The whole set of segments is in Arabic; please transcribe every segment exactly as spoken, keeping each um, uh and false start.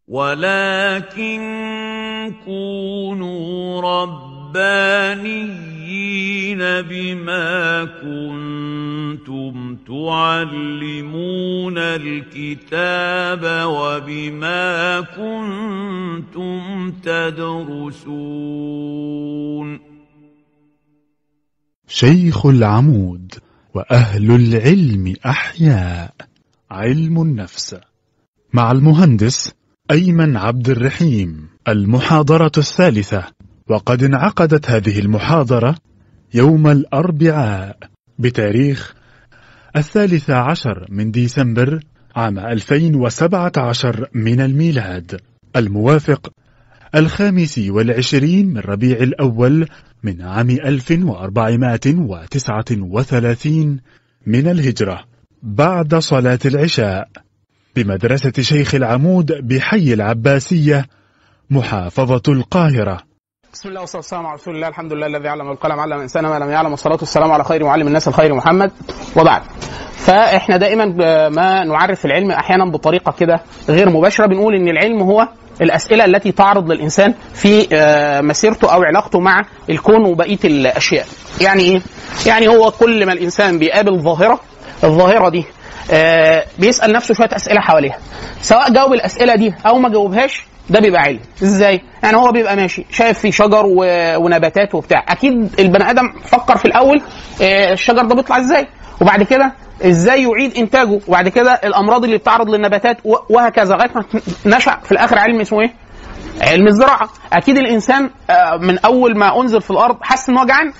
ولكن كونوا ربانيين بما كنتم تعلمون الكتاب وبما كنتم تدرسون. شيخ العمود وأهل العلم أحياء. علم النفس مع المهندس أيمن عبد الرحيم. المحاضرة الثالثة، وقد انعقدت هذه المحاضرة يوم الأربعاء بتاريخ الثالث عشر من ديسمبر عام ألفين وسبعة عشر من الميلاد، الموافق الخامس والعشرين من ربيع الأول من عام ألف وأربعمائة وتسعة وثلاثين من الهجرة، بعد صلاة العشاء، بمدرسة شيخ العمود بحي العباسية، محافظة القاهرة. بسم الله والصلاة والسلام على رسول الله. الحمد لله الذي علم القلم علم الإنسان ما لم يعلم، والصلاة والسلام على خير معلم الناس الخير محمد، وبعد. فإحنا دائما ما نعرف العلم أحيانا بطريقة كده غير مباشرة، بنقول إن العلم هو الأسئلة التي تعرض للإنسان في مسيرته أو علاقته مع الكون وبقية الأشياء. يعني إيه؟ يعني هو كل ما الإنسان بيقابل ظاهرة، الظاهرة دي بيسأل نفسه شوية أسئلة حواليها، سواء جاوب الأسئلة دي أو ما جاوبهاش، ده بيبقى علم. ازاي؟ يعني هو بيبقى ماشي شايف في شجر ونباتات وبتاع، اكيد البني ادم فكر في الاول الشجر ده بيطلع ازاي، وبعد كده ازاي يعيد انتاجه، وبعد كده الامراض اللي بتعرض للنباتات، وهكذا لغايه ما نشأ في الاخر علم اسمه ايه؟ علم الزراعه. اكيد الانسان من اول ما انزل في الارض حس ان هو جعان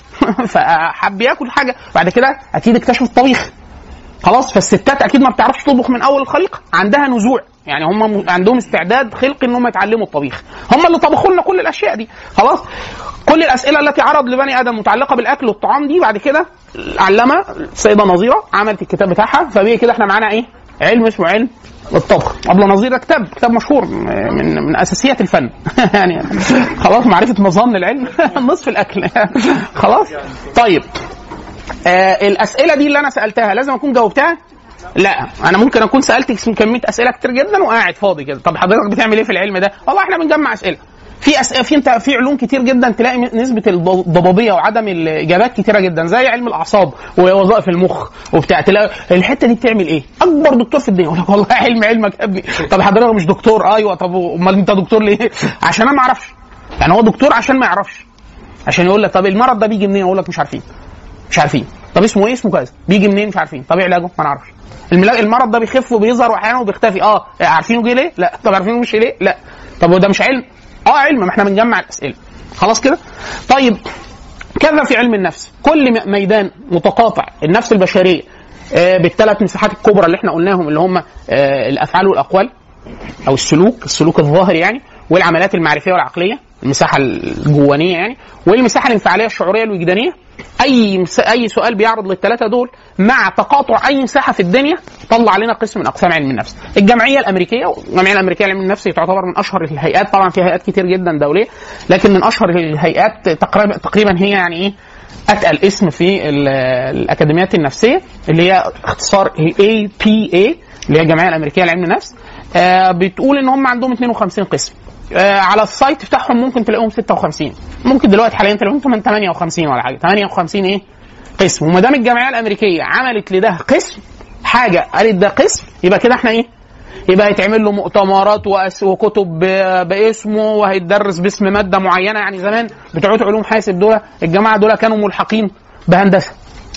فحب ياكل حاجه، بعد كده اكيد اكتشف الطبيخ. خلاص، فالستات اكيد ما بتعرفش تطبخ من اول الخليقه، عندها نزوع، يعني هم عندهم استعداد خلقي ان هم يتعلموا الطبيخ، هم اللي طبخوا لنا كل الاشياء دي. خلاص، كل الاسئله التي عرض لبني ادم متعلقه بالاكل والطعام دي، بعد كده علمها السيده نظيره عملت الكتاب بتاعها، فبيه كده احنا معانا ايه؟ علم اسمه علم الطبخ. ابله نظيره كتاب كتاب مشهور من من اساسيات الفن يعني خلاص، معرفه مظان العلم نصف الاكل خلاص. طيب آه الاسئله دي اللي انا سالتها لازم اكون جاوبتها؟ لا، انا ممكن اكون سالت كميه اسئله كتير جدا وقاعد فاضي كده. طب حضرتك بتعمل ايه في العلم ده؟ والله احنا بنجمع اسئله في أسئلة في انت في علوم كتير جدا تلاقي نسبه الضبابيه وعدم الاجابات كتيره جدا، زي علم الاعصاب ووظائف المخ وبتاع، تلاقي الحته دي بتعمل ايه؟ اكبر دكتور في الدنيا يقول لك والله علم علمك يا ابني. طب حضرتك مش دكتور؟ ايوه. طب امال انت دكتور ليه؟ عشان انا ما اعرفش. يعني هو دكتور عشان ما يعرفش، عشان يقول لك طب المرض ده بيجي منين؟ اقول لك مش عارفين مش عارفين. طب اسمه ايه؟ اسمه كذا. بيجي منين؟ مش عارفين. طب علاجه؟ ما نعرفش. المرض ده بيخف وبيظهر واحيانا وبيختفي. اه عارفينه جه ليه؟ لا. طب عارفينه مش ليه؟ لا. طب وده مش علم؟ اه علم، ما احنا بنجمع الاسئله. خلاص كده. طيب كذا في علم النفس، كل ميدان متقاطع النفس البشريه آه بالثلاث مساحات الكبرى اللي احنا قلناهم، اللي هم آه الافعال والاقوال او السلوك السلوك الظاهري يعني، والعمليات المعرفيه والعقليه المساحه الجوانيه يعني، والمساحه الانفعاليه الشعوريه الوجدانيه. اي اي سؤال بيعرض للثلاثه دول مع تقاطع اي مساحه في الدنيا طلع علينا قسم من اقسام علم النفس. الجمعيه الامريكيه والجمعيه الامريكيه لعلم النفس تعتبر من اشهر الهيئات، طبعا في هيئات كتير جدا دوليه، لكن من اشهر الهيئات تقريبا تقريبا هي يعني ايه اتقل اسم في الاكاديميات النفسيه، اللي هي اختصار اي بي اي اللي هي الجمعيه الامريكيه لعلم النفس. آه بتقول ان هم عندهم اثنين وخمسين قسم. آه على السايت بتاعهم ممكن تلاقيهم ستة وخمسين، ممكن دلوقتي حاليا تلاقيهم من ثمانية وخمسين ولا حاجه، ثمانية وخمسين ايه قسم. وما دام الجمعيه الامريكيه عملت لده قسم حاجه، قالت ده قسم، يبقى كده احنا ايه؟ يبقى هيتعمل له مؤتمرات وكتب باسمه، وهيتدرس باسم ماده معينه. يعني زمان بتوع علوم حاسب دول الجماعه دول كانوا ملحقين بهندسه،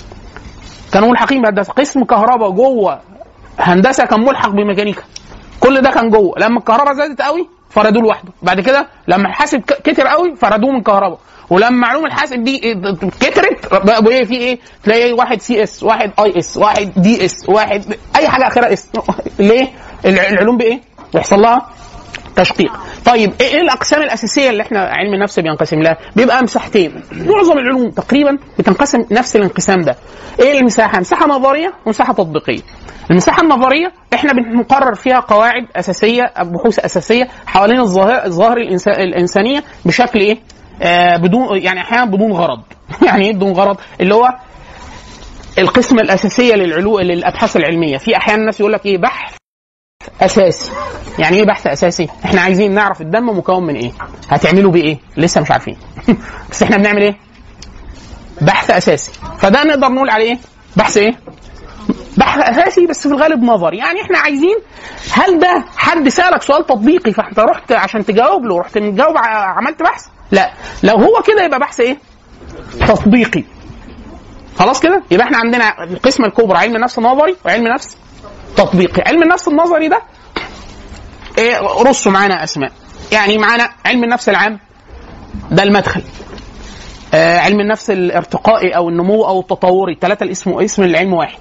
كانوا ملحقين بهندسه. قسم كهرباء جوه هندسه كان ملحق بميكانيكا، كل ده كان جوه. لما الكهرباء زادت قوي فردوه لوحده، بعد كده لما الحاسب كتر قوي فردوه من كهرباء، ولما معلومه الحاسب دي كترت بقى ايه في ايه؟ تلاقي واحد سي اس، واحد اي اس، واحد دي اس، واحد اي حاجه اخرها اس. ليه؟ العلوم بايه؟ يحصل لها تشقيق. طيب ايه الاقسام الاساسيه اللي احنا علم النفس بينقسم لها؟ بيبقى مساحتين. معظم العلوم تقريبا بتنقسم نفس الانقسام ده. ايه المساحه؟ مساحه نظريه ومساحه تطبيقيه. المساحه النظريه احنا بنقرر فيها قواعد اساسيه، بحوث اساسيه حوالين الظاهر الظاهر الانسانيه بشكل ايه؟ آه بدون يعني احيانا بدون غرض. يعني ايه بدون غرض؟ اللي هو القسم الاساسيه للعلوم للابحاث العلميه. في احيانا الناس يقول لك ايه؟ بحث اساسي. يعني ايه بحث اساسي؟ احنا عايزين نعرف الدم مكون من ايه، هتعملوا بيه ايه، لسه مش عارفين. بس احنا بنعمل ايه؟ بحث اساسي. فده نقدر نقول عليه ايه؟ بحث ايه؟ بحث اساسي، بس في الغالب نظري. يعني احنا عايزين، هل ده حد سالك سؤال تطبيقي فانت رحت عشان تجاوب له رحت مجاوب عملت بحث؟ لا، لو هو كده يبقى بحث ايه؟ تطبيقي. خلاص كده يبقى احنا عندنا القسمه الكبرى علم نفس نظري وعلم نفس تطبيقي. علم النفس النظري ده ايه؟ رصوا معانا اسماء. يعني معانا علم النفس العام، ده المدخل. آه علم النفس الارتقائي او النمو او التطوري، الثلاثه الاسم اسم العلم واحد.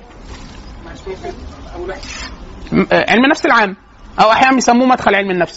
آه علم النفس العام او احيانا بيسموه مدخل علم النفس.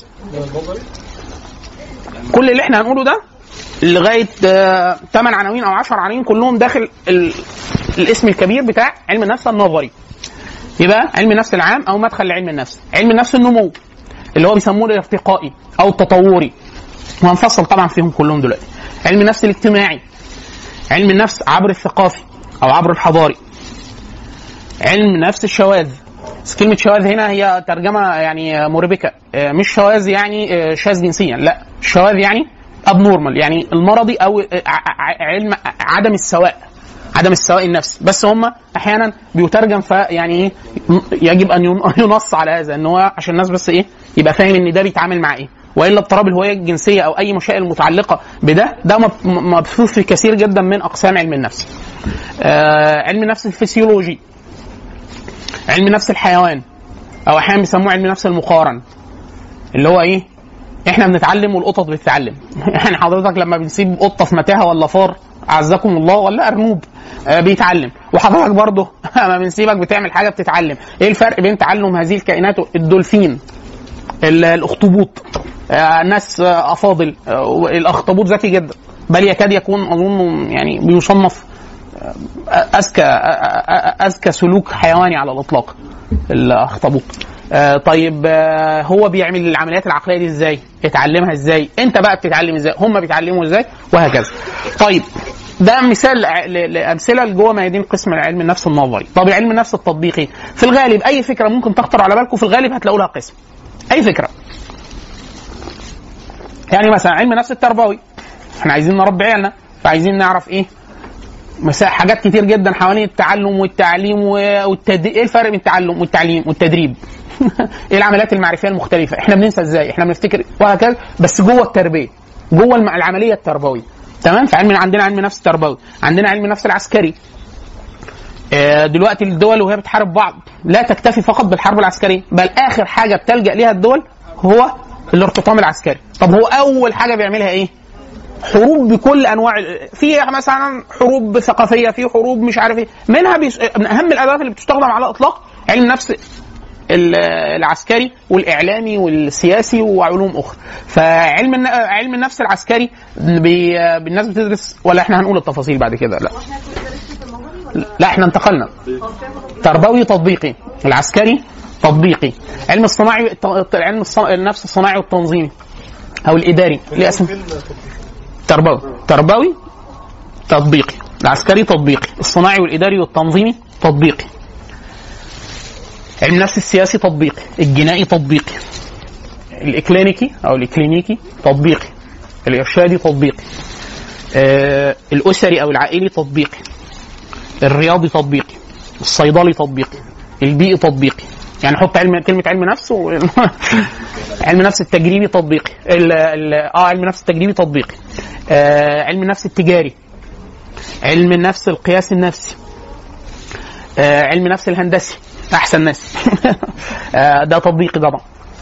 كل اللي احنا هنقوله ده لغايه ثمان آه عناوين او عشر عناوين كلهم داخل الاسم الكبير بتاع علم النفس النظري. يبقى علم النفس العام او مدخل لعلم النفس. علم النفس النمو اللي هو بيسموه الارتقائي او التطوري، وهنفصل طبعا فيهم كلهم دلوقتي. علم النفس الاجتماعي، علم النفس عبر الثقافي او عبر الحضاري. علم نفس الشواذ. كلمة شواذ هنا هي ترجمة يعني مربكة، مش شواذ يعني شاذ جنسيا، لا، الشواذ يعني ابنورمال، يعني المرضي او علم عدم السواء، عدم السواء النفسي. بس هم احيانا بيترجم فيعني ايه، يجب ان ينص على هذا ان هو عشان الناس بس ايه يبقى فاهم ان ده بيتعامل مع ايه. والا اضطراب الهويه الجنسيه او اي مشاكل متعلقه بده ده مبثوث في كثير جدا من اقسام علم النفس. آه علم النفس الفسيولوجي، علم نفس الحيوان او احيانا بيسموه علم نفس المقارن، اللي هو ايه، احنا بنتعلم والقطط بتتعلم. يعني حضرتك لما بنسيب قطه في متاهه ولا فار اعزكم الله ولا ارنوب آه بيتعلم، وحضرتك برضه لما بنسيبك بتعمل حاجه بتتعلم. ايه الفرق بين تعلم هذه الكائنات؟ الدولفين، الاخطبوط، آه ناس آه افاضل، آه الاخطبوط ذكي جدا، بل يكاد يكون اظن يعني بيصنف اذكى اذكى سلوك حيواني على الاطلاق الاخطبوط. آه طيب آه هو بيعمل العمليات العقليه دي ازاي؟ يتعلمها ازاي؟ انت بقى بتتعلم ازاي؟ هم بيتعلموا ازاي؟ وهكذا. طيب ده مثال لامثله جوه ميادين قسم علم النفس النظري. طب علم النفس التطبيقي، في الغالب اي فكره ممكن تخطر على بالكم في الغالب هتلاقوا لها قسم. اي فكره. يعني مثلا علم النفس التربوي، احنا عايزين نربي عيالنا فعايزين نعرف ايه مساء حاجات كتير جدا حوالين التعلم والتعليم والتد... ايه الفرق بين التعلم والتعليم والتدريب؟ ايه العمليات المعرفيه المختلفه؟ احنا بننسى ازاي؟ احنا بنفتكر وهكذا، بس جوه التربيه، جوه العمليه التربويه. تمام؟ فعلم عندنا علم نفس تربوي، عندنا علم نفس العسكري. اه دلوقتي الدول وهي بتحارب بعض لا تكتفي فقط بالحرب العسكريه، بل اخر حاجه بتلجأ ليها الدول هو الارتطام العسكري. طب هو اول حاجه بيعملها ايه؟ حروب بكل انواع، في مثلا حروب ثقافيه، في حروب مش عارف ايه، منها بيس... من اهم الادوات اللي بتستخدم على الاطلاق علم النفس العسكري والاعلامي والسياسي وعلوم اخرى. فعلم الن... علم النفس العسكري بي... الناس بتدرس، ولا احنا هنقول التفاصيل بعد كده؟ لا لا احنا انتقلنا تربوي تطبيقي، العسكري تطبيقي، علم الصناعي، علم النفس الصناعي والتنظيمي او الاداري ليه اسم تربوي، تربوي تطبيقي، العسكري تطبيقي، الصناعي والاداري والتنظيمي تطبيقي، علم النفس السياسي تطبيقي، الجنائي تطبيقي، الاكلينيكي او الاكلينيكي تطبيقي، الارشادي تطبيقي، آه الاسري او العائلي تطبيقي، الرياضي تطبيقي، الصيدلي تطبيقي، البيئي تطبيقي. يعني حط علم كلمه علم نفس و... علم نفس التجريبي تطبيقي، ال... ال... اه علم نفس التجريبي تطبيقي، آه علم النفس التجاري، علم النفس القياس النفسي، آه علم النفس الهندسي، احسن ناس آه ده تطبيقي طبعا.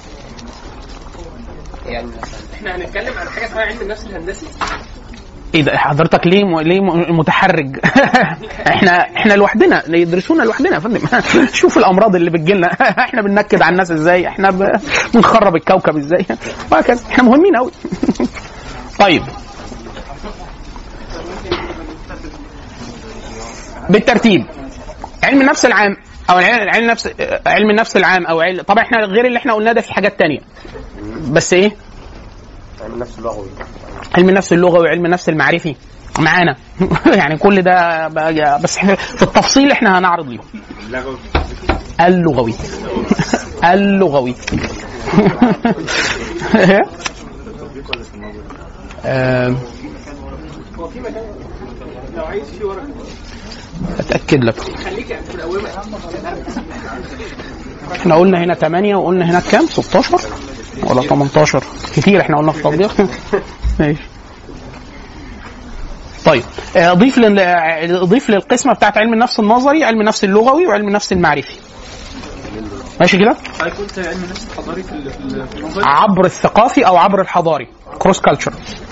يعني احنا هنتكلم عن حاجه اسمها علم النفس الهندسي. ايه ده حضرتك ليه م... ليه متحرج؟ احنا احنا لوحدنا يدرسونا لوحدنا يا فندم. شوف الامراض اللي بتجيلنا، احنا بننكد على الناس ازاي، احنا ب... بنخرب الكوكب ازاي، وهكذا. احنا مهمين قوي. طيب بالترتيب، علم النفس العام او علم النفس علم النفس العام او علم... طبعا احنا غير اللي احنا قلناه ده في حاجات تانية، بس ايه علم النفس اللغوي، علم النفس اللغوي وعلم النفس المعرفي معانا. يعني كل ده بس في التفصيل احنا هنعرض ليهم. اللغوي اللغوي. آه اتاكد لك. احنا قلنا هنا ثمانية وقلنا هنا كام؟ ستاشر ولا تمنتاشر؟ كتير احنا قلنا في التطبيق. ماشي طيب اضيف لل... اضيف للقسمه بتاعت علم النفس النظري علم النفس اللغوي وعلم النفس المعرفي. ماشي كده؟ قلت علم النفس الحضاري في النظري عبر الثقافي او عبر الحضاري كروس كلتشر.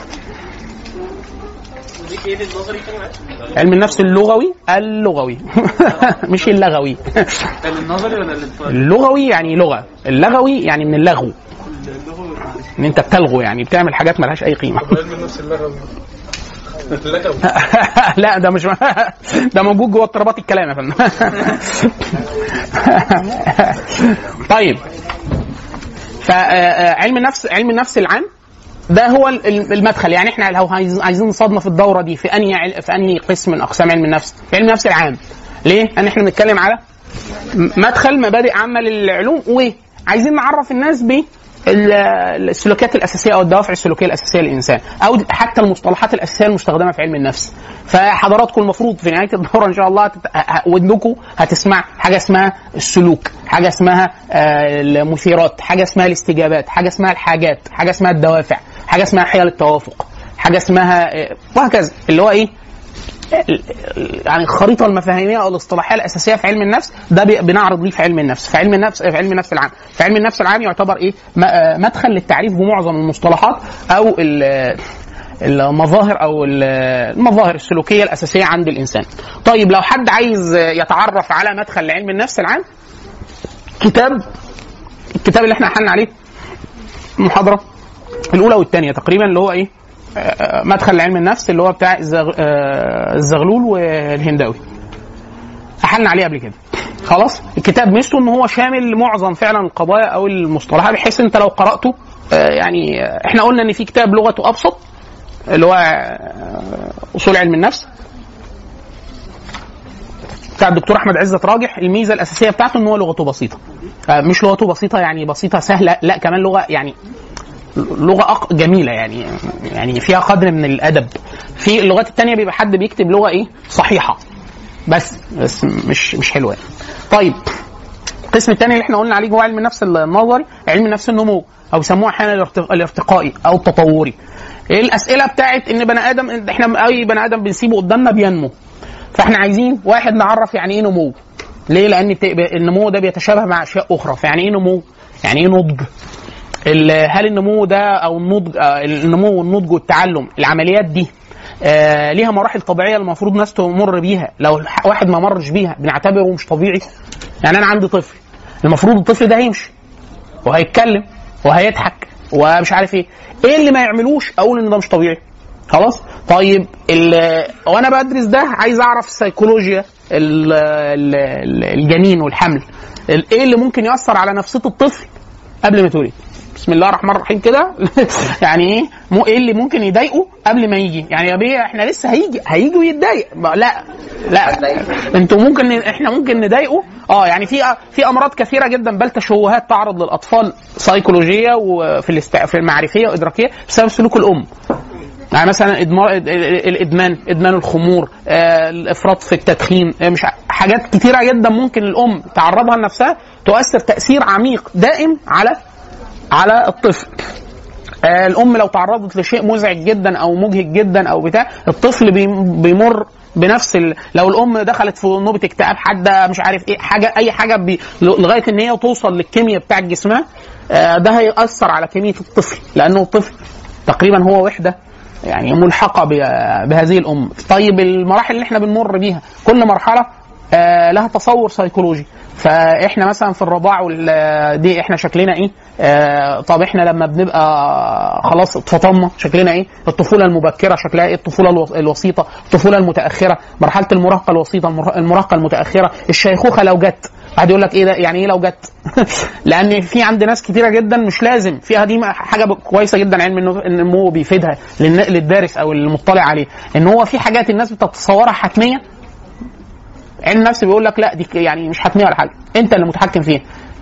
علم النفس اللغوي اللغوي مش اللغوي. النظري ولا اللغوي يعني لغه، اللغوي يعني من اللغو، ان انت بتلغو يعني بتعمل حاجات ملهاش اي قيمه. علم النفس اللغوي لا ده مش ده موجود جوه اضطرابات الكلام يا فندم. طيب فعلم النفس علم النفس العام ده هو المدخل. يعني احنا لو عايزين نصادنا في الدوره دي في انهي في انهي قسم من اقسام علم النفس؟ في علم النفس العام. ليه؟ ان احنا بنتكلم على مدخل مبادئ عامه للعلوم، وعايزين نعرف الناس ب السلوكيات الاساسيه او الدوافع السلوكيه الاساسيه للانسان، او حتى المصطلحات الاساسيه المستخدمه في علم النفس. فحضراتكم المفروض في نهايه الدوره ان شاء الله ودنكم هتسمع حاجه اسمها السلوك، حاجه اسمها المثيرات، حاجه اسمها الاستجابات، حاجه اسمها الحاجات، حاجه اسمها الدوافع، حاجه اسمها حيل التوافق، حاجه اسمها وهكذا، اللي هو ايه يعني الخريطه المفاهيميه او الاصطلاحيه الاساسيه في علم النفس. ده بنعرض ليه في علم النفس في علم النفس في علم النفس العام. في علم النفس العام يعتبر ايه مدخل للتعريف بمعظم المصطلحات او المظاهر او المظاهر السلوكيه الاساسيه عند الانسان. طيب لو حد عايز يتعرف على مدخل لعلم النفس العام، كتاب الكتاب اللي احنا حلنا عليه المحاضره الاولى والثانيه تقريبا، اللي هو ايه مدخل لعلم النفس، اللي هو بتاع الزغلول والهنداوي، احلنا عليه قبل كده. خلاص الكتاب ميزته ان هو شامل معظم فعلا القضايا او المصطلحات، بحيث انت لو قراته يعني احنا قلنا ان في كتاب لغته ابسط اللي هو اصول علم النفس بتاع الدكتور احمد عزت راجح. الميزه الاساسيه بتاعته ان هو لغته بسيطه، مش لغته بسيطه يعني بسيطه سهله، لا كمان لغه يعني لغه جميله، يعني يعني فيها قدر من الادب. في اللغات الثانيه بيبقى حد بيكتب لغه ايه صحيحه بس بس مش مش حلوه يعني. طيب القسم الثاني اللي احنا قلنا عليه جوه علم النفس النظري علم النفس النمو، او بيسموه احيانا الارتقائي او التطوري. الاسئله بتاعت ان بني ادم، احنا اي بني ادم بنسيبه قدامنا بينمو، فاحنا عايزين واحد نعرف يعني ايه نمو. ليه؟ لان النمو ده بيتشابه مع اشياء اخرى. فيعني ايه نمو؟ يعني ايه نضج؟ هل النمو ده او النضج النمو والنضج والتعلم العمليات دي آه ليها مراحل طبيعيه المفروض ناس تمر بيها؟ لو واحد ما مرش بيها بنعتبره مش طبيعي. يعني انا عندي طفل، المفروض الطفل ده هيمشي وهيتكلم وهيضحك ومش عارف ايه، ايه اللي ما يعملوش اقول ان ده مش طبيعي؟ خلاص. طيب وانا بدرس ده عايز اعرف سيكولوجيا الجنين والحمل، ايه اللي ممكن ياثر على نفسيه الطفل قبل ما يتولد؟ بسم الله الرحمن الرحيم كده. يعني ايه مو ايه اللي ممكن يضايقه قبل ما يجي؟ يعني يا بيه احنا لسه هيجي هيجي ويتضايق؟ لا لا انتوا ممكن احنا ممكن نضايقه. اه يعني في في امراض كثيره جدا بل تشوهات تعرض للاطفال سيكولوجيه وفي الاست... في المعرفيه وادراكيه بسبب سلوك الام. يعني مثلا الادمان، ادمان الخمور، آه، الافراط في التدخين، آه، مش حاجات كتيره جدا ممكن الام تعرضها لنفسها تؤثر تاثير عميق دائم على على الطفل. آه، الام لو تعرضت لشيء مزعج جدا او مجهد جدا او بتاع، الطفل بيمر بنفس ال... لو الام دخلت في نوبه اكتئاب حاده مش عارف ايه حاجه اي حاجه بي... لغايه ان هي توصل للكيمياء بتاع جسمها، آه، ده هيأثر على كميه الطفل، لانه الطفل تقريبا هو وحده يعني ملحقه بهذه الام. طيب المراحل اللي احنا بنمر بيها كل مرحله آه لها تصور سيكولوجي. فاحنا مثلا في الرضاع دي احنا شكلنا ايه؟ آه طب احنا لما بنبقى خلاص اتفطمنا شكلنا ايه؟ الطفوله المبكره شكلها ايه؟ الطفوله الوسيطه، الطفوله المتاخره، مرحله المراهقه الوسيطه، المراهقه المتاخره، الشيخوخه لو جت. واحد يقول لك ايه ده؟ يعني ايه لو جت؟ لان في عند ناس كتيره جدا مش لازم فيها. دي حاجه كويسه جدا علم النمو بيفيدها للدارس او المطلع عليه، ان هو في حاجات الناس بتتصورها حتميه، علم النفس بيقول لك لا دي يعني مش حتميه ولا حاجه، انت اللي متحكم فيها.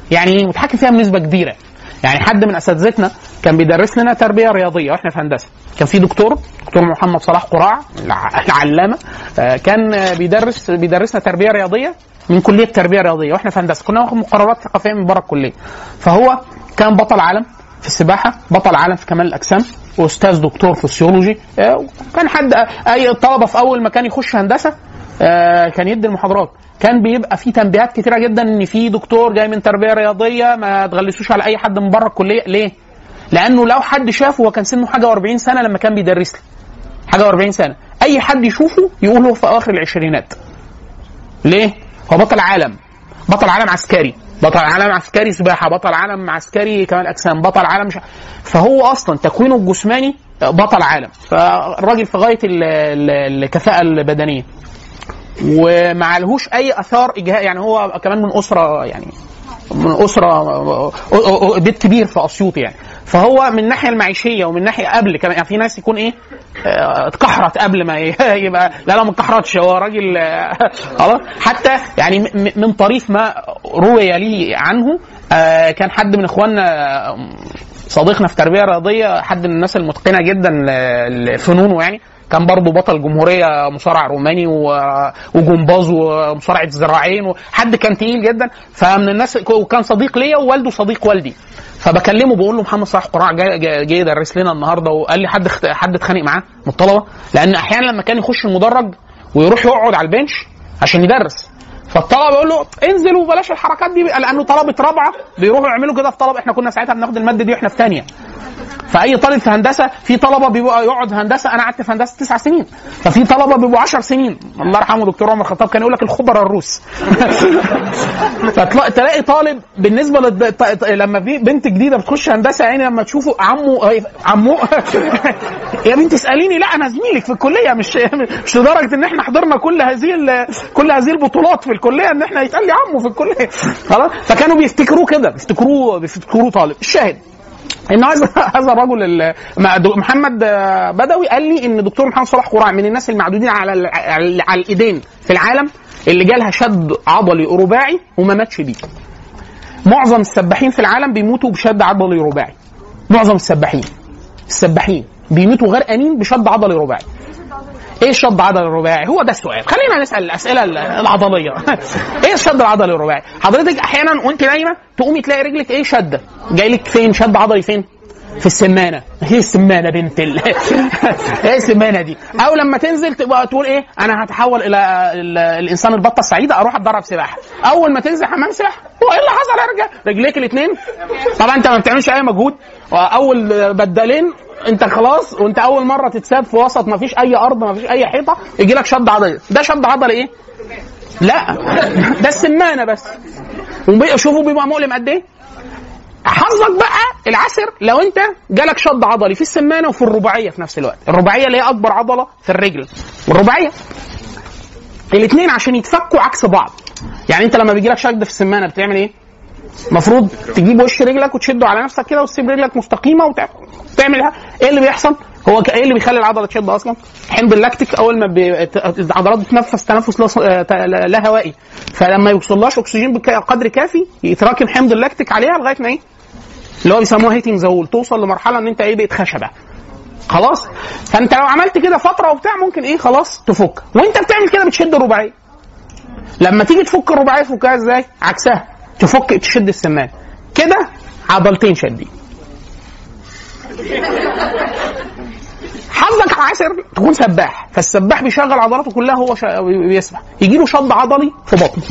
يعني متحكم فيها بنسبه كبيره. يعني حد من اساتذتنا كان بيدرس لنا تربيه رياضيه واحنا في هندسه، كان في دكتور دكتور محمد صلاح قراع العلامه، كان بيدرس بيدرسنا تربيه رياضيه من كليه تربيه رياضيه واحنا في هندسه، كنا ناخد مقررات ثقافيه من بره الكليه. فهو كان بطل عالم في السباحه، بطل عالم في كمال الاجسام، واستاذ دكتور فسيولوجي. كان حد اي طلبه في اول ما كان يخش هندسه كان يدي المحاضرات، كان بيبقى في تنبيهات كتيره جدا ان في دكتور جاي من تربيه رياضيه ما تغلسوش على اي حد من بره الكليه. ليه؟ لانه لو حد شافه هو كان سنه حاجه واربعين سنه لما كان بيدرس لي، حاجه واربعين سنه، اي حد يشوفه يقول هو في اواخر العشرينات. ليه؟ هو بطل عالم، بطل عالم عسكري، بطل عالم عسكري سباحه، بطل عالم عسكري كمال اجسام، بطل عالم مش... فهو اصلا تكوينه الجسماني بطل عالم، فالراجل في غايه الكفاءه البدنيه وما لهوش اي اثار اجهاء. يعني هو كمان من اسره، يعني من اسره بيت كبير في اسيوط يعني، فهو من الناحيه المعيشيه ومن ناحيه قبل كمان، يعني في ناس يكون ايه اتكحرت قبل ما يبقى، لا لا ما اتكحرتش، هو راجل خلاص. حتى يعني من طريف ما روي لي عنه، كان حد من اخواننا صديقنا في تربيه رياضيه، حد من الناس المتقنه جدا لفنونه، يعني كان برضه بطل جمهوريه مصارع روماني وجمباز ومصارعه ذراعين، وحد كان تقيل جدا. فمن الناس، وكان صديق ليا ووالده صديق والدي، فبكلمه بقول له محمد صلاح قراع جاي, جاي يدرس لنا النهارده، وقال لي حد حد اتخانق معاه من الطلبه، لان احيانا لما كان يخش المدرج ويروح يقعد على البنش عشان يدرس، فالطلبه يقول له انزل وبلاش الحركات دي، لانه طلبه رابعه بيروحوا يعملوا كده في طلبه، احنا كنا ساعتها بناخد الماده دي واحنا في ثانيه. فاي طالب في هندسه، في طلبه بيبقى يقعد في هندسه، انا قعدت في هندسه تسع سنين، ففي طلبه بيبقوا عشر سنين. الله يرحمه دكتور عمر الخطاب كان يقول لك الخبراء الروس. فتلاقي طالب بالنسبه للب... لما في بنت جديده بتخش هندسه، يعني لما تشوفه عمو عمو يا بنت اساليني، لا انا زميلك في الكليه، مش مش لدرجه ان احنا حضرنا كل هذه ال... كل هذه البطولات في الكليه ان احنا يتقال لي عمو في الكليه خلاص. فكانوا بيفتكروه كده، بيفتكروه بيفتكروه طالب. الشاهد ان هذا هذا الرجل محمد بدوي قال لي ان دكتور محمد صلاح قراع من الناس المعدودين على على الايدين في العالم اللي جالها شد عضلي رباعي وما ماتش بيه. معظم السباحين في العالم بيموتوا بشد عضلي رباعي، معظم السباحين السباحين بيموتوا غرقانين بشد عضلي رباعي. ايه الشد العضلي الرباعي؟ هو ده السؤال. خلينا نسال الاسئله العضليه. ايه الشد العضلي الرباعي؟ حضرتك احيانا وانت نايمه تقومي تلاقي رجلك ايه شده، جاي لك فين شد عضلي؟ فين؟ في السمانه. هي السمانه بنت ال... ايه السمانه دي؟ او لما تنزل تبقى تقول ايه، انا هتحول الى الانسان البطه السعيده، اروح اتدرب سباحه. اول ما تنزل حمام سباحه، هو ايه اللي حصل؟ ارجع رجليك الاثنين، طبعا انت ما بتعملش اي مجهود، واول بدلين انت خلاص، وانت اول مره تتساب في وسط ما فيش اي ارض، ما فيش اي حيطه، يجي لك شد عضلي. ده شد عضلي ايه؟ لا ده السمانه بس. وشوفوا بيبقى مؤلم قد ايه. حظك بقى العسر لو انت جالك شد عضلي في السمانه وفي الرباعيه في نفس الوقت. الرباعيه اللي هي اكبر عضله في الرجل، والرباعيه الاثنين عشان يتفكوا عكس بعض. يعني انت لما بيجي لك شد في السمانه بتعمل ايه؟ المفروض تجيب وش رجلك وتشده على نفسك كده وتسيب رجلك مستقيمه وتعملها. ايه اللي بيحصل؟ هو ايه اللي بيخلي العضله تشد اصلا؟ حمض اللاكتيك. اول ما بي... العضلات بتتنفس تنفس لا هوائي، فلما يوصلهاش اكسجين بقدر كافي يتراكم حمض اللاكتيك عليها لغايه ما ايه اللي هو بيسموها هيتنج زول، توصل لمرحله ان انت ايه بقيت خشبه خلاص. فانت لو عملت كده فتره وبتاع ممكن ايه خلاص تفك. وانت بتعمل كده بتشد الرباعيه. لما تيجي تفك الرباعيه تفكها ازاي؟ عكسها، تفك تشد السمان كده، عضلتين شدين. حظك عسر تكون سباح، فالسباح بيشغل عضلاته كلها هو شا... بيسبح، يجي له شد عضلي في بطنه.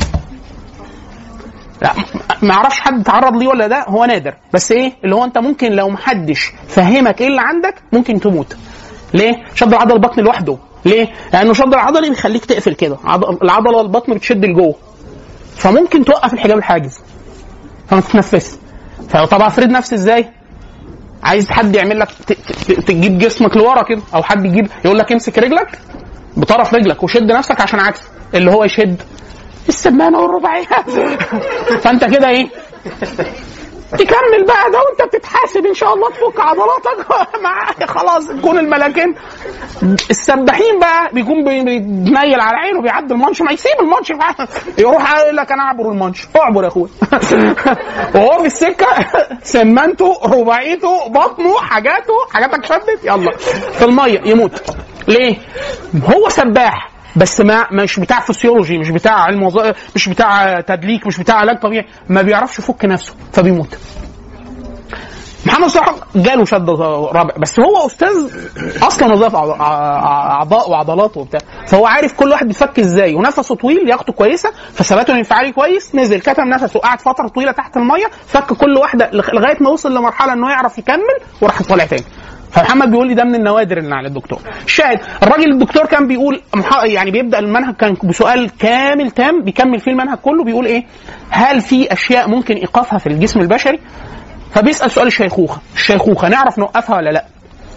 لا ما اعرفش حد تعرض ليه ولا ده، هو نادر، بس ايه اللي هو انت ممكن لو محدش فهمك ايه اللي عندك ممكن تموت. ليه؟ شد العضله البطن لوحده. ليه؟ لانه شد العضلي بيخليك تقفل كده، العضله البطن بتشد لجوه، فممكن توقف الحجاب الحاجز فما تتنفس. فطبعا افرض نفسي ازاي؟ عايز حد يعمل لك تجيب جسمك لورا كده، او حد يجيب يقول لك امسك رجلك بطرف رجلك وشد نفسك عشان عكس اللي هو يشد السمانه والرباعيه. فانت كده ايه تكمل بقى ده وانت بتتحاسب ان شاء الله تفك عضلاتك مع خلاص تكون الملاكين. السباحين بقى بيكون بيتنيل على عينه بيعدي المانش، ما يسيب المانش يروح يقول لك انا اعبر المانش. اعبر يا اخويا وهو في السكه سمنته رباعيته بطنه حاجاته حاجاتك شدت يلا في الميه يموت. ليه؟ هو سباح بس ما مش بتاع فسيولوجي، مش بتاع علم وظائف، مش بتاع تدليك، مش بتاع علاج طبيعي، ما بيعرفش يفك نفسه فبيموت. محمد صلاح جاله شد رابع بس هو استاذ اصلا وظائف اعضاء وعضلات وبتاع، فهو عارف كل واحد بيفك ازاي، ونفسه طويل لياقته كويسه فثباته الانفعالي كويس، نزل كتم نفسه قعد فتره طويله تحت الميه فك كل واحده لغايه ما وصل لمرحله انه يعرف يكمل وراح طالع تاني. فمحمد بيقول لي ده من النوادر اللي على الدكتور. الشاهد الراجل الدكتور كان بيقول يعني بيبدا المنهج كان بسؤال كامل تام بيكمل فيه المنهج كله، بيقول ايه؟ هل في اشياء ممكن ايقافها في الجسم البشري؟ فبيسال سؤال الشيخوخه، الشيخوخه نعرف نوقفها ولا لا؟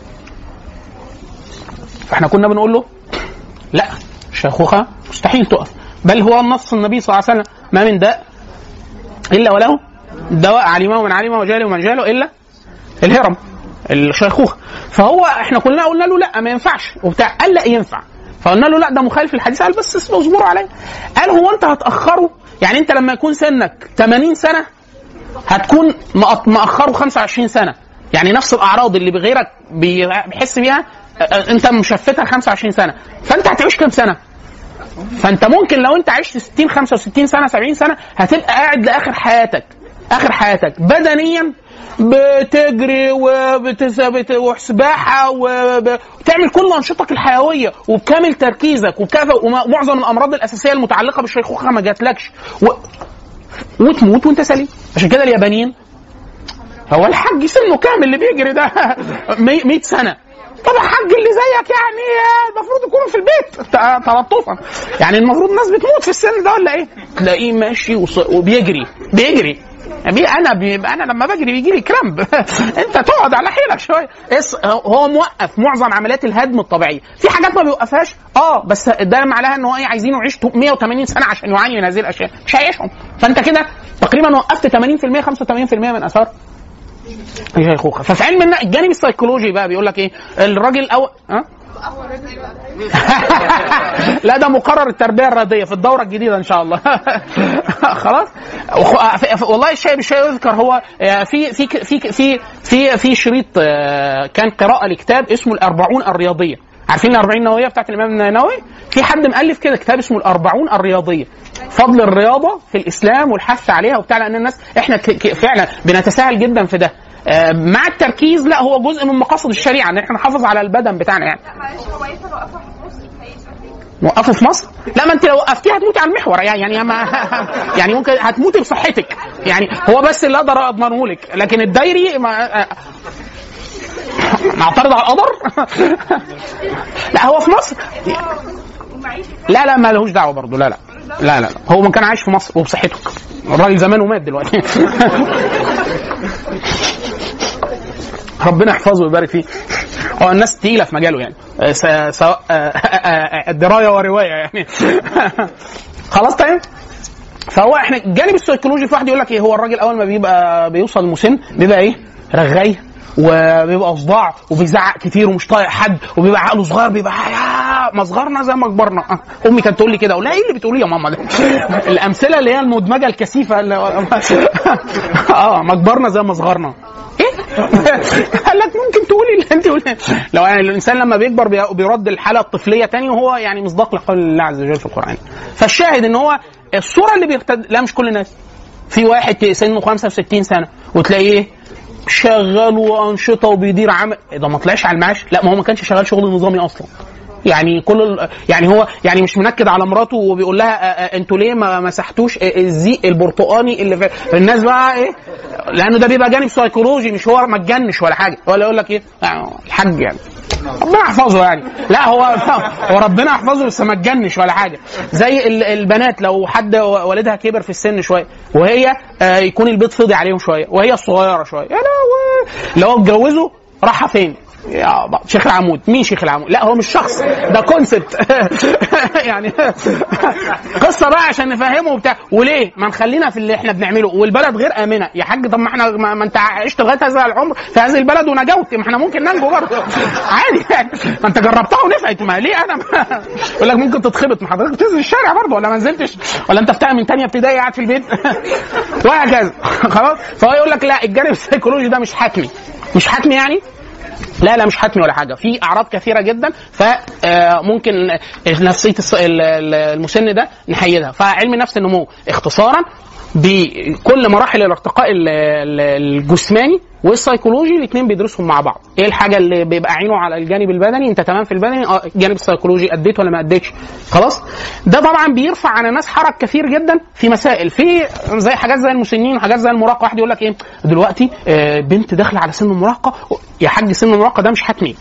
فاحنا كنا بنقول له لا الشيخوخه مستحيل تقف، بل هو النص النبي صلى الله عليه وسلم ما من داء الا وله دواء علمه من علمه وجاهله من جاهله الا الهرم الشيخوخه. فهو احنا كلنا قلنا له لا ما ينفعش وبتاع، قال لا ينفع، فقلنا له لا ده مخالف للحديث، قال بس اصبروا عليا. قال هو انت هتاخره؟ يعني انت لما يكون سنك ثمانين سنه هتكون مأخره خمسة وعشرين سنه، يعني نفس الاعراض اللي بغيرك بيحس بيها انت مشفتها خمسة وعشرين سنه، فانت هتعيش كام سنه؟ فانت ممكن لو انت عشت ستين خمسة وستين سنه سبعين سنه هتبقى قاعد لاخر حياتك، اخر حياتك بدنيا بتجري وبتثبت وسباحه وبتعمل كل انشطتك الحيويه وبكامل تركيزك وبكافه، ومعظم الامراض الاساسيه المتعلقه بالشيخوخه ما جاتلكش و... وتموت وانت سليم. عشان كده اليابانيين هو الحاج سنه كامل اللي بيجري ده مية سنه، طب الحاج اللي زيك يعني المفروض يكونوا في البيت تلطفا، يعني المفروض الناس بتموت في السن ده ولا ايه؟ تلاقيه ماشي وبيجري بيجري انا بي... انا لما بجري بيجي لي كرامب انت تقعد على حيلك شويه. هو موقف معظم عمليات الهدم الطبيعيه، في حاجات ما بيوقفهاش اه بس ده معناها ان هو ايه عايزينه يعيش مية وتمانين سنه عشان يعاني من هذه الاشياء، مش هيعيشهم. فانت كده تقريبا وقفت ثمانين بالمية خمسة وثمانين بالمية من اثار الشيخوخه. ففي علم الجانب السيكولوجي بقى بيقول لك ايه الراجل او ها لا ده مقرر التربيه الرياضيه في الدوره الجديده ان شاء الله. خلاص والله الشيء بالشيء يذكر. هو في في في في في في شريط كان قراءه لكتاب اسمه الأربعون الرياضيه. عارفين الأربعين النوويه بتاعت الامام النووي؟ في حد مؤلف كده كتاب اسمه الأربعون الرياضيه، فضل الرياضه في الاسلام والحث عليها وبتاع، لان الناس احنا فعلا بنتساهل جدا في ده مع التركيز. لا هو جزء من مقاصد الشريعه ان احنا نحافظ على البدن بتاعنا. يعني وقفوا في مصر؟ لا ما انت لو وقفتيها هتموتي على المحور يعني ما يعني ممكن هتموتي بصحتك، يعني هو بس اللي اقدر اضمنه لك، لكن الدايري ما نعترض على القدر. لا هو في مصر لا لا ما لهوش دعوه برضه. لا لا لا لا هو من كان عايش في مصر وبصحته، الراجل زمانه مات دلوقتي. ربنا يحفظه ويبارك فيه. هو الناس تقيله في مجاله يعني سواء درايه وروايه يعني. خلاص طيب. فهو احنا الجانب السيكولوجي في واحد يقول لك ايه، هو الراجل اول ما بيبقى بيوصل مسن بيبقى ايه رغاي وبيبقى صداع وبيزعق كتير ومش طايق حد وبيبقى عقله صغير، بيبقى ما صغرنا زي ما كبرنا. امي كانت تقول لي كده، ولا ايه اللي بتقوليه يا ماما ده؟ الامثله اللي هي المدمجه الكثيفه اللي اه ما كبرنا زي ما صغرنا. ايه قال لك ممكن تقولي اللي انت قولي. لو يعني الانسان لما بيكبر بيرد الحاله الطفليه تاني، وهو يعني مصداق لقول الله عز وجل في القران. فالشاهد ان هو الصوره اللي بيرتد، لا مش كل الناس، في واحد سنه خمسة وستين سنه وتلاقيه شغال وانشطه وبيدير عمل، ده ما طلعش على المعاش. لا ما هو ما كانش شغال شغل نظامي اصلا، يعني كل ال... يعني هو يعني مش منكد على مراته وبيقول لها انتوا ليه ما مسحتوش الزيق البرتقاني اللي في الناس بقى ايه، لانه ده بيبقى جانب سيكولوجي، مش هو ما اتجنش ولا حاجه، ولا يقول لك ايه يعني الحاج يعني ربنا يحفظه يعني، لا هو هو ربنا يحفظه بس ما اتجنش ولا حاجه. زي البنات لو حد والدها كبر في السن شويه وهي يكون البيت فضي عليهم شويه وهي الصغيره شويه، يا لهوي لو اتجوزوا راحه فين؟ يا بقى. شيخ العمود مين شيخ العمود؟ لا هو مش شخص، ده كونسبت يعني قصه بقى عشان نفهمه وبتاع. وليه ما نخلينا في اللي احنا بنعمله والبلد غير امنه يا حاج؟ طب ما احنا ما, ما انت عشت لغايه هذا العمر في هذه البلد ونجوت، ما احنا ممكن ننجو برضه عادي يعني. ما انت جربتها ونفعت، ما ليه انا يقول لك ممكن تتخبط، ما حضرتك بتنزل الشارع برضه ولا ما نزلتش؟ ولا انت بتاع من ثانيه ابتدائي قاعد في البيت وهكذا خلاص. فهو يقول لك لا الجانب السيكولوجي ده مش حتمي. مش حتمي يعني لا لا مش حتمي ولا حاجه، في اعراض كثيره جدا فممكن نفسيه المسن ده نحيدها. فعلم نفس النمو اختصارا بكل مراحل الارتقاء الجسماني والسيكولوجي الاثنين بيدرسهم مع بعض. ايه الحاجه اللي بيبقى عينه على الجانب البدني؟ انت تمام في البدني، اه الجانب السيكولوجي اديت ولا ما اديتش؟ خلاص. ده طبعا بيرفع عن الناس حرج كثير جدا في مسائل، في زي حاجات زي المسنين وحاجات زي المراهقه. واحد يقول لك ايه دلوقتي آه بنت داخله على سن المراهقه، يا حاج سن المراهقه ده مش حتمي.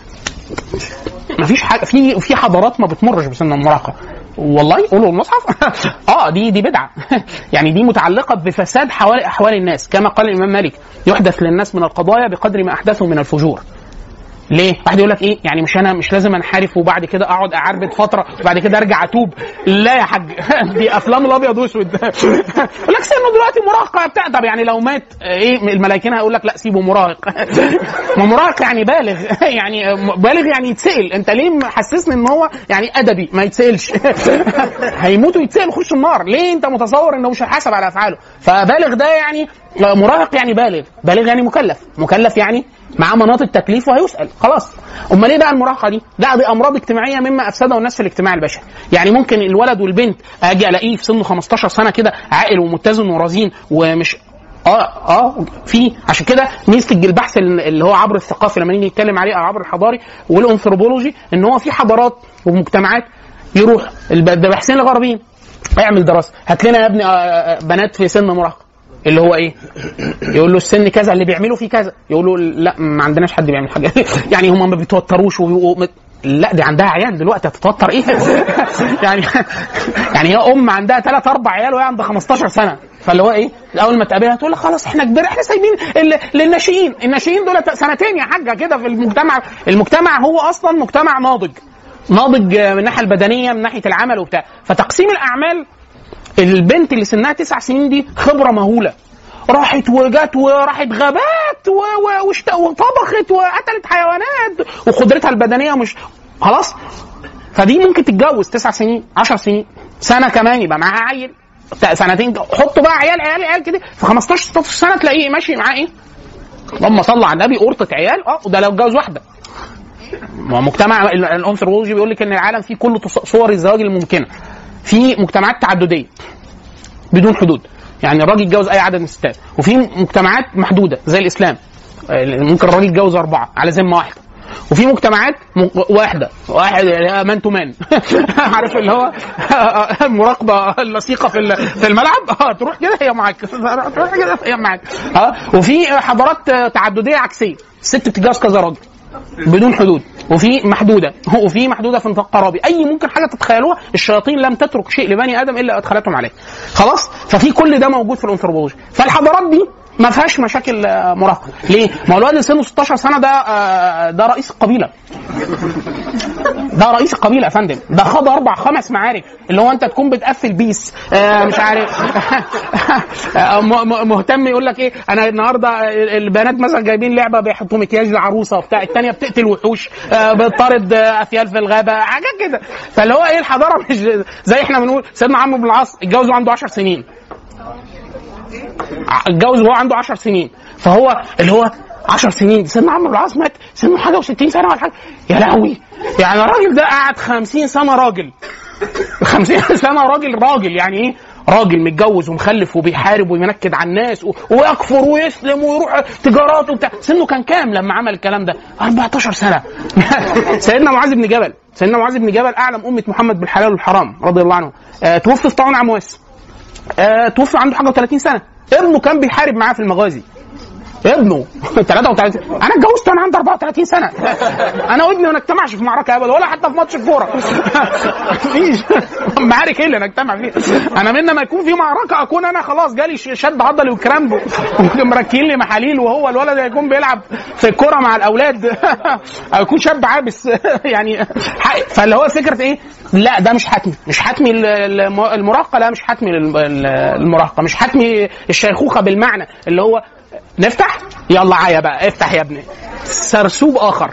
مفيش حاجه في في حضارات ما بتمرش بسن المراهقه والله. قولوا المصحف اه دي دي بدعه يعني دي متعلقه بفساد حوال احوال الناس، كما قال الامام مالك يحدث للناس من القضايا بقدر ما احدثوا من الفجور. ليه؟ واحد يقول لك ايه يعني مش انا مش لازم انحرف وبعد كده اقعد اعربد فتره وبعد كده ارجع اتوب؟ لا يا حاج دي افلام الابيض واسود يقول لك سنه دلوقتي مراهقه بتاع. طب يعني لو مات ايه الملائكه هيقول لك لا سيبه مراهق ما مراهق يعني بالغ يعني بالغ يعني يتسال. انت ليه محسسني ان هو يعني ادبي ما يتسالش هيموت ويتسال يخش النار؟ ليه انت متصور انه مش هيحاسب على افعاله؟ فبالغ ده يعني مراهق يعني بالغ، بالغ يعني مكلف، مكلف يعني مع مناط التكليف وهيسأل خلاص. امال ليه بقى المراهقه دي؟ لا دي امراض اجتماعيه مما افسده الناس في الاجتماع البشري. يعني ممكن الولد والبنت اجي الاقيه في سنه خمستاشر سنه كده عاقل ومتزن ورزين ومش اه اه في. عشان كده ميزه البحث اللي هو عبر الثقافي لما نيجي نتكلم عليه او عبر الحضاري والانثروبولوجي ان هو في حضارات ومجتمعات يروح الباحثين الغربيين اعمل دراسه هات لنا يا ابني بنات في سن مراهقه اللي هو ايه؟ يقول له السن كذا اللي بيعملوا فيه كذا، يقول له لا ما عندناش حد بيعمل حاجه يعني هم ما بيتوتروش وبيبقوا لا دي عندها عيال دلوقتي هتتوتر ايه يعني يعني هي ام عندها ثلاث اربع عيال وهي عندها خمستاشر سنه. فاللي هو ايه اول ما تقابلها تقول لك خلاص احنا كبار احنا سايبين للناشئين. الناشئين دول سنتين يا حاجه كده في المجتمع. المجتمع هو اصلا مجتمع ناضج، ناضج من الناحيه البدنيه من ناحيه العمل وبتاع. فتقسيم الاعمال البنت اللي سنها تسع سنين دي خبره مهوله، راحت وجت وراحت غابات وطبخت وقتلت حيوانات وقدرتها البدنيه مش خلاص. فدي ممكن تتجوز تسع سنين عشر سنين سنه كمان يبقى معاها عيل سنتين. حطوا بقى عيال عيال عيال كده في خمستاشر ستاشر سنه تلاقيه ماشي معاه ايه اللهم صل على النبي قرطه عيال. اه وده لو اتجوز واحده. مجتمع الانثروبولوجي بيقول لك ان العالم فيه كل صور الزواج الممكنه، في مجتمعات تعدديه بدون حدود يعني الراجل يتجوز اي عدد من الستات، وفي مجتمعات محدوده زي الاسلام ممكن الراجل يتجوز اربعه على ذمه واحده، وفي مجتمعات واحده واحد مان تو مان عارف اللي هو المراقبه اللصيقه في في الملعب اه تروح كده هي معاك تروح كده هي معاك اه. وفي حضارات تعدديه عكسيه الست بتتجوز كذا راجل بدون حدود، وفي محدوده وفي محدوده في نطاق قرابي. اي ممكن حاجه تتخيلوها الشياطين لم تترك شيء لبني ادم الا ادخلتهم عليه خلاص. ففي كل ده موجود في الانثروبولوجي. فالحضارات دي ما فيهاش مشاكل مراهقه. ليه؟ ما هو الواد اللي سنه ستاشر سنه ده ده رئيس القبيله ده رئيس القبيله يا فندم، ده خد اربع خمس معارك اللي هو انت تكون بتقفل بيس مش عارف مهتم يقول لك ايه انا النهارده البنات مثلا جايبين لعبه بيحطوا مكياج للعروسه وبتاع، الثانيه بتقتل وحوش بتطارد افيال في الغابه حاجات كده. فاللي هو ايه الحضاره مش زي احنا بنقول سيدنا عمرو بن العاص اتجوز وعنده عشر سنين، اتجوز وهو عنده عشر سنين. فهو اللي هو عشر سنين سيدنا عمرو بن العاص مات سنه حاجه وستين سنه ولا حاجه يا لهوي. يعني الراجل ده قعد خمسين سنه راجل خمسين سنه راجل راجل يعني ايه راجل متجوز ومخلف وبيحارب وينكد على الناس ويكفر ويسلم ويروح تجارات وبتاع. سنه كان كام لما عمل الكلام ده؟ اربعتاشر سنه سيدنا معاذ بن جبل سيدنا معاذ بن جبل اعلم امه محمد بالحلال والحرام رضي الله عنه آه توفي في طاعون عمواس آه توفي عنده حاجه وثلاثين سنه. ابنه كان بيحارب معاه في المغازي ابنه ثلاثة وثلاثين. انا اتجوزت وانا عندي أربعة وثلاثين سنه. انا وابني ما نجتمعش في معركه ابدا ولا حتى في ماتش الكوره. مفيش معارك ايه اللي نجتمع فيها؟ انا من ما يكون في معركه اكون انا خلاص جالي شد عضلي وكرامبو ومركين لي محاليل، وهو الولد يكون بيلعب في الكوره مع الاولاد او يكون شاب عابس يعني. فاللي هو فكره ايه؟ لا ده مش حتمي، مش حتمي المراهقه، لا مش حتمي المراهقه، مش حتمي الشيخوخه بالمعنى اللي هو نفتح يلا عيا بقى افتح يا ابني سرسوب اخر.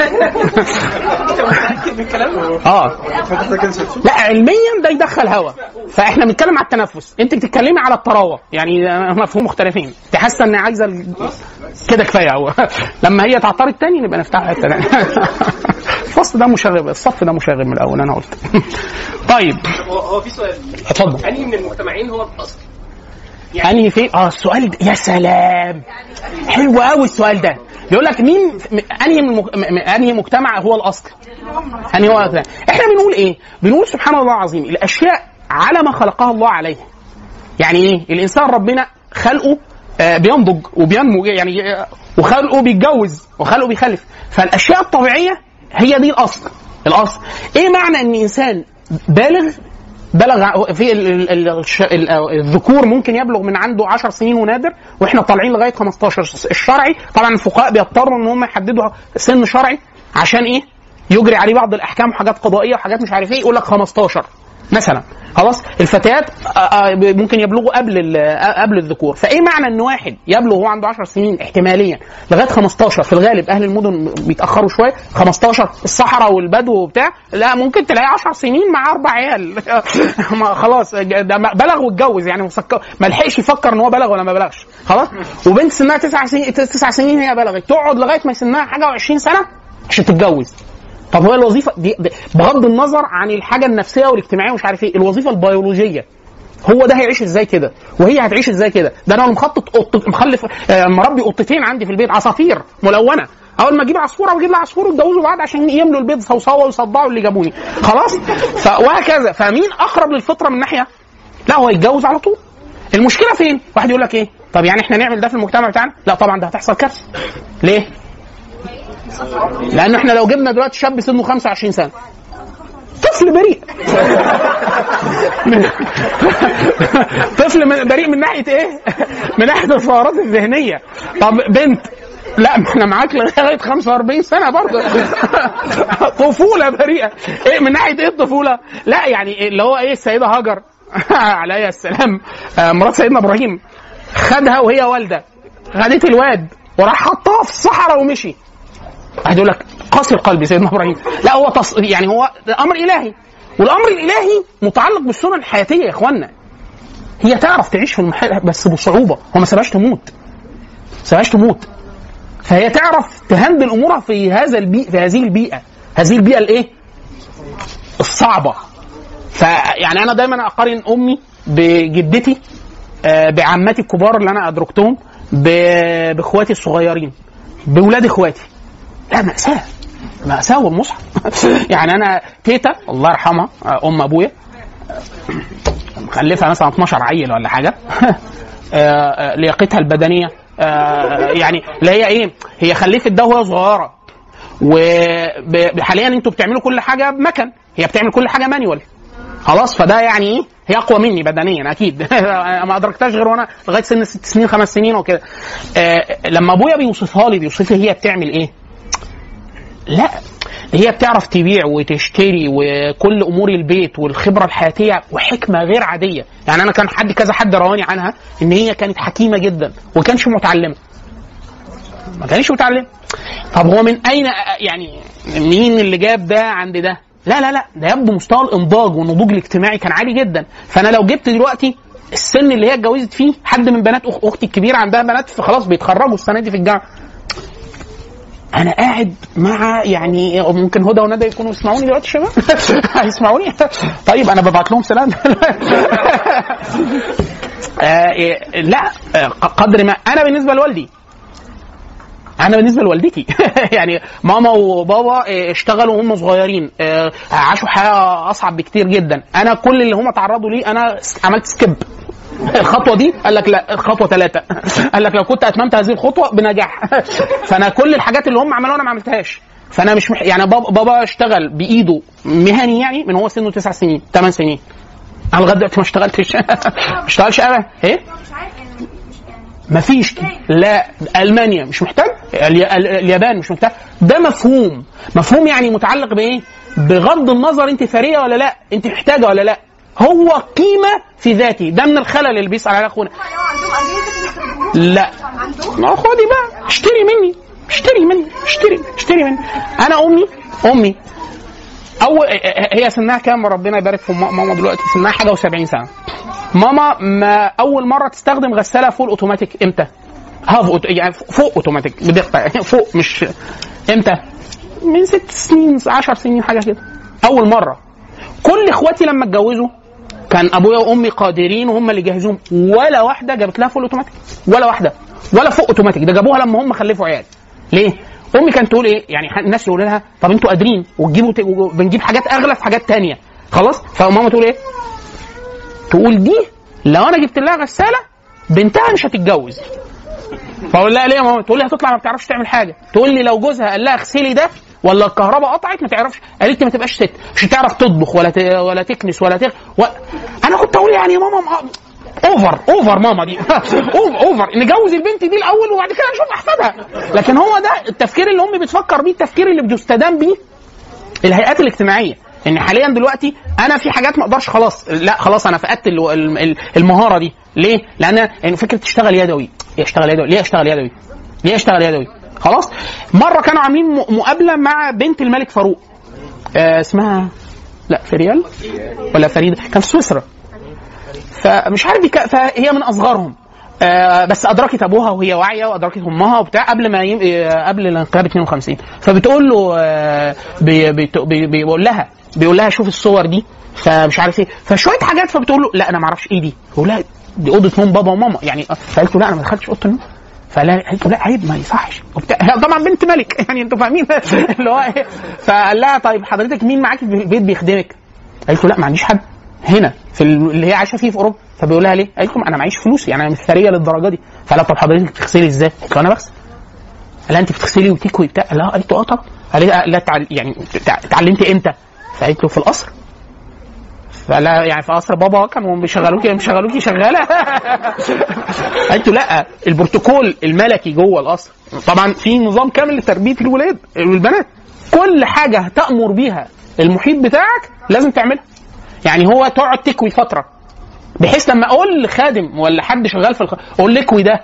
اه لا علميا ده يدخل هوا، فاحنا بنتكلم على التنفس، انت بتتكلمي على الطراوه، يعني مفهوم مختلفين. تحس ان عايزه كده كفايه هو. لما هي تعترض تاني نبقى نفتح حته ثانيه. الفصل ده مشاغب، الصف ده مشاغب من الاول انا قلت. طيب هو في سؤال، اتفضل. انهي من المجتمعين هو الاصل؟ يعني انهي في اه السؤال ده يا سلام حلو قوي السؤال ده. بيقول لك مين انهي من انهي مجتمع هو الاصل؟ انهي هو ده؟ احنا بنقول ايه؟ بنقول سبحان الله العظيم الاشياء على ما خلقها الله عليه. يعني ايه؟ الانسان ربنا خلقه آه بينضج وبينمو، يعني آه وخلقه بيتجوز وخلقه بيخلف، فالاشياء الطبيعيه هي دي الاصل. الاصل ايه معنى ان انسان بالغ بلغ في الذكور ممكن يبلغ من عنده عشر سنين ونادر، واحنا طالعين لغايه خمستاشر. الشرعي طبعا الفقهاء بيضطروا ان هم يحددوا سن شرعي عشان ايه؟ يجري عليه بعض الاحكام وحاجات قضائيه وحاجات مش عارف ايه، يقول لك خمستاشر مثلا. خلاص الفتيات ممكن يبلغوا قبل قبل الذكور. فايه معنى ان واحد يبلغ وهو عنده عشر سنين احتماليا لغايه خمستاشر؟ في الغالب اهل المدن بيتاخروا شويه، خمستاشر الصحراء والبدو وبتاع لا ممكن تلاقي عشر سنين مع اربع عيال. خلاص ده بلغ واتجوز، يعني ما لحقش يفكر ان هو بلغ ولا ما بلغش. خلاص وبنت سنها تسع سنين تسع سنين هي بلغت، تقعد لغايه ما سنها حاجه وعشرين سنه عشان تتجوز. طب هو الوظيفه دي بغض النظر عن الحاجه النفسيه والاجتماعيه ومش عارف ايه، الوظيفه البيولوجيه هو ده هيعيش ازاي كده وهي هتعيش ازاي كده؟ ده انا مخطط قط... مخلف آه مربي قطتين عندي في البيت عصافير ملونه، اول ما اجيب عصفوره واجيب لها عصفور ويتجوزوا بعض عشان يملوا البيت صوصوه ويصدعوا اللي جابوني. خلاص ف... وهكذا. فمين اقرب للفطره من ناحيه؟ لا هو يتجوز على طول. المشكله فين؟ واحد يقول لك ايه؟ طب يعني احنا نعمل ده في المجتمع بتاعنا؟ لا طبعا ده هتحصل كارثه. ليه؟ لأن احنا لو جبنا دلوقتي شاب سنه خمسة وعشرين سنة طفل بريء طفل بريء من ناحية ايه؟ من ناحية الثغرات الذهنية. طب بنت لا احنا معاك لغاية خمسة وأربعين سنة برضه. طفولة بريئة. ايه من ناحية ايه الطفولة؟ لا يعني اللي هو ايه السيدة هاجر عليها السلام مرات سيدنا ابراهيم خدها وهي والدة، خدت الواد وراح حطها في الصحراء ومشي. واحد يقول لك قاسي القلب سيدنا ابراهيم. لا هو تص... يعني هو امر الهي، والامر الالهي متعلق بالسنن الحياتيه يا اخوانا. هي تعرف تعيش في المحيط بس بصعوبه، هو ما سابهاش تموت ما سابهاش تموت فهي تعرف تهندل امورها في هذا البيئه، في هذه البيئه هذه البيئه الايه الصعبه. فيعني انا دايما اقارن امي بجدتي بعماتي الكبار اللي انا ادركتهم باخواتي الصغيرين باولاد اخواتي. لا مأساة مأساة والمصحف. يعني أنا تيتا الله يرحمها أم أبويا مخلفها مثلا اتناشر عيل ولا حاجة. لياقتها البدنية يعني اللي هي إيه، هي خلفت ده وهي صغيرة، وحاليا أنتوا بتعملوا كل حاجة بمكن، هي بتعمل كل حاجة مانيوال. خلاص فده يعني ايه هي اقوى مني بدنيا اكيد. ما ادركتهاش غير وانا لغايه سن ست سنين خمس سنين وكده. لما ابويا بيوصفها لي بيوصف لي هي بتعمل ايه، لا هي بتعرف تبيع وتشتري وكل امور البيت والخبره الحياتيه وحكمه غير عاديه. يعني انا كان حد كذا حد رواني عنها ان هي كانت حكيمه جدا وكانش متعلمه، ما كانش متعلمه. طب هو من اين يعني مين اللي جاب ده عند ده؟ لا لا لا ده يبدو مستوى الانضاج والنضوج الاجتماعي كان عالي جدا. فانا لو جبت دلوقتي السن اللي هي اتجوزت فيه حد من بنات اختي الكبيره عندها بنات خلاص بيتخرجوا السنه دي في الجامعه، انا قاعد مع يعني ممكن هدى وندى يكونوا يسمعوني دلوقتي الشباب هيسمعوني طيب انا ببعت لهم سلام. آه لا قدر ما انا بالنسبه لوالدي انا بالنسبه لوالدتي يعني ماما وبابا اشتغلوا وهم صغيرين، عاشوا حياه اصعب بكتير جدا. انا كل اللي هم تعرضوا ليه انا عملت سكيب الخطوه دي قال لك لا الخطوه ثلاثه قال لك لو كنت اتممت هذه الخطوه بنجاح فانا كل الحاجات اللي هم عملوها انا ما عملتهاش فانا مش مح... يعني بابا, بابا اشتغل بايده مهني يعني من هو سنه تسع سنين ثمان سنين انا لغايه دلوقتي ما اشتغلتش ما اشتغلش ابدا ايه ما فيش لا المانيا مش محتاج اليابان مش محتاج ده مفهوم مفهوم يعني متعلق بايه بغض النظر انت ثريه ولا لا انت محتاجه ولا لا هو قيمه في ذاتي ده من الخلل اللي بيسال عليه اخونا لا ما خدي بقى اشتري مني اشتري مني اشتري اشتري مني انا امي امي اول هي سنها كام ربنا يبارك في ماما دلوقتي سنها حاجه وسبعين سنه ماما ما اول مره تستخدم غساله فول اوتوماتيك امتى هاف يعني فوق اوتوماتيك بدقه فوق مش امتى من ست سنين عشر سنين حاجه كده اول مره كل اخواتي لما اتجوزوا كان ابويا وامي قادرين وهم اللي جهزوهم ولا واحده جابت لها فول اوتوماتيك ولا واحده ولا فوق اوتوماتيك ده جابوها لما هم خلفوا عيال ليه امي كانت تقول ايه يعني الناس يقولوا لها طب انتوا قادرين وتجيبوا ت... بنجيب حاجات اغلى في حاجات تانية خلاص فماما تقول ايه تقول دي لو انا جبت لها غساله بنتها مش هتتجوز فاقول لها ليه يا ماما تقول لي هتطلع ما بتعرفش تعمل حاجه تقول لي لو جوزها قال لها اغسلي ده ولا الكهرباء قطعت ما تعرفش قالت لي ما تبقاش ست مش هتعرف تطبخ ولا ت... ولا تكنس ولا تغ... و... انا كنت اقول يعني يا ماما م... اوفر اوفر ماما دي اوفر نجوز البنت دي الاول وبعد كده نشوف احفادها لكن هو ده التفكير اللي امي بتفكر بيه التفكير اللي بتستدام بيه الهيئات الاجتماعيه ان حاليا دلوقتي انا في حاجات ما اقدرش خلاص لا خلاص انا فقدت المهاره دي ليه لان يعني فكره تشتغل يدوي ايه اشتغل يدوي ليه اشتغل يدوي ليه اشتغل يدوي خلاص مره كانوا عاملين مقابله مع بنت الملك فاروق آه اسمها لا فريال ولا فريده كان في سويسرا فمش عارف بك... فهي من اصغرهم آه بس ادركت ابوها وهي واعيه وادركت امها وبتاع قبل ما يم... آه قبل الانقلاب اثنين وخمسين فبتقول له آه بي... بي... بي... بيقول لها بيقول لها شوف الصور دي فمش عارف ايه فشويه حاجات فبتقول له لا انا ما اعرفش ايه دي بقول لها دي اوضه نوم بابا وماما يعني فقلت له لا انا ما دخلتش اوضه النوم فقالت له لا عيب ما يصحش طبعا بنت ملك يعني انتوا فاهمين اللي هو ايه فقال لها طيب حضرتك مين معاكي في البيت بيخدمك قالت له لا ما عنديش حد هنا في اللي هي عايشه فيه في اوروبا فبيقول لها ليه قالت له انا معيش فلوس يعني انا مش ثريه للدرجه دي فقال طب حضرتك بتغسلي ازاي قالت له انا بغسل قال لها انت بتغسلي وتكوي بتاع لا قالت له اه طبعا قال لها لا تعال... يعني اتعلمتي امتى فقالت له في القصر فلا يعني في قصر بابا كانوا بيشغلوكي بيشغلوكي شغاله قالت له لا البروتوكول الملكي جوه القصر طبعا في نظام كامل لتربيه الولاد والبنات كل حاجه تامر بيها المحيط بتاعك لازم تعملها يعني هو تقعد تكوي فتره بحيث لما اقول لخادم ولا حد شغال في الخ... اقول لكوي ده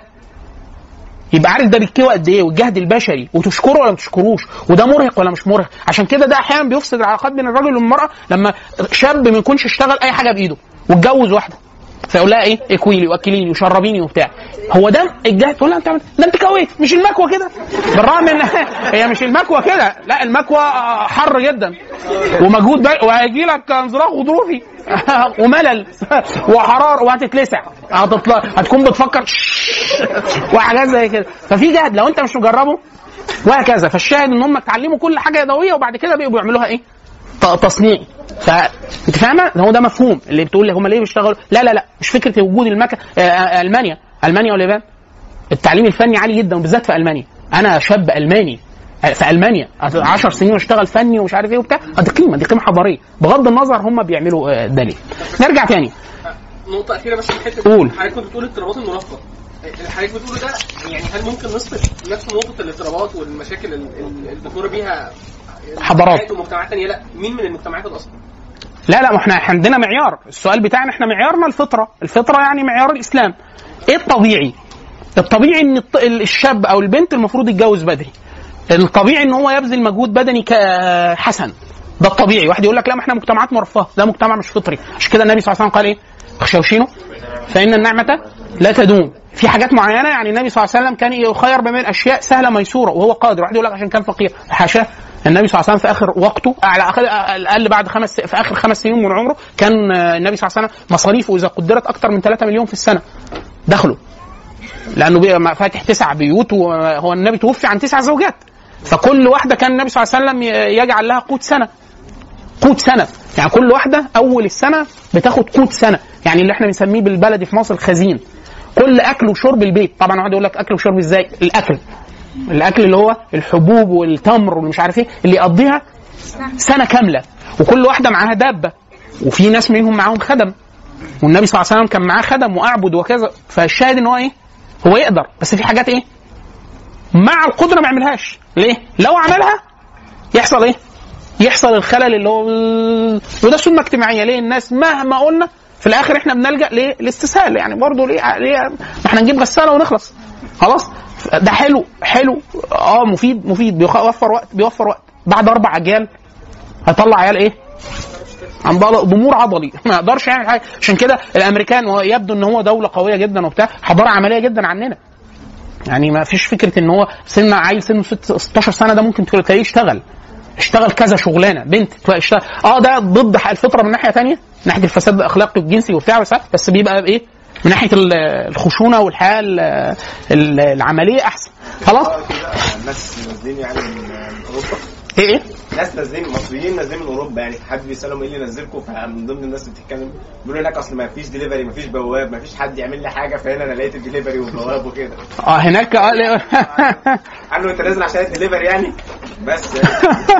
يبقى عارف ده بيكوي قد ايه والجهد البشري وتشكره ولا ما تشكروش وده مرهق ولا مش مرهق عشان كده ده احيانا بيفسد العلاقات بين الرجل والمراه لما شاب ما يكونش اشتغل اي حاجه بايده واتجوز واحده فيقول لها ايه اكويلي واكليني وشربيني وبتاع هو ده الجهد تقول لها انت ده انت كويت مش المكوه كده بالرغم ان هي مش المكوه كده لا المكوه حر جدا ومجهود بقى وهيجي لك انزلاق غضروفي وملل وحراره وهتتلسع هتطلع هتكون بتفكر وحاجات زي كده ففي جهد لو انت مش مجربه وهكذا فالشاهد ان هم اتعلموا كل حاجه يدويه وبعد كده بقوا بيعملوها ايه تصنيع فانت فاهمه هو ده مفهوم اللي بتقول لي هم ليه بيشتغلوا لا لا لا مش فكره وجود المكن آه المانيا المانيا واليابان التعليم الفني عالي جدا وبالذات في المانيا انا شاب الماني في المانيا عشر سنين واشتغل فني ومش عارف ايه وبتاع دي قيمه دي قيمه حضاريه بغض النظر هم بيعملوا ده ليه نرجع تاني نقطه اخيره بس في الحته قول حضرتك كنت بتقول اضطرابات المرافقه اللي حضرتك بتقوله ده يعني هل ممكن نصف نفس نقطه الاضطرابات والمشاكل اللي بتمر بيها حضارات ومجتمعات ثانيه لا مين من المجتمعات الاصل لا لا احنا عندنا معيار السؤال بتاعنا احنا معيارنا الفطره الفطره يعني معيار الاسلام ايه الطبيعي الطبيعي ان الشاب او البنت المفروض يتجوز بدري الطبيعي ان هو يبذل مجهود بدني كحسن ده الطبيعي واحد يقول لك لا ما احنا مجتمعات مرفهه ده مجتمع مش فطري عشان كده النبي صلى الله عليه وسلم قال ايه خشوشينه فان النعمه لا تدوم في حاجات معينه يعني النبي صلى الله عليه وسلم كان يخير بين اشياء سهله ميسوره وهو قادر واحد يقول لك عشان كان فقير حاشاه النبي صلى الله عليه وسلم في اخر وقته على الاقل بعد خمس في اخر خمس سنين من عمره كان النبي صلى الله عليه وسلم مصاريفه اذا قدرت اكثر من ثلاثة مليون في السنه دخله لانه فاتح تسع بيوت وهو النبي توفي عن تسع زوجات فكل واحده كان النبي صلى الله عليه وسلم يجعل لها قوت سنه قوت سنه، يعني كل واحده اول السنه بتاخد قوت سنه، يعني اللي احنا بنسميه بالبلدي في مصر الخزين. كل اكل وشرب البيت، طبعا واحد يقول لك اكل وشرب ازاي؟ الاكل الاكل اللي هو الحبوب والتمر والمش عارف ايه اللي يقضيها سنه كامله، وكل واحده معاها دابه، وفي ناس منهم معاهم خدم، والنبي صلى الله عليه وسلم كان معاه خدم واعبد وكذا. فالشاهد ان هو ايه؟ هو يقدر، بس في حاجات ايه مع القدره ما يعملهاش. ليه؟ لو عملها يحصل ايه؟ يحصل الخلل اللي هو وده سنه اجتماعيه. ليه الناس مهما قلنا في الاخر احنا بنلجا ليه؟ الاستسهال، يعني برضه ليه؟ ليه ما احنا نجيب غساله ونخلص خلاص. ده حلو حلو اه مفيد مفيد بيوفر وقت بيوفر وقت بعد اربع اجيال هيطلع عيال ايه؟ عنده ضمور عضلي ما يقدرش يعمل حاجه. عشان كده الامريكان يبدو ان هو دوله قويه جدا وبتاع، حضاره عمليه جدا عننا، يعني ما فيش فكره ان هو سن عيل سنه ستاشر سنه ده ممكن تلاقيه يشتغل اشتغل كذا شغلانه، بنت اشتغل اه ده ضد الفطره من ناحيه ثانيه، من ناحيه الفساد الاخلاقي والجنسي وبتاع، بس بس بيبقى بايه؟ من ناحيه الخشونه والحياه العمليه احسن. خلاص الناس نازلين يعني من اوروبا. ايه ايه ناس نازلين مصريين نازلين من اوروبا، يعني حد بيسالهم ايه اللي نزلكم، فمن ضمن الناس اللي بتتكلم بيقولوا هناك اصل ما فيش دليفري، ما فيش بواب، ما فيش حد يعمل لي حاجه، فهنا انا لقيت الدليفري والبواب وكده. اه هناك اه قال له انت نازل عشان الدليفري يعني بس يعني.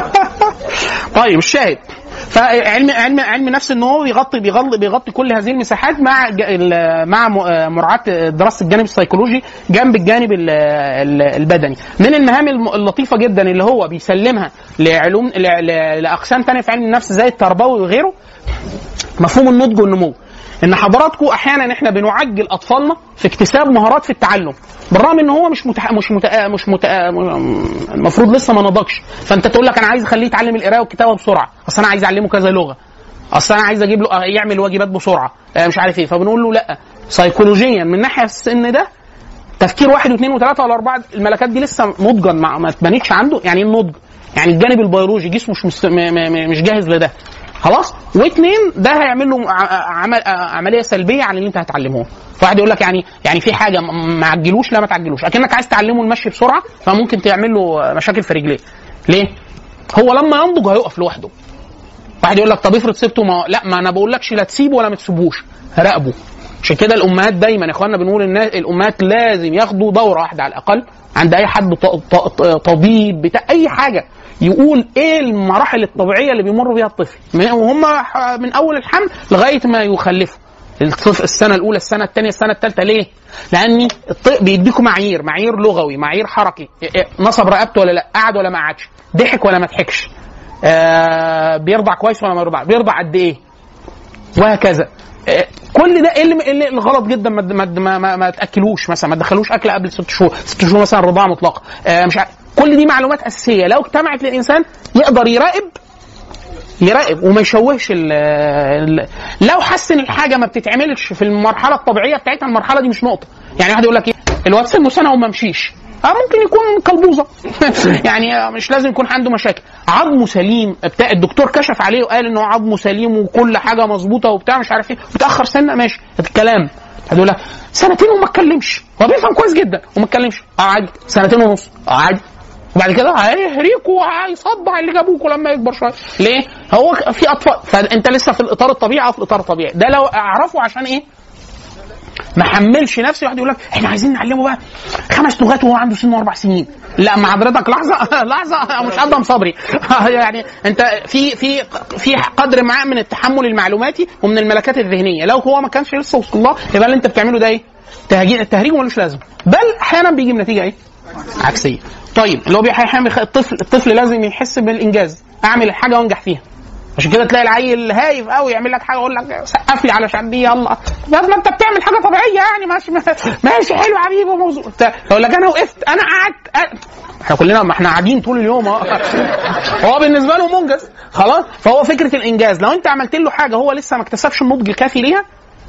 طيب الشاهد فعلم علم علم نفس ان هو بيغطي بيغطي بيغطي كل هذه المساحات مع مع مراعاه دراسه الجانب السيكولوجي جنب الجانب البدني. من المهام اللطيفه جدا اللي هو بيسلمها لعلوم لاقسام ثانيه في علم النفس زي التربوي وغيره مفهوم النضج والنمو. ان حضراتكم احيانا احنا بنعجل اطفالنا في اكتساب مهارات في التعلم بالرغم ان هو مش متح... مش مت... مش مت... المفروض لسه ما نضجش، فانت تقول لك انا عايز اخليه يتعلم القراءه والكتابه بسرعه، اصل انا عايز اعلمه كذا لغه، اصل انا عايز اجيب له يعمل واجبات بسرعه مش عارف ايه. فبنقول له لا، سيكولوجيا من ناحيه السن ده تفكير واحد واثنين وثلاثه ولا اربعه، الملكات دي لسه نضجا ما اتبنتش عنده. يعني ايه النضج؟ يعني الجانب البيولوجي جسمه مش مست... م... م... مش جاهز لده خلاص. واثنين ده هيعمل له عمل عمليه سلبيه عن اللي انت هتعلمه. فواحد يقول لك يعني يعني في حاجه ما عجلوش، لا ما تعجلوش، اكنك عايز تعلمه المشي بسرعه فممكن تعمل له مشاكل في رجليه. ليه؟ هو لما ينضج هيقف لوحده. واحد يقول لك طب افرض سبته، ما لا ما انا بقولكش لا تسيبه ولا ما تسيبوش، راقبه. عشان كده الامهات دايما يا اخوانا بنقول الناس الامهات لازم ياخدوا دوره واحده على الاقل عند اي حد طبيب بتاع اي حاجه يقول ايه المراحل الطبيعيه اللي بيمر بيها الطفل وهم من اول الحمل لغايه ما يخلفوا. الطفل السنه الاولى، السنه الثانيه، السنه الثالثه. ليه؟ لاني بيديكوا معايير معايير لغوي، معايير حركي، نصب رقبته ولا لا، قعد ولا ما قعدش، ضحك ولا ما ضحكش، آه بيرضع كويس ولا ما بيرضع، بيرضع قد ايه، وهكذا. كل ده اللي اللي غلط جدا. ما ما ما, ما تاكلوش مثلا، ما تدخلوش اكل قبل ست شهور، ست شهور مثلا رضاعه مطلقه، آه مش عارف. كل دي معلومات اساسيه لو اجتمعت للانسان يقدر يراقب يراقب وما يشوهش ال ال لو حس ان الحاجه ما بتتعملش في المرحله الطبيعيه بتاعتها، المرحله دي مش نقطه. يعني واحد يقول لك ايه الواد سنه سنه وما مشيش، اه ممكن يكون قلبوزه يعني مش لازم يكون عنده مشاكل، عظمه سليم بتاع الدكتور كشف عليه وقال انه عظمه سليم وكل حاجه مظبوطه وبتاع مش عارف ايه، متاخر سنه ماشي الكلام. هتقول لك سنتين وما اتكلمش، هو بيفهم كويس جدا وما اتكلمش، اه عادي. سنتين ونص، اه عادي. وبعد كده هيهريكوا وهيصدع اللي جابوكوا لما يكبر شويه. ليه؟ هو في اطفال، فانت لسه في الاطار الطبيعي او في الاطار الطبيعي ده. لو اعرفه عشان ايه ما حملش نفسي. واحد يقول لك احنا عايزين نعلمه بقى خمس لغات وهو عنده سن اربع سنين. لا مع حضرتك لحظه لحظه مش ادم صبري يعني انت في في في قدر معاه من التحمل المعلوماتي ومن الملكات الذهنيه. لو هو ما كانش لسه وصل الله يبقى اللي انت بتعمله ده ايه؟ تهجير التهريج ملوش لازم، بل احيانا بيجي بنتيجه ايه؟ عكسيه. طيب اللي هو بيحمل الطفل الطفل لازم يحس بالانجاز، اعمل الحاجه وانجح فيها. عشان كده تلاقي العيل هايف قوي يعمل لك حاجه يقول لك سقف لي علشان دي يلا، ما انت بتعمل حاجه طبيعيه يعني ماشي ماشي حلو يا حبيبي موضوع. يقول لك انا وقفت انا قعدت، احنا كلنا ما احنا قاعدين طول اليوم هو بالنسبه له منجز خلاص. فهو فكره الانجاز لو انت عملت له حاجه هو لسه ما اكتسبش النضج الكافي ليها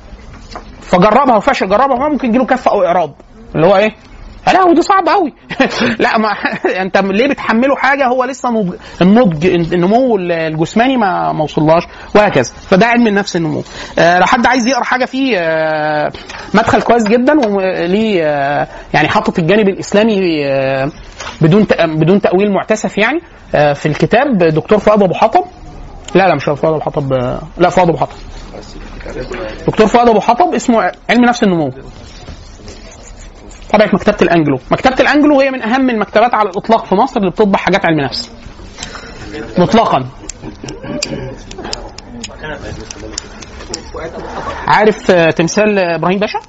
فجربها وفشل، جربها ممكن يجي له كف او اعراض اللي هو ايه لا ودي صعبه قوي لا ما انت ليه بتحمله حاجه هو لسه نضج النضج النمو الجسماني ما ما وصلهاش وهكذا. فده علم النفس النمو. آه لو حد عايز يقرا حاجه فيه آه مدخل كويس جدا وليه آه يعني حاطط الجانب الاسلامي آه بدون بدون تاويل معتسف يعني آه في الكتاب دكتور فؤاد ابو حطب لا لا مش فؤاد ابو حطب، لا فؤاد ابو حطب، دكتور فؤاد ابو حطب اسمه علم نفس النمو، طبعا مكتبه الانجلو. مكتبه الانجلو هي من اهم المكتبات على الاطلاق في مصر اللي بتطبع حاجات علم نفس مطلقا. عارف تمثال ابراهيم باشا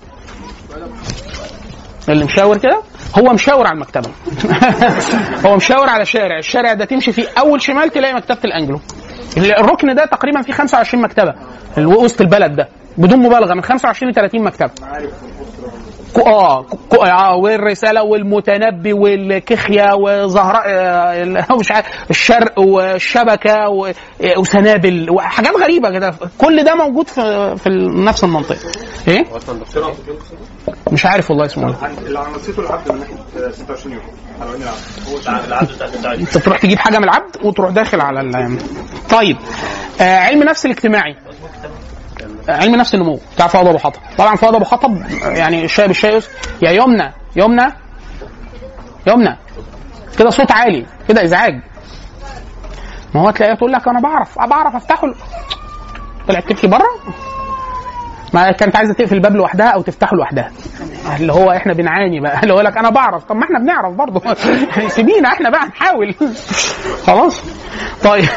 اللي مشاور كده؟ هو مشاور على المكتبه هو مشاور على شارع، الشارع ده تمشي فيه اول شمال تلاقي مكتبه الانجلو. الركن ده تقريبا فيه خمسة وعشرين مكتبه وسط البلد ده بدون مبالغه، من خمسة وعشرين ل ثلاثين مكتبه. اه والرساله والمتنبي والكخيه وزهراء مش عارف الشرق والشبكه وسنابل وحاجات غريبه كده، كل ده موجود في في نفس المنطقه. ايه مش عارف والله اسمه ايه اللي عملته العبد من ناحيه ستة وعشرين يوم حلواني العبد، انت تروح تجيب حاجه من العبد وتروح داخل على ال... طيب آه علم نفس الاجتماعي، علم نفس النمو بتاع فؤاد ابو حطب. طبعا فؤاد ابو حطب يعني الشاي بالشاي يا يمنى يمنى يمنى كده صوت عالي كده ازعاج، ما هو تلاقيها تقول لك انا بعرف بعرف افتحه، طلعت تبكي بره، ما كانت عايزه تقفل الباب لوحدها او تفتحه لوحدها، اللي هو احنا بنعاني بقى، اللي هو لك انا بعرف، طب ما احنا بنعرف برضه سيبينا احنا بقى نحاول خلاص. طيب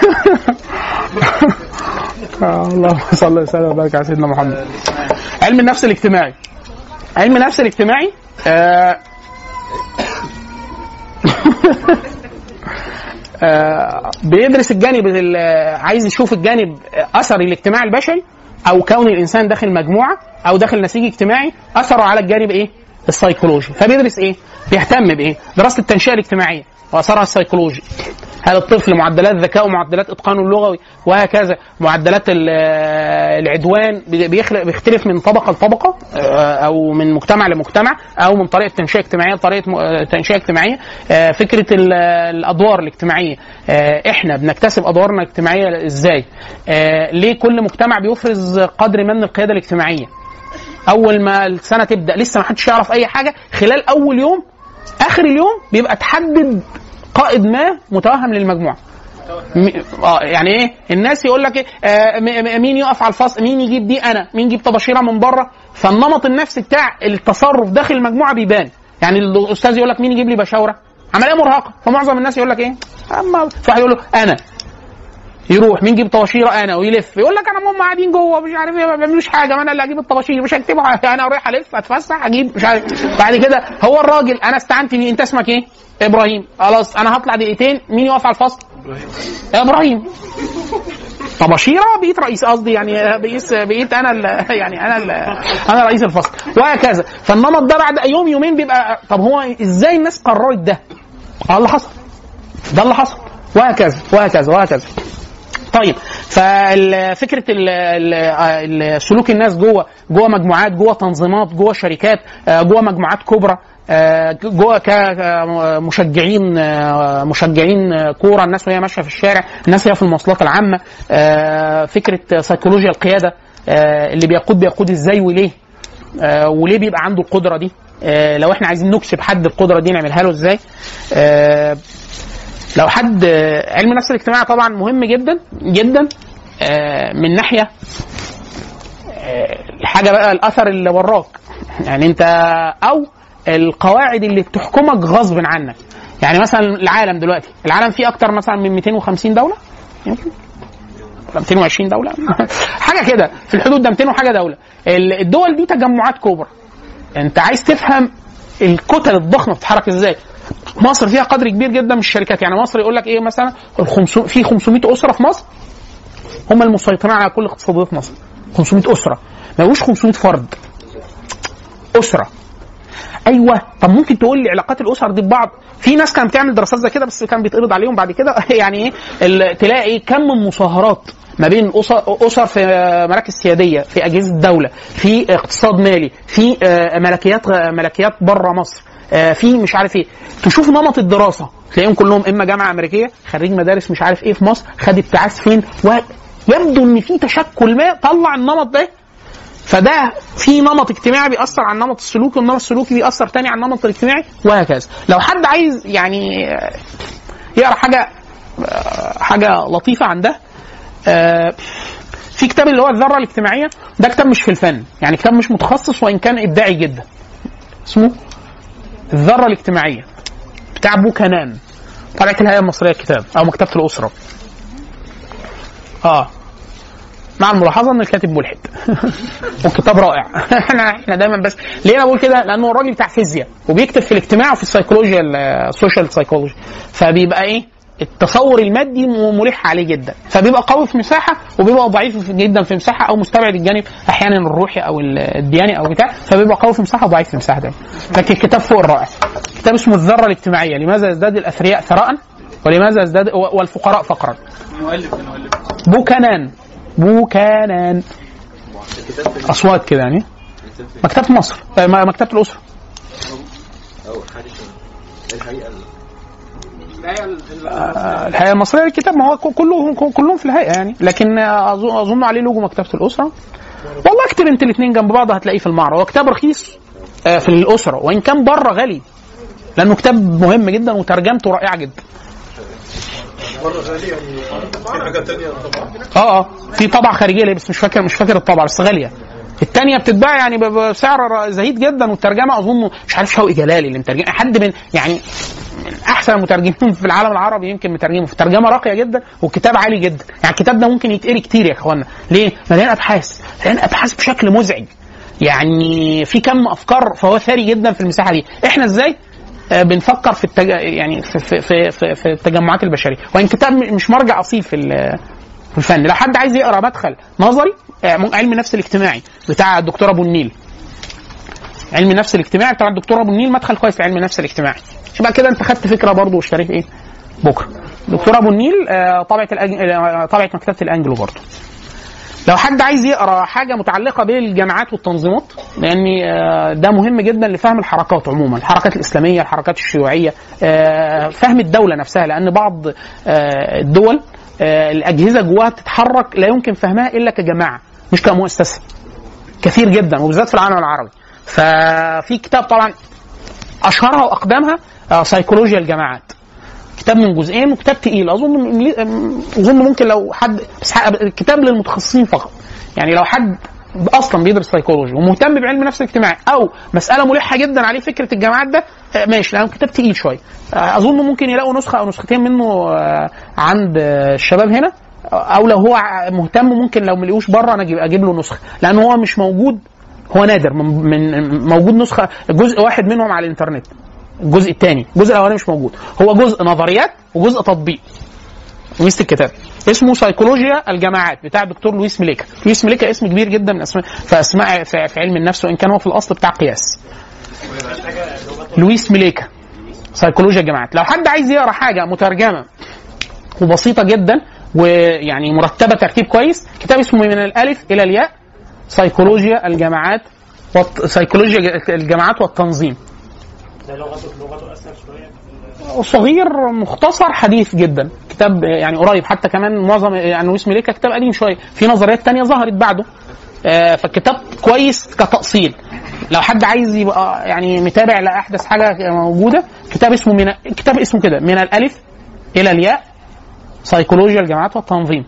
اللهم صل وسلم وبارك على سيدنا محمد. علم النفس الاجتماعي، علم النفس الاجتماعي آه آه بيدرس الجانب، عايز يشوف الجانب اثر الاجتماع البشري او كون الانسان داخل مجموعه او داخل نسيج اجتماعي اثره على الجانب ايه السيكولوجي. فبيدرس ايه؟ بيهتم بايه؟ دراسه التنشئه الاجتماعيه واثرها السيكولوجي. هل الطفل معدلات ذكائه ومعدلات اتقانه اللغوي وهكذا، معدلات العدوان بيخلق بيختلف من طبقه لطبقه او من مجتمع لمجتمع او من طريقه تنشئه اجتماعيه لطريقه تنشئه اجتماعيه. فكره الادوار الاجتماعيه، احنا بنكتسب ادوارنا الاجتماعيه ازاي؟ ليه كل مجتمع بيفرز قدر من القياده الاجتماعيه؟ اول ما السنه تبدا لسه ما حدش يعرف اي حاجه، خلال اول يوم اخر اليوم بيبقى تحدد قائد ما متوهم للمجموعه. اه يعني ايه؟ الناس يقول لك ايه آه مين يقف على الفصل، مين يجيب دي انا، مين يجيب طباشيره من بره، فالنمط النفسي بتاع التصرف داخل المجموعه بيبان. يعني الاستاذ يقول لك مين يجيب لي بشاوره، عمليه مرهقه، فمعظم الناس يقول لك ايه اما واحد يقول له انا، يروح مين يجيب طباشيره انا ويلف يقول لك انا هم قاعدين جوه مش عارف ايه ما بيعملوش حاجه، ما انا اللي اجيب الطباشير مش هكتبها انا رايح الف اتفسح اجيب مش عارف. بعد كده هو الراجل انا استعنت مين، انت اسمك ايه؟ ابراهيم، خلاص انا هطلع دقيقتين، مين يقف على الفصل؟ ابراهيم. طباشيره بقيت رئيس، قصدي يعني بقيت بقيت انا يعني انا انا رئيس الفصل وهكذا. فالنمط ده بعد يوم يومين بيبقى طب هو ازاي الناس قررت ده؟ اه اللي حصل ده اللي حصل وهكذا وهكذا وهكذا. طيب ففكره سلوك الناس جوه جوه مجموعات، جوه تنظيمات، جوه شركات، جوه مجموعات كبرى، جوه كمشجعين مشجعين كوره، الناس وهي ماشيه في الشارع، الناس وهي في المواصلات العامه، فكره سيكولوجيا القياده، اللي بيقود بيقود ازاي وليه، وليه بيبقى عنده القدره دي، لو احنا عايزين نكسب حد القدره دي نعملها له ازاي. لو حد علم النفس الاجتماعي طبعا مهم جدا جدا من ناحيه الحاجه بقى الاثر اللي وراك، يعني انت او القواعد اللي بتحكمك غصب عنك. يعني مثلا العالم دلوقتي، العالم فيه اكتر مثلا من مئتين وخمسين دوله يمكن مئتين وعشرين دوله حاجه كده في الحدود ده، مئتين وحاجه دوله. الدول دي تجمعات كبرى، انت عايز تفهم الكتل الضخمه بتتحرك ازاي. مصر فيها قدر كبير جدا من الشركات، يعني مصر يقول لك ايه مثلا في خمسمائة اسره في مصر هم المسيطرين على كل اقتصاديات مصر. خمسمائة اسره، ما هوش خمسمائة فرد، اسره. ايوه طب ممكن تقول لي علاقات الاسر دي ببعض؟ في ناس كانت بتعمل دراسات زي كده بس كان بيتقبض عليهم بعد كده يعني ايه تلاقي كم من مصاهرات ما بين اسر في مراكز سياديه، في اجهزه الدوله، في اقتصاد مالي، في ملكيات ملكيات بره مصر، في مش عارف ايه. تشوف نمط الدراسه تلاقيهم كلهم اما جامعه امريكيه، خريج مدارس مش عارف ايه في مصر، خد ابتعاث فين، ويبدو ان في تشكل ما طلع النمط ده. فده في نمط اجتماعي بيأثر على النمط السلوكي، والنمط السلوكي بيأثر تاني على النمط الاجتماعي وهكذا. لو حد عايز يعني يقرا حاجه حاجه لطيفه عن ده، آه في كتاب اللي هو الذره الاجتماعيه، ده كتاب مش في الفن، يعني كتاب مش متخصص وان كان ابداعي جدا، اسمه الذره الاجتماعيه بتاع بوكانان، طلعت الهيئه المصريه الكتاب او مكتبه الاسره. اه مع الملاحظه ان الكاتب ملحد والكتاب رائع. احنا احنا دايما بس ليه انا بقول كده؟ لانه الراجل بتاع فيزياء وبيكتب في الاجتماع وفي السيكولوجيا السوشيال سايكولوجي، فبيبقى ايه التصور المادي ملح عليه جدا، فبيبقى قوي في مساحه وبيبقى ضعيف جدا في مساحه، او مستبعد الجانب احيانا الروحي او الدياني او بتاع، فبيبقى قوي في مساحه وضعيف في مساحه ده. لكن الكتاب فوق الرائع، كتاب اسمه الذره الاجتماعيه، لماذا يزداد الاثرياء ثراء ولماذا يزداد والفقراء فقرا. مؤلف المؤلف بوكانان بوكانان اصوات كده يعني. مكتبه مصر، مكتبه الاسره الهيئه المصريه للكتاب، ما هو كله كلهم في الهيئه يعني، لكن اظن عليه لوجو مكتبه الاسره. والله اكتب انت الاثنين جنب بعض هتلاقيه في المعرض. هو كتاب رخيص في الاسره وان كان بره غالي، لانه كتاب مهم جدا وترجمته رائعه جدا. بره غالي يعني في حاجه ثانيه طبعا. اه اه في طبعه خارجيه بس مش فاكر مش فاكر الطبعه، بس غاليه. الثانيه بتتباع يعني بسعر زهيد جدا، والترجمه اظن مش عارف شوقي جلالي اللي مترجم، حد من يعني من احسن المترجمين في العالم العربي يمكن مترجمه، في ترجمه راقيه جدا والكتاب عالي جدا. يعني الكتاب ده ممكن يتقري كتير يا اخوانا. ليه؟ مليان ابحاث، مليان ابحاث بشكل مزعج، يعني في كم افكار، فهو ثري جدا في المساحه دي. احنا ازاي بنفكر في التج... يعني في في في, في, في التجمعات البشريه، وان كتاب مش مرجع اصيل في في الفن. لو حد عايز يقرا مدخل نظري، علم النفس الاجتماعي بتاع الدكتور ابو النيل، علم النفس الاجتماعي بتاع الدكتور ابو النيل مدخل كويس في علم النفس الاجتماعي. يبقى كده انت خدت فكره برضو واشتريت ايه بكره. دكتور ابو النيل طبعه الأج... طبعه مكتبه الانجلو برضو. لو حد عايز يقرا حاجه متعلقه بالجامعات والتنظيمات، لان ده مهم جدا لفهم الحركات عموما، الحركات الاسلاميه، الحركات الشيوعيه، فهم الدوله نفسها، لان بعض الدول الاجهزه جواها بتتحرك لا يمكن فهمها الا كجماعه مش كمؤسسه، كثير جدا وبالذات في العالم العربي. ففي كتاب طبعا اشهرها واقدمها سيكولوجيا الجماعات، كتاب من جزئين وكتاب تقيل، اظن اظن ممكن لو حد بس كتاب للمتخصصين فقط، يعني لو حد اصلا بيدرس سيكولوجي ومهتم بعلم النفس الاجتماعي او مساله ملحه جدا عليه فكره الجامعات ده ماشي، لانه كتاب تقيل شويه. اظن ممكن يلاقوا نسخه او نسختين منه عند الشباب هنا، او لو هو مهتم ممكن لو ملقوش بره انا اجيب اجيب له نسخه، لانه هو مش موجود، هو نادر من موجود نسخه جزء واحد منهم على الانترنت. الجزء الثاني، الجزء الاولاني مش موجود، هو جزء نظريات وجزء تطبيق. ومثل الكتاب اسمه سيكولوجيا الجماعات بتاع الدكتور لويس ميليكا. لويس ميليكا اسم كبير جدا من اسماء في اسماء في علم النفس، وان كان هو في الاصل بتاع قياس. لويس ميليكا سيكولوجيا الجماعات. لو حد عايز يقرا حاجه مترجمه وبسيطه جدا ويعني مرتبه ترتيب كويس، كتاب اسمه من الالف الى الياء سيكولوجيا الجماعات وسيكولوجيا الجماعات والتنظيم. ده لغته لغته اسهل شويه، صغير مختصر حديث جدا، كتاب يعني قريب حتى كمان معظم يعني لويس ميليكا كتاب قديم شويه، في نظريات تانية ظهرت بعده. آه فالكتاب كويس كتأصيل. لو حد عايز يبقى يعني متابع لاحدث حاجه موجوده، كتاب اسمه من كتاب اسمه كده من الالف الى الياء سيكولوجيا الجماعات والتنظيم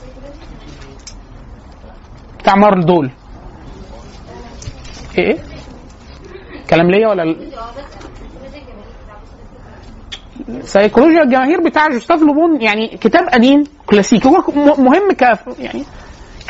بتاع مارل دول. ايه ايه كلام ليا ولا سيكولوجيا الجماهير بتاع جوستاف لوبون؟ يعني كتاب قديم كلاسيكي، هو مهم ك يعني ك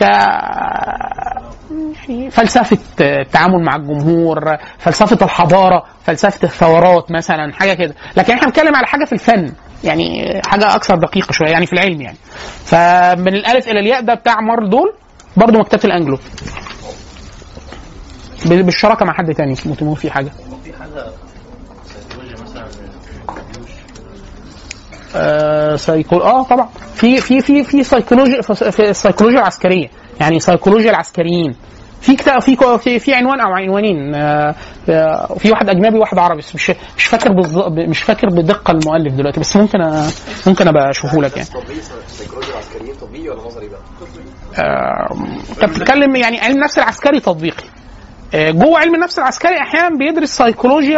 يعني فلسفه التعامل مع الجمهور، فلسفه الحضاره، فلسفه الثورات مثلا، حاجه كده. لكن احنا بنتكلم على حاجه في الفن، يعني حاجه اكثر دقيقه شويه يعني في العلم يعني. فمن الالف الى الياء ده بتاع مارل دول، برضه مكتبه الانجلو بالشراكه مع حد تاني اسمه في حاجه في حاجه سيكولوجيا مثلا آه سيكول اه طبعا في في في في سيكولوجيا في السيكولوجيا العسكريه، يعني سيكولوجيا العسكريين. في كتاب في في في عنوان او عنوانين، آه في واحد اجنبي وواحد عربي، بس مش مش فاكر مش فاكر بدقه المؤلف دلوقتي، بس ممكن أ... ممكن ابقى اشوفه لك يعني. السيكولوجيا العسكريين تطبيقي ولا نظري بقى؟ انت بتتكلم يعني علم النفس العسكري تطبيقي. جوه علم النفس العسكري احيانا بيدرس سيكولوجيا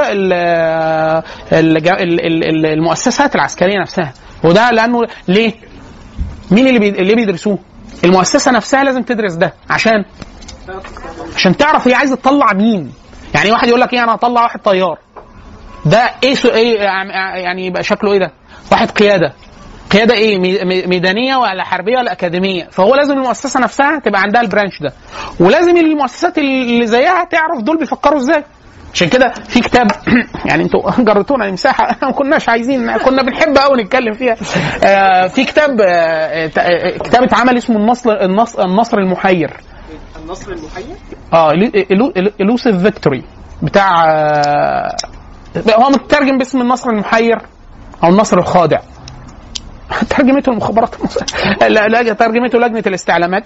المؤسسات العسكريه نفسها، وده لانه ليه؟ مين اللي اللي بيدرسوه؟ المؤسسه نفسها لازم تدرس ده عشان عشان تعرف هي عايزه تطلع مين. يعني واحد يقول لك ايه انا هطلع واحد طيار، ده ايه سو ايه يعني يبقى شكله ايه؟ ده واحد قياده قياده ايه ميدانيه ولا حربيه ولا اكاديميه. فهو لازم المؤسسه نفسها تبقى عندها البرانش ده، ولازم المؤسسات اللي زيها تعرف دول بيفكروا ازاي. عشان كده في كتاب يعني انتوا جرتونا المساحه ما كناش عايزين، كنا بنحب قوي نتكلم فيها. آه في كتاب آه كتاب اتعمل اسمه النصر النصر, النصر المحير. النصر المحير اه elusive victory بتاع آه هو مترجم باسم النصر المحير او النصر الخادع. ترجمته المخابرات لا لا ترجمته لجنه الاستعلامات.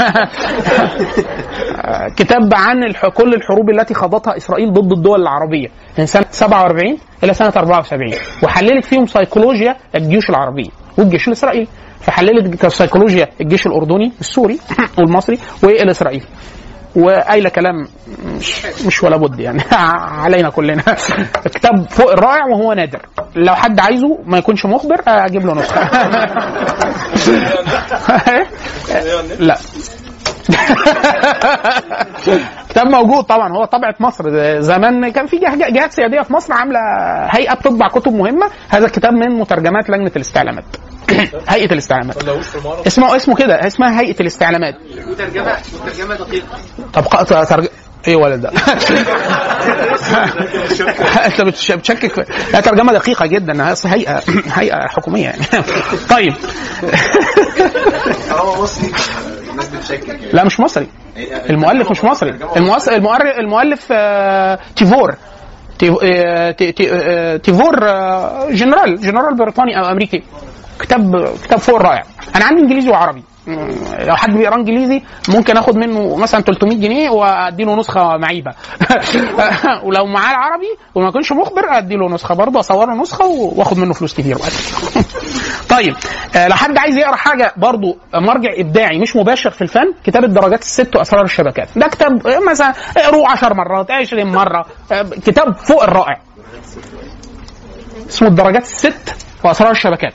كتاب عن الح... كل الحروب التي خاضتها اسرائيل ضد الدول العربيه من سنه سبعة وأربعين الى سنه أربعة وسبعين، وحللت فيهم سيكولوجيا الجيوش العربيه والجيش الاسرائيلي. فحللت سيكولوجيا الجيش الاردني السوري والمصري والاسرائيلي، وقايله كلام مش, مش ولا بد يعني علينا كلنا. كتاب فوق الرائع وهو نادر، لو حد عايزه ما يكونش مخبر اجيب له نسخه. لا كتاب موجود طبعا، هو طبعة مصر. زمان كان في جهات سياديه في مصر عامله هيئه بتطبع كتب مهمه، هذا الكتاب من مترجمات لجنه الاستعلامات. هيئه الاستعلامات اسمه اسمه كده، اسمها هيئه الاستعلامات. وترجمه وترجمه دقيقه. طب ترجمه ايه ولد ده؟ انت بتشكك؟ لا ترجمه دقيقه جدا، هيئه هيئه حكوميه يعني. طيب هو مصري الناس بتشكك. لا مش مصري، المؤلف مش مصري. المؤلف المؤلف تيفور تيفور جنرال جنرال بريطاني او امريكي. كتاب كتاب فوق الرائع. انا عندي انجليزي وعربي، لو حد بيقرا انجليزي ممكن اخد منه مثلا ثلاثمية جنيه وادي له نسخه معيبه. ولو معاه العربي وما يكونش مخبر ادي له نسخه برضه، اصور له نسخه واخد منه فلوس كتير. طيب لو حد عايز يقرا حاجه برضه مرجع ابداعي مش مباشر في الفن، كتاب الدرجات الست واسرار الشبكات. ده كتاب مثلا اقروه عشر مرات عشرين مره، كتاب فوق الرائع اسمه الدرجات الست واسرار الشبكات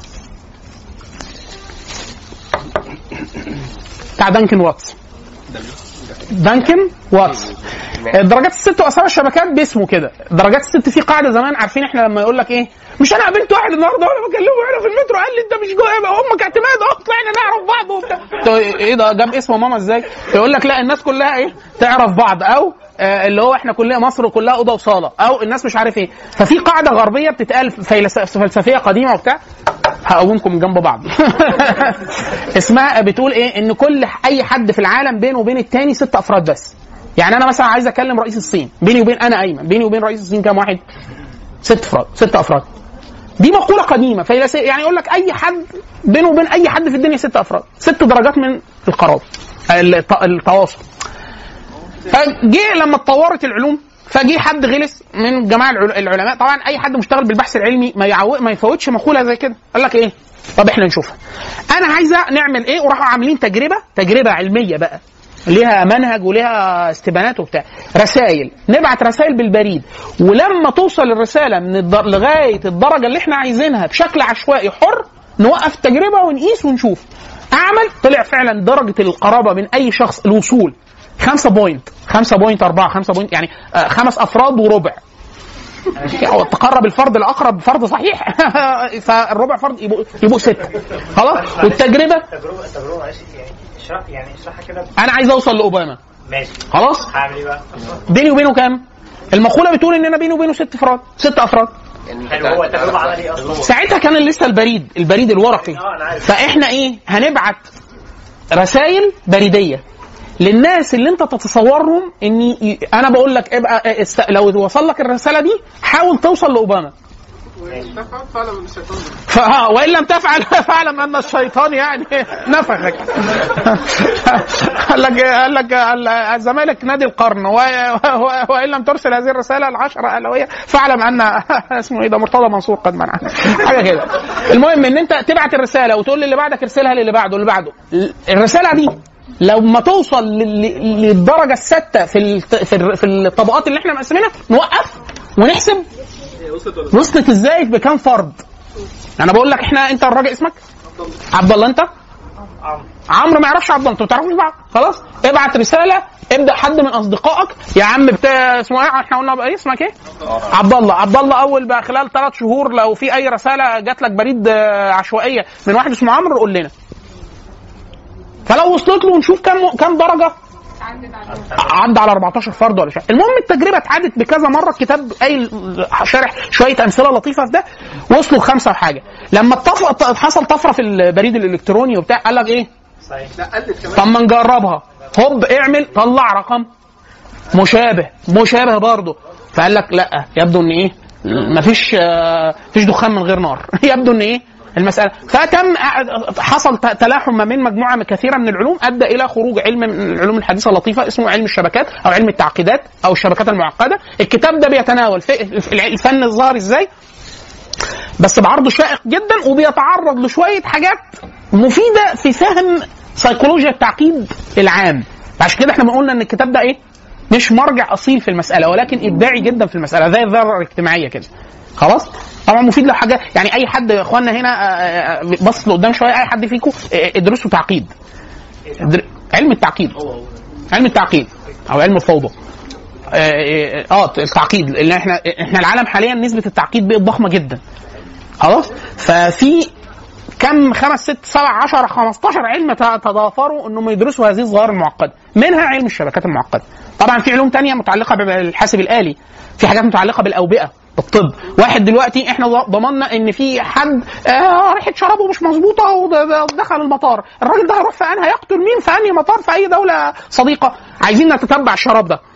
بتاع دانكن واتس. دانكن واتس الدرجات الست واسرار الشبكات باسمه كده. الدرجات الست في قاعده زمان عارفين احنا لما يقول لك ايه، مش انا قابلت واحد النهارده وانا بكلمه هنا في المترو قال لي انت مش جوه امك اعتماد اه طلعنا نعرف بعض وبتاع. ايه ده جاب اسمه ماما ازاي؟ يقول لك لا الناس كلها ايه تعرف بعض، او آه اللي هو احنا كلنا مصر كلها اوضه وصاله، او الناس مش عارف ايه. ففي قاعده غربيه بتتقال فلسفيه قديمه وبتاع، هقومكم جنب بعض. اسمها بتقول ايه، ان كل اي حد في العالم بينه وبين التاني ست افراد بس. يعني انا مثلا عايز اكلم رئيس الصين، بيني وبين انا ايمن بيني وبين رئيس الصين كام واحد؟ ست افراد ست افراد. دي مقوله قديمه فلسفيه، يعني يقول لك اي حد بينه وبين اي حد في الدنيا ست افراد، ست درجات من القرابه التواصل. فجي لما اتطورت العلوم فجي حد غلس من جماعه العلماء، طبعا اي حد مشتغل بالبحث العلمي ما يعو... ما يفوتش مقوله زي كده. قال لك ايه، طب احنا نشوفها، انا عايزه نعمل ايه، وراحوا عاملين تجربه تجربه علميه بقى ليها منهج وليها استبانات وبتاع. رسائل، نبعت رسائل بالبريد، ولما توصل الرساله من الدر... لغايه الدرجه اللي احنا عايزينها بشكل عشوائي حر، نوقف التجربه ونقيس ونشوف. اعمل طلع فعلا درجه القرابه من اي شخص الوصول خمسة بوينت خمسة بوينت أربعة خمسة بوينت، يعني آه خمس افراد وربع. تقرب الفرد الاقرب فرد صحيح. فالربع فرد يبقوا يبقوا ستة خلاص. والتجربه تجربه تجربه معلش يعني اشرح يعني اشرحها كده. انا عايز اوصل لاوباما ماشي خلاص. هعمل ايه بقى؟ بيني وبينه كام؟ المقوله بتقول ان انا بيني وبينه ست افراد ست افراد. حلو. هو التجربه عمل ايه اصلا؟ ساعتها كان لسه البريد البريد الورقي. فاحنا ايه هنبعت رسائل بريديه للناس اللي انت تتصورهم. اني انا بقول لك ابقى لو وصل لك الرساله دي حاول توصل لاوباما. فها وان لم تفعل فاعلم ان الشيطان يعني نفخك. قال لك قال لك الزمالك نادي القرن، وان لم ترسل هذه الرساله العشره الويه فاعلم ان اسمه ايه ده مرتضى منصور قد منع حاجه كده. المهم ان انت تبعت الرساله وتقول للي بعدك ارسلها للي بعده اللي بعده. الرساله دي لو ما توصل للدرجه السادسه في في الطبقات اللي احنا مقسمينها نوقف ونحسب وصلت ازاي بكام فرد. انا بقول لك احنا انت الراجل اسمك عبد الله، انت عمرو ما يعرفش عبد الله، انتوا ما تعرفوش بعض، خلاص ابعت رساله، ابدا حد من اصدقائك يا عم بتاع اسمه ايه، احنا قلنا بقى ايه اسمك ايه؟ عبد الله. عبد الله اول بقى خلال ثلاث شهور لو في اي رساله جات لك بريد عشوائيه من واحد اسمه عمرو قول لنا. فلو وصلت له ونشوف كم كم درجه عدى على أربعتاشر فرد ولا شيء. المهم التجربه اتعادت بكذا مره، الكتاب قايل شارح شويه امثله لطيفه في ده، وصلوا خمسه وحاجه. لما الطف... حصل طفره في البريد الالكتروني وبتاع قال لك ايه؟ طب ما نجربها، هوب اعمل طلع رقم مشابه مشابه برضه، فقال لك لا يبدو ان ايه مفيش آه فيش دخان من غير نار يبدو ان ايه المساله. فتم حصل تلاحم ما بين مجموعه كثيره من العلوم ادى الى خروج علم من العلوم الحديثه اللطيفه اسمه علم الشبكات او علم التعقيدات او الشبكات المعقده. الكتاب ده بيتناول الفن الظاهر ازاي بس بعرضه شائق جدا، وبيتعرض لشويه حاجات مفيده في فهم سيكولوجيا التعقيد العام. عشان كده احنا بنقولنا ان الكتاب ده ايه مش مرجع اصيل في المساله ولكن ابداعي جدا في المساله زي الذره الاجتماعيه كده. خلاص طبعا مفيد لو حاجه يعني اي حد يا اخواننا هنا بص لقدام شويه اي حد فيكم ادرسوا تعقيد، علم التعقيد، علم التعقيد او علم الفوضى. اه التعقيد لان احنا احنا العالم حاليا نسبه التعقيد بقت ضخمه جدا. خلاص ففي كم خمس ست سبع عشر خمستاشر علم تضافروا انهم يدرسوا هذه الظواهر المعقده، منها علم الشبكات المعقده. طبعا في علوم تانية متعلقه بالحاسب الآلي، في حاجات متعلقه بالاوبئه، بالطب. واحد دلوقتي احنا ضمننا ان في حد آه ريحه شرابه مش مظبوطه ودخل المطار، الراجل ده هيروح في ان هيقتل مين في اي مطار في اي دوله صديقه، عايزين نتتبع الشراب ده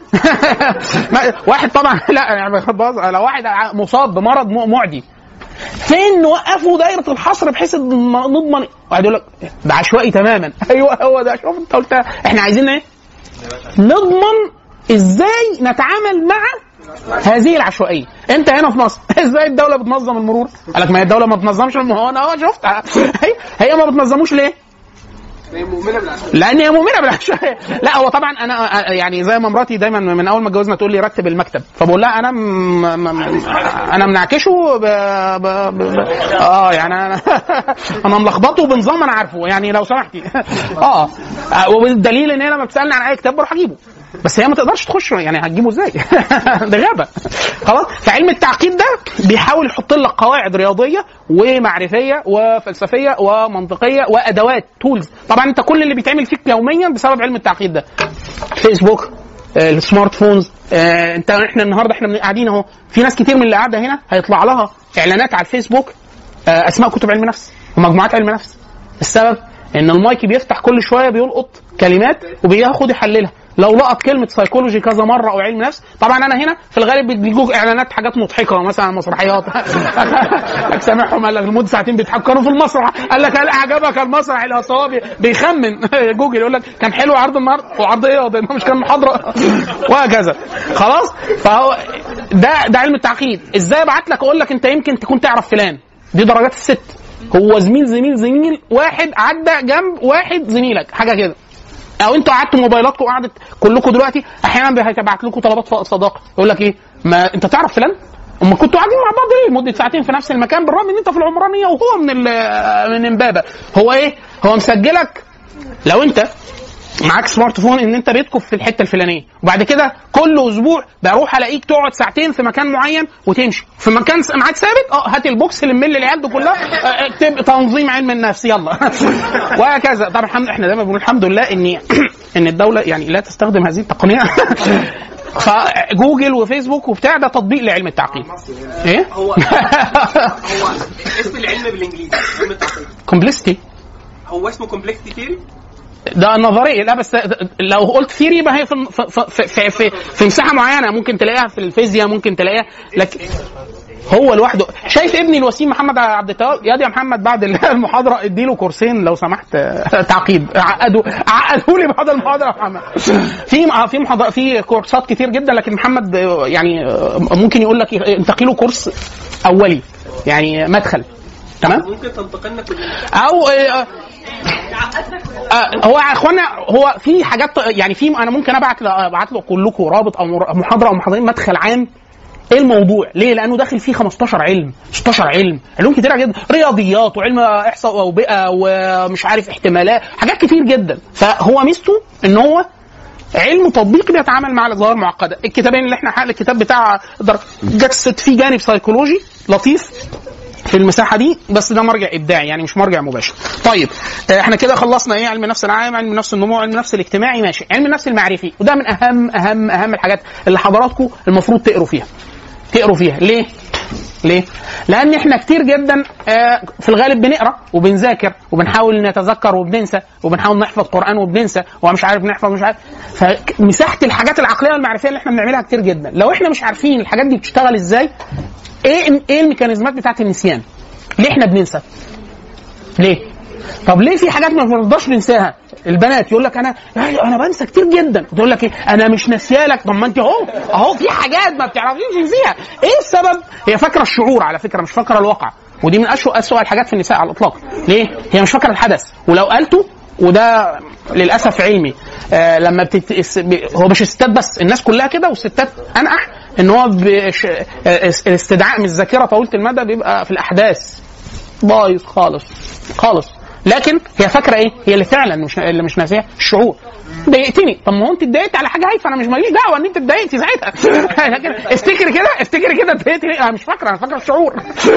واحد طبعا لا يعني لو واحد مصاب بمرض معدي فين نوقفوا دايره الحصر بحيث نضمن، واحد يقول لك ده عشوائي تماما. ايوه هو ده، شوف انت قلت احنا عايزين ايه نضمن ازاي نتعامل مع هذه العشوائيه. انت هنا في مصر ازاي الدوله بتنظم المرور؟ قال لك ما هي الدوله ما بتنظمش المهون، اهو شفت هي هي ما بتنظموش ليه؟ هي مؤمنه بالعشوائيه، لان هي مؤمنه بالعشوائيه. لا هو طبعا انا يعني زي ما مراتي دايما من اول ما اتجوزنا تقول لي رتب المكتب، فبقول لها انا م... م... انا منعكشه ب... ب... ب... اه يعني انا انا ملخبطه بنظام انا عارفه يعني لو سمحتي اه والدليل ان هي لما بتسالني عن اي كتاب بروح اجيبه، بس هي ما تقدرش تخش يعني هتجيبه ازاي؟ ده غابه. خلاص فعلم التعقيد ده بيحاول يحط لك قواعد رياضيه ومعرفيه وفلسفيه ومنطقيه وادوات تولز. طبعا انت كل اللي بيتعمل فيك يوميا بسبب علم التعقيد ده، فيسبوك، آه، السمارت فونز، آه، انت احنا النهارده احنا قاعدين اهو في ناس كتير من اللي قاعده هنا هيطلع لها اعلانات على الفيسبوك آه، اسماء كتب علم نفس ومجموعات علم نفس. السبب ان المايك بيفتح كل شويه بيلقط كلمات وبياخد يحللها، لو لقط كلمه سايكولوجي كذا مره او علم نفس. طبعا انا هنا في الغالب بيجوك اعلانات حاجات مضحكه مثلا مسرحيات سامعهم قال لك لمده ساعتين بيتحكروا في المسرح، قال لك هل اعجبك المسرح الهصابي بيخمن جوجل يقول لك كان حلو عرض النهارده وعرض ايه ده مش كان محاضره وهكذا. خلاص فهو ده ده علم التعقيد. ازاي ابعت لك اقول لك انت يمكن تكون تعرف فلان، دي درجات الست، هو زميل زميل زميل واحد عدى جنب واحد زميلك حاجه كده، او انتوا قعدتوا موبايلاتكم قعدت كلكم دلوقتي احيانا هيبعت لكم طلبات صداقه يقول لك ايه ما انت تعرف فلان، اما كنتوا قاعدين مع بعض ليه مده ساعتين في نفس المكان بالرغم ان انت في العمرانيه وهو من من امبابه. هو ايه هو مسجلك لو انت معاك سمارت فون ان انت بيتكم في الحته الفلانيه، وبعد كده كل اسبوع بروح الاقيك تقعد ساعتين في مكان معين وتمشي في مكان ميعاد ثابت. اه هات البوكس اللي ملي العيال دي كلها اكتب تنظيم علم النفس يلا وهكذا. طبعا احنا دايما بنقول الحمد لله ان ان الدوله يعني لا تستخدم هذه التقنيه فجوجل وفيسبوك وبتاع ده تطبيق لعلم التعقيد. ايه هو هو اسم العلم بالانجليزي علم التعقيد كومبلكسيتي، هو اسمه كومبلكسيتي ثيوري ده نظريه. لا بس لو قلت ثيري يبقى هي في في في في, في مساحه معينه ممكن تلاقيها في الفيزياء ممكن تلاقيها، لكن هو لوحده. شايف ابني الوسيم محمد عبد التواب يا دي يا محمد بعد المحاضره اديله كورسين لو سمحت تعقيد، عقدوا عقدوا لي بعد المحاضره يا محمد. في في محاضره في كورسات كتير جدا، لكن محمد يعني ممكن يقول لك انتقي له كورس اولي يعني مدخل تمام ممكن تنتقلنا كلنا او آه هو يا اخوانا هو في حاجات يعني في انا ممكن ابعت ابعت له كلكم رابط او محاضره او محاضرين مدخل عام ايه الموضوع؟ ليه؟ لانه داخل فيه خمستاشر علم، ستاشر علم، علوم كتيره جدا، رياضيات وعلم احصاء واوبئه ومش عارف احتمالات، حاجات كتير جدا. فهو ميزته ان هو علم تطبيقي بيتعامل مع الظواهر المعقده. الكتابين اللي احنا حل الكتاب بتاع جسد فيه جانب سيكولوجي لطيف في المساحه دي، بس ده مرجع ابداعي يعني مش مرجع مباشر. طيب احنا كده خلصنا ايه؟ علم النفس العام، علم النفس النمو، علم النفس الاجتماعي، ماشي. علم النفس المعرفي، وده من اهم اهم اهم الحاجات اللي حضراتكم المفروض تقروا فيها. تقروا فيها ليه؟ ليه؟ لان احنا كتير جدا في الغالب بنقرا وبنذاكر وبنحاول نتذكر وبننسى، وبنحاول نحفظ قران وبننسى، ومش عارف نحفظ مش عارف. فمساحه الحاجات العقليه والمعرفيه اللي احنا بنعملها كتير جدا، لو احنا مش عارفين الحاجات دي بتشتغل ازاي، ايه ايه الميكانيزمات بتاعت النسيان؟ ليه احنا بننسى؟ ليه؟ طب ليه في حاجات ما بنرضاش ننساها؟ البنات يقول لك انا انا بنسى كتير جدا، تقول لك ايه؟ انا مش ناسيالك. طب ما انت اهو اهو في حاجات ما بتعرفيش تنسيها. ايه السبب؟ هي فاكره الشعور على فكره، مش فاكره الواقع، ودي من اسوء اسوء الحاجات في النساء على الاطلاق. ليه؟ هي مش فاكره الحدث، ولو قالته، وده للاسف علمي، آه لما بتت... هو مش الستات بس، الناس كلها كده، والستات انقح ان هو بش... الاستدعاء من الذاكره طويله المدى بيبقى في الاحداث بايظ خالص خالص. لكن هي فاكره ايه؟ هي اللي فعلا مش اللي مش ناسيه الشعور. ضايقتني، طب ما هو انت اتضايقت على حاجه هايفه، انا مش ماليش دعوه ان انت اتضايقتي ساعتها. لكن افتكري كده، افتكري كده اتضايقتي ليه؟ انا مش فاكره، انا فاكره الشعور.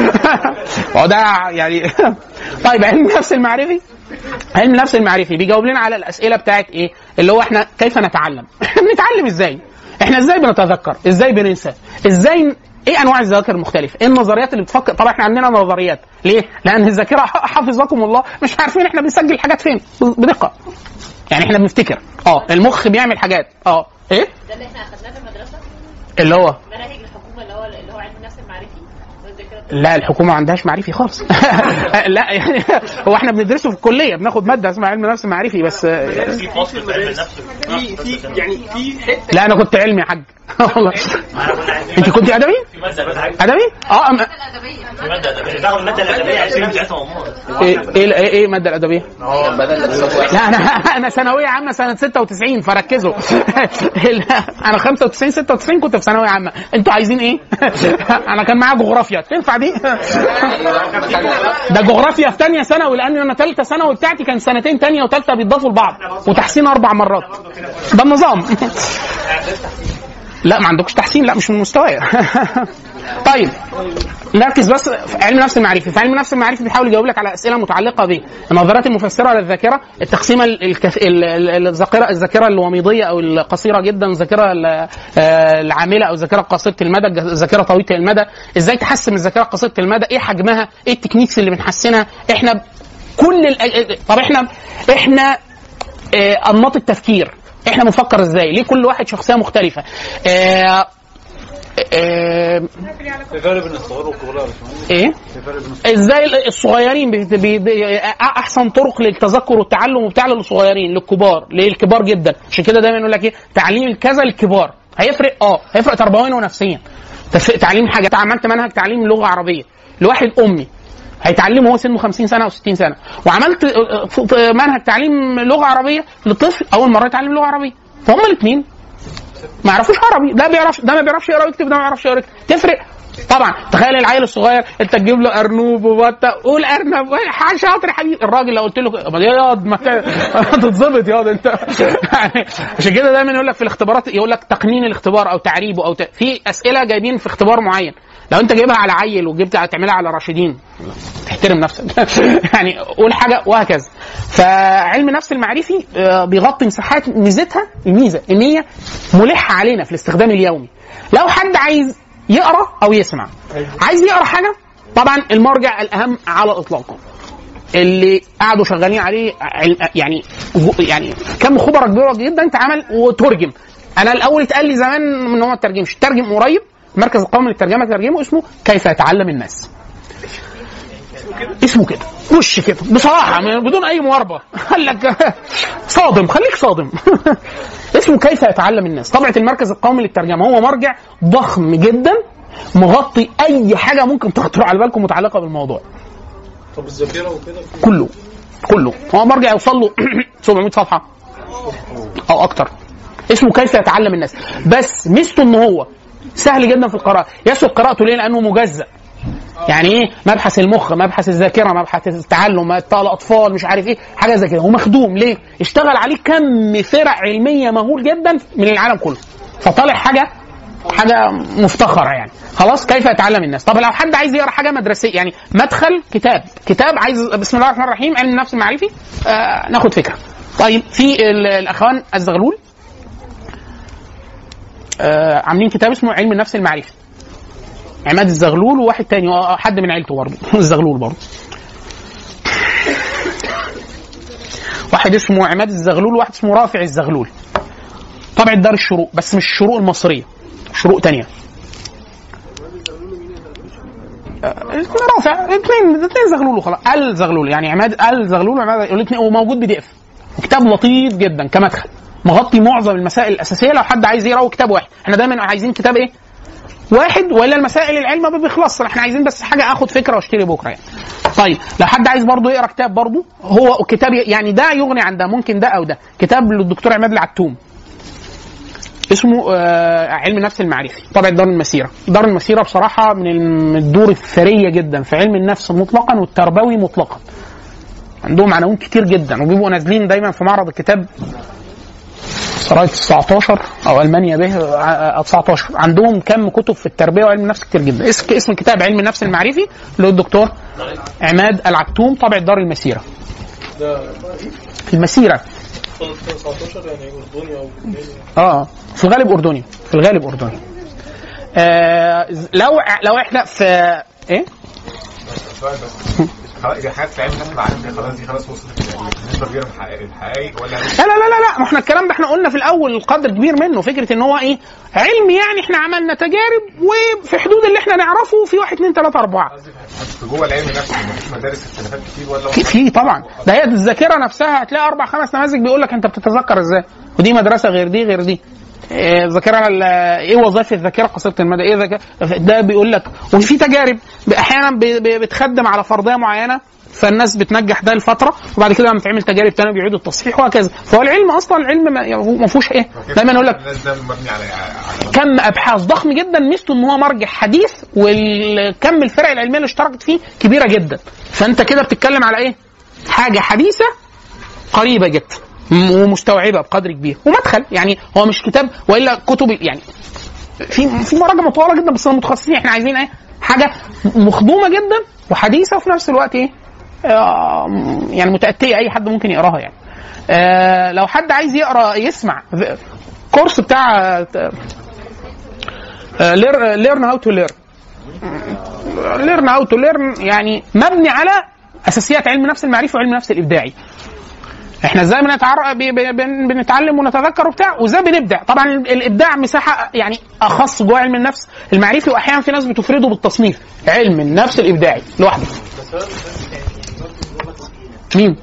هو ده يعني. طيب علم النفس المعرفي، علم النفس المعرفي بيجاوب لنا على الاسئله بتاعت ايه؟ اللي هو احنا كيف نتعلم؟ احنا بنتعلم ازاي؟ احنا ازاي بنتذكر؟ ازاي بننسى؟ ازاي ايه انواع الذاكره المختلفه؟ ايه النظريات اللي بتفكر؟ طبعا احنا عندنا نظريات، ليه؟ لان الذاكره حفظكم الله مش عارفين احنا بنسجل حاجات فين بدقه. يعني احنا بنفتكر، اه المخ بيعمل حاجات، اه ايه؟ ده اللي احنا اخدناه في المدرسه؟ اللي هو مناهج الحكومه اللي هو اللي هو علم النفس المعرفي. لا الحكومه ما عندهاش معرفي خالص. لا يعني هو احنا بندرسه في الكليه، بناخد ماده اسمها علم النفس المعرفي بس. في فصل في علم النفس في في يعني في حته. لا انا كنت علمي يا حاج. والله انت كنت ادبي؟ ادبي؟ اه في ماده ادبيه، تاخد الماده الادبيه عشرين بتاعتها. ايه ايه ايه الماده الادبيه؟ لا انا انا ثانويه عامه سنه ستة وتسعين فركزوا. انا خمسة وتسعين ستة وتسعين كنت في ثانويه عامه، انتوا عايزين ايه؟ انا كان معايا جغرافيا، تنفع دي؟ ده جغرافيا في ثانيه ثانوي، لان انا ثالثه ثانوي بتاعتي كان سنتين ثانيه وثالثه بيتضافوا لبعض، وتحسين اربع مرات. ده النظام. لا ما عندكش تحسين، لا مش من مستواي. طيب نركز بس في علم النفس المعرفي. في علم النفس المعرفي بيحاول يجاوب لك على اسئله متعلقه بالنظريات المفسره للذاكره، التقسيمه الكث... الذاكره الذاكره الوميضيه او القصيره جدا، الذاكره العامله او الذاكره قصيره المدى، الذاكره طويله المدى، ازاي تحسن الذاكره قصيره المدى، ايه حجمها، ايه التكنيكس اللي بنحسنها. احنا كل ال... طب احنا احنا اه... انماط التفكير، احنا بنفكر ازاي؟ ليه كل واحد شخصيه مختلفه؟ اه... اه... الفرق بين الصغار والكبار ايه؟ ازاي الصغيرين بي... بي... احسن طرق للتذكر والتعلم وبتاع للصغيرين، للكبار، للكبار جدا. عشان كده دايما يقول لك ايه؟ تعليم الكذا للكبار هيفرق، اه هيفرق تربويا ونفسيا. تعليم حاجه، عملت منهج تعليم لغه عربيه لواحد امي هيتعلمه هو سنه خمسين سنه او ستين سنه، وعملت منهج تعليم لغه عربيه لطفل اول مره يتعلم لغه عربيه، فهم الاثنين ما يعرفوش عربي، ده بيعرف ده ما بيعرفش يقرا ويكتب، ده ما بيعرفش يقرا ويكتب. تفرق طبعا. تخيل العيل الصغير انت تجيب له ارنوب وبطه، قول ارنب حاجه شاطر يا حبيبي، الراجل لو قلت له ياض ما تتظبط ياض انت. يعني عشان كده دايما يقول لك في الاختبارات، يقول لك تقنين الاختبار او تعريبه، او ت... في اسئله جايبين في اختبار معين، لو انت جايبها على عيل وجبت تعملها على راشدين تحترم نفسك. يعني قول حاجه وهكذا. فعلم النفس المعرفي بيغطي مساحات، ميزتها الميزه ان هي ملحه علينا في الاستخدام اليومي. لو حد عايز يقرا او يسمع، عايز يقرا حاجه، طبعا المرجع الاهم على الاطلاق اللي قعدوا شغالين عليه يعني يعني كم خبراء كبيره جدا اتعمل وترجم. انا الاول اتقال لي زمان ان هو ما ترجمش، ترجم قريب المركز القومي للترجمه ترجمه، اسمه كيف يتعلم الناس. اسمه كده وش كده بصراحه بدون اي مواربه. قال لك صادم، خليك صادم. اسمه كيف يتعلم الناس. طبعه المركز القومي للترجمه هو مرجع ضخم جدا مغطي اي حاجه ممكن تخطر على بالكم متعلقه بالموضوع. طب الذاكره وكده كله كله هو مرجع يوصل له سبعمية صفحه او اكتر. اسمه كيف يتعلم الناس، بس ميزته ان هو سهل جدا في القراءه، يسهل قراءته ليه؟ لانه مجزأ. يعني ايه؟ مبحث المخ، مبحث الذاكره، مبحث التعلم، الاطفال، مش عارف ايه، حاجه زي كده. هو مخدوم ليه؟ اشتغل عليه كم فرق علميه مهول جدا من العالم كله، فطالع حاجه حاجه مفتخره يعني. خلاص، كيف يتعلم الناس. طب لو حد عايز يقرا حاجه مدرسيه يعني مدخل كتاب كتاب عايز بسم الله الرحمن الرحيم علم النفس المعرفي، آه ناخد فكره. طيب في الاخوان الزغلول آه عاملين كتاب اسمه علم النفس المعرفي، عماد الزغلول وواحد تاني حد من عيلته برضه الزغلول برضه، واحد اسمه عماد الزغلول وواحد اسمه رافع الزغلول، طبعا دار الشروق بس مش الشروق المصريه، شروق تانية. رافع اثنين اثنين زغلول وخلاص، الزغلول يعني عماد الزغلول وعماد الاثنين، وموجود بي دي اف، كتاب لطيف جدا كمدخل مغطي معظم المسائل الاساسيه لو حد عايز يقرا كتاب واحد. احنا دايما عايزين كتاب ايه؟ واحد، ولا المسائل العلم ما بيخلصش، احنا عايزين بس حاجه اخد فكره واشتري بكره يعني. طيب لو حد عايز برضه يقرا كتاب برضه، هو كتاب يعني ده يغني عن ده، ممكن ده او ده، كتاب للدكتور عماد العتوم اسمه آه علم النفس المعرفي، طبعا دار المسيره. دار المسيره بصراحه من الدور الثريه جدا في علم النفس مطلقا والتربوي مطلقا، عندهم عناوين كتير جدا، وبيبقوا نازلين دايما في معرض الكتاب سراية تسعتاشر او المانيا به تسعتاشر، عندهم كم كتب في التربيه وعلم النفس كتير جدا. اسم الكتاب علم النفس المعرفي للدكتور عماد العتوم، طبع دار المسيره. المسيره تسعتاشر يعني اردني او اه في الغالب اردني، في الغالب اردني. آه لو لو احنا في ايه؟ خلاص حاجات في علم النفس المعرفي خلاص دي خلاص وصلت بالنسبه كبيره الحقائق ولا لا لا لا لا ما احنا الكلام ده احنا قلنا في الاول قدر كبير منه، فكره ان هو ايه؟ علم يعني احنا عملنا تجارب وفي حدود اللي احنا نعرفه في واحد اثنين ثلاثة أربعة. جوه العلم نفسه مفيش مدارس اختلافات كتير ولا في طبعا، ده هي الذاكره نفسها هتلاقي اربع خمس نماذج بيقول لك انت بتتذكر ازاي، ودي مدرسه غير دي غير دي. الذاكره ايه وظائف الذاكره قصيره المدى، ايه ذاكره ده بيقول لك. وفي تجارب احيانا بتخدم على فرضيه معينه فالناس بتنجح ده لفتره وبعد كده لما تعمل تجارب ثانيه بيعيدوا التصحيح وهكذا. فهو العلم اصلا العلم ما فيهوش ايه، دايما يقول لك كم ابحاث ضخم جدا، ميزته ان هو مرجع حديث والكم الفرق العلميه اللي اشتركت فيه كبيره جدا، فانت كده بتتكلم على ايه؟ حاجه حديثه قريبه جدا ومستوعبه بقدر كبير ومدخل. يعني هو مش كتاب والا كتب يعني في في مراجع مطوله جدا بس المتخصصين احنا عايزين ايه؟ حاجه مخدومه جدا وحديثه وفي نفس الوقت ايه؟ آه يعني متأتية اي حد ممكن يقراها يعني. آه لو حد عايز يقرا يسمع كورس بتاع ليرن هاو تو ليرن ليرن هاو تو ليرن يعني مبني على اساسيات علم النفس المعرفي وعلم النفس الابداعي. احنا ازاي بنتعرف بنتعلم ونتذكر وبتاع وازاي بنبدع. طبعا الابداع مساحه يعني اخص جوه علم النفس المعرفي، واحيانا في ناس بتفرده بالتصنيف علم النفس الابداعي لوحده. مين؟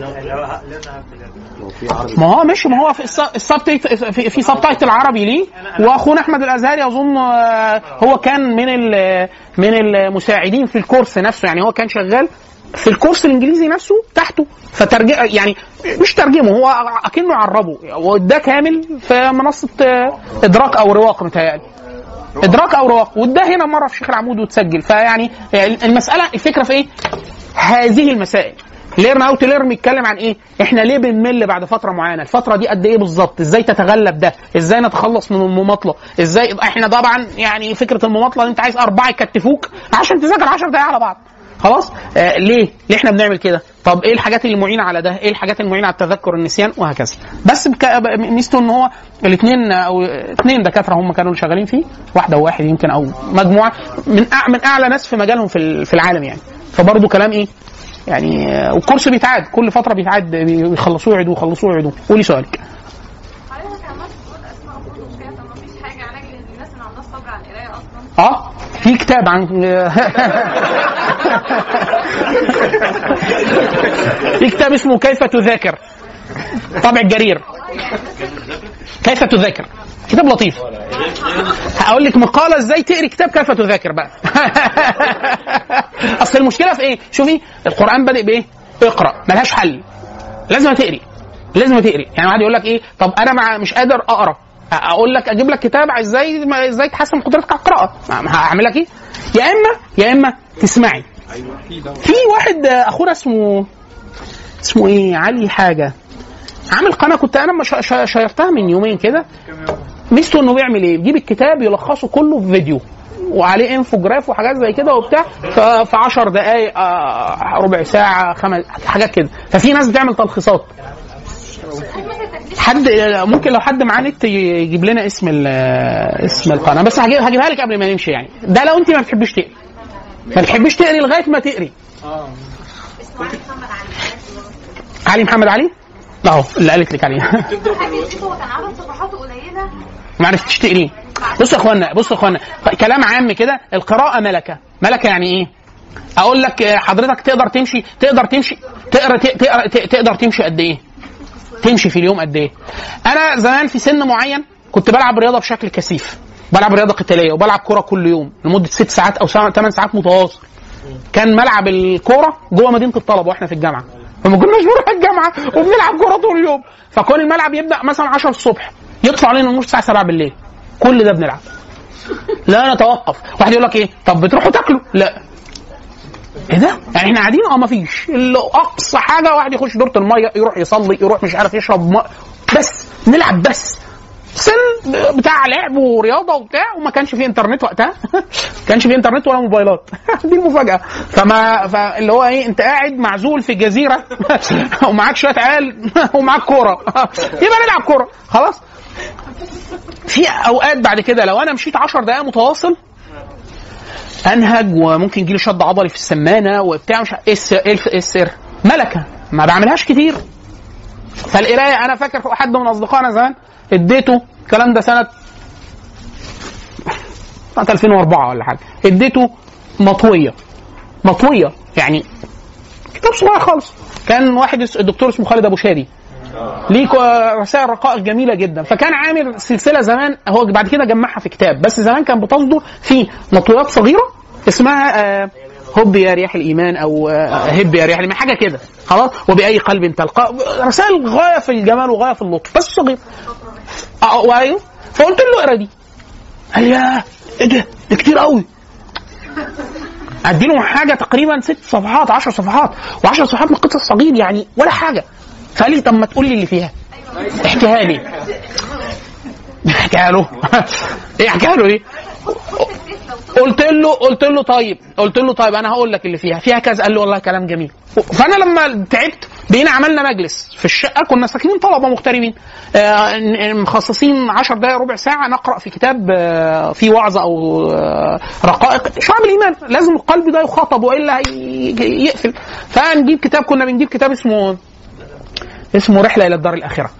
ما هو مش ما هو في السبتايت في, في سبتايتل عربي ليه، واخونا احمد الازهري اظن هو كان من من المساعدين في الكورس نفسه، يعني هو كان شغال في الكورس الانجليزي نفسه تحته، فترجم يعني مش ترجمه هو اكنه عربه وده كامل في منصه ادراك او رواق متهيألي ادراك او رواق، وده هنا مره في شيخ العمود وتسجل. فيعني المساله الفكره في ايه؟ هذه المسائل ليرن اوت ليرن بيتكلم عن ايه؟ احنا ليه بنمل بعد فتره معينه؟ الفتره دي قد ايه بالظبط؟ ازاي تتغلب ده؟ ازاي نتخلص من المماطله؟ ازاي احنا طبعا يعني فكره المماطله انت عايز اربعه يكتفوك عشان تذاكر عشر دقايق على بعض خلاص. آه ليه؟ ليه احنا بنعمل كده؟ طب ايه الحاجات اللي معينه على ده؟ ايه الحاجات المعينه على التذكر النسيان وهكذا. بس ميزته ان هو الاثنين او اثنين دكاتره هم كانوا شغالين فيه، واحده وواحد يمكن او مجموعه من من اعلى ناس في مجالهم في في العالم يعني. فبرضه كلام ايه؟ يعني والكورس بيتعاد كل فتره بيتعاد بيخلصوه يعيدوه يخلصوه يعيدوه. قولي سؤالك. اه في كتاب عن في كتاب اسمه كيف تذاكر طبع الجرير. كيف تذاكر كتاب لطيف. هقول لك مقاله ازاي تقري كتاب كيف تذاكر بقى. اصل المشكله في ايه؟ شوفي القران بادئ بايه؟ اقرا، ملهاش حل، لازم تقري لازم تقري. يعني واحد يقول لك ايه؟ طب انا مع مش قادر اقرا اقول لك اجيب لك كتاب ازاي ازاي تحسن قدرتك على القراءه، هعمل لك ايه؟ يا اما يا اما تسمعي. في واحد اخونا اسمه اسمه ايه علي حاجه عامل قناه، كنت انا شيرتها من يومين كده. ميزته انه بيعمل ايه؟ بيجيب الكتاب يلخصه كله في فيديو وعليه انفوجراف وحاجات زي كده وبتاع في عشر دقائق ربع ساعه خمس حاجات كده. ففي ناس بتعمل تلخيصات. حد ممكن لو حد معاه نت يجيب لنا اسم اسم القناه، بس هجيب هجيبها لك قبل ما نمشي يعني. ده لو انت ما بتحبيش تقري ما بتحبيش تقري لغايه ما تقري. اه علي محمد علي اهو اللي قالت لك عليه. ما عرفتش تقري. بصوا يا اخوانا بصوا يا اخوانا كلام عام كده، القراءه ملكه. ملكه يعني ايه؟ اقول لك حضرتك تقدر تمشي تقدر تمشي تقرا تقرا تقدر تمشي قد ايه؟ تمشي في اليوم قد ايه؟ انا زمان في سن معين كنت بلعب رياضه بشكل كثيف، بلعب رياضه قتاليه وبلعب كوره كل يوم لمده ست ساعات او ثمان ساعات متواصل. كان ملعب الكوره جوه مدينه الطلبه واحنا في الجامعه، فما كناش بنروح الجامعه وبنلعب كوره طول اليوم. فكون الملعب يبدا مثلا عشرة الصبح يطلع علينا النور الساعه سبعة بالليل، كل ده بنلعب لا نتوقف. واحد يقول لك ايه؟ طب بتروحوا تاكلوا؟ لا. ايه ده؟ يعني احنا قاعدين اه ما فيش اقصى حاجه واحد يخش دوره الميه يروح يصلي يروح مش عارف يشرب ماء، بس نلعب بس. سن بتاع لعب ورياضه وبتاع، وما كانش فيه انترنت وقتها ما كانش فيه انترنت ولا موبايلات دي المفاجاه. فما فاللي هو ايه، انت قاعد معزول في الجزيره ومعاك شويه عيال ومعاك كوره يبقى نلعب كوره خلاص. في اوقات بعد كده لو انا مشيت عشر دقائق متواصل انهج وممكن يجي لي شد عضلي في السمانه وبتاع مش ايه السر. ملكه ما بعملهاش كتير. فالقرايه انا فاكر حد من اصدقائنا زمان اديته الكلام ده سنه سنه ألفين وأربعة ولا حاجه، اديته مطويه مطويه يعني كتاب صغير خالص. كان واحد الدكتور اسمه خالد ابو شادي ليه رسائل رقائق جميله جدا، فكان عامل سلسله زمان، هو بعد كده جمعها في كتاب، بس زمان كان بتصدر في مطويات صغيره اسمها هب يا رياح الايمان او هب يا رياح الايمان حاجه كده خلاص، وباي قلب تلقى، رسائل غايه في الجمال وغايه في اللطف بس صغير. وايوه فقلت له اقرا دي، قال يا ايه ده ده كتير قوي. اديله حاجه تقريبا ست صفحات عشر صفحات وعشر صفحات من قصص صغير يعني ولا حاجه. فقال لي طب ما تقول لي اللي فيها، احكيها لي. احكيها له ايه احكيها له ايه؟ قلت له قلت له طيب قلت له طيب انا هقول لك اللي فيها فيها كذا. قال لي والله كلام جميل. فانا لما تعبت بقينا عملنا مجلس في الشقه، كنا ساكنين طلبه مغتربين آه مخصصين عشر دقائق ربع ساعه نقرا في كتاب آه في وعظه او آه رقائق شعب الايمان. لازم القلب ده يخاطب والا يقفل. فنجيب كتاب، كنا بنجيب كتاب اسمه اسمه رحله الى الدار الاخره.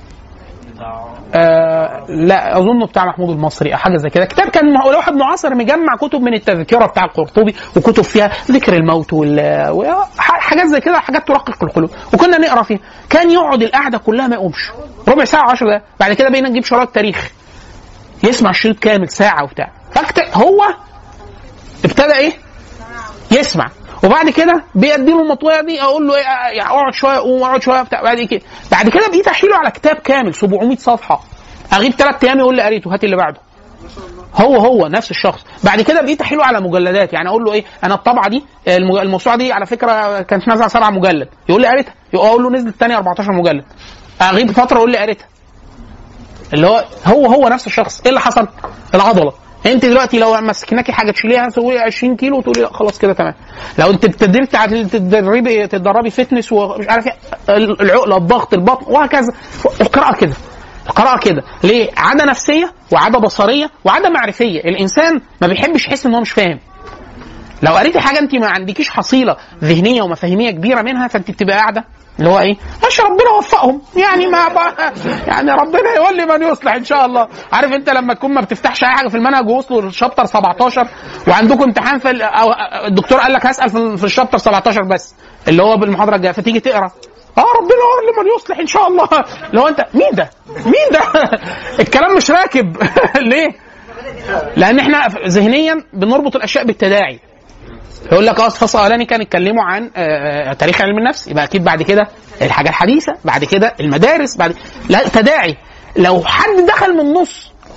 آه لا اظنه بتاع محمود المصري او حاجه زي كده. كتاب كان واحد معاصر مجمع كتب من التذكره بتاع القرطبي وكتب فيها ذكر الموت وحاجات زي كده، حاجات ترقق القلوب، وكنا نقرا فيها. كان يقعد القعده كلها ما يقومش ربع ساعه عشر دقائق. بعد كده بقينا نجيب شرايط تاريخ يسمع الشريط كامل ساعه وبتاع. هو ابتدى ايه يسمع، وبعد كده بيديله المطويه دي اقول له ايه اقعد شويه قوم اقعد شويه بتاع. بعد كده بعد كده بقيت احيله على كتاب كامل سبعمية صفحه، اغيب ثلاث ايام يقول لي قريته هات اللي بعده. هو هو نفس الشخص. بعد كده بقيت احيله على مجلدات، يعني اقول له ايه انا الطبعه دي الموسوعه دي على فكره كانت نازله سبعة مجلد، يقول لي قريتها. اقول له نزلت الثانيه أربعتاشر مجلد، اغيب فتره يقول لي قريتها. اللي هو هو هو نفس الشخص. ايه اللي حصل؟ العضله. انت دلوقتي لو مسكناكي حاجه تشيليها تسوي عشرين كيلو وتقولي لا خلاص كده تمام. لو انت ابتديتي تدربي تدربي فتنس ومش عارف ايه العقله الضغط البطن وهكذا. القراءه كده القراءه كده ليه؟ عاده نفسيه وعاده بصريه وعاده معرفيه. الانسان ما بيحبش يحس ان هو مش فاهم. لو قريتي حاجه انت ما عندكيش حصيله ذهنيه ومفاهيميه كبيره منها، فانت بتبقى قاعده اللي هو ايه ماشي ربنا وفقهم يعني ما يعني ربنا يولي من يصلح ان شاء الله. عارف انت لما تكون ما بتفتحش اي حاجه في المنهج ووصلوا للشابتر سبعتاشر وعندكم امتحان في أو الدكتور قال لك هسال في الشابتر سبعتاشر بس اللي هو بالمحاضره الجايه، فتيجي تقرا اه ربنا يولي من يصلح ان شاء الله. لو انت مين ده مين ده الكلام مش راكب ليه؟ لان احنا ذهنيا بنربط الاشياء بالتداعي. يقول لك اه الفصل الاولاني كان يتكلموا عن آه تاريخ علم النفس، يبقى اكيد بعد كده الحاجه الحديثه، بعد كده المدارس، بعد لا تداعي. لو حد دخل من النص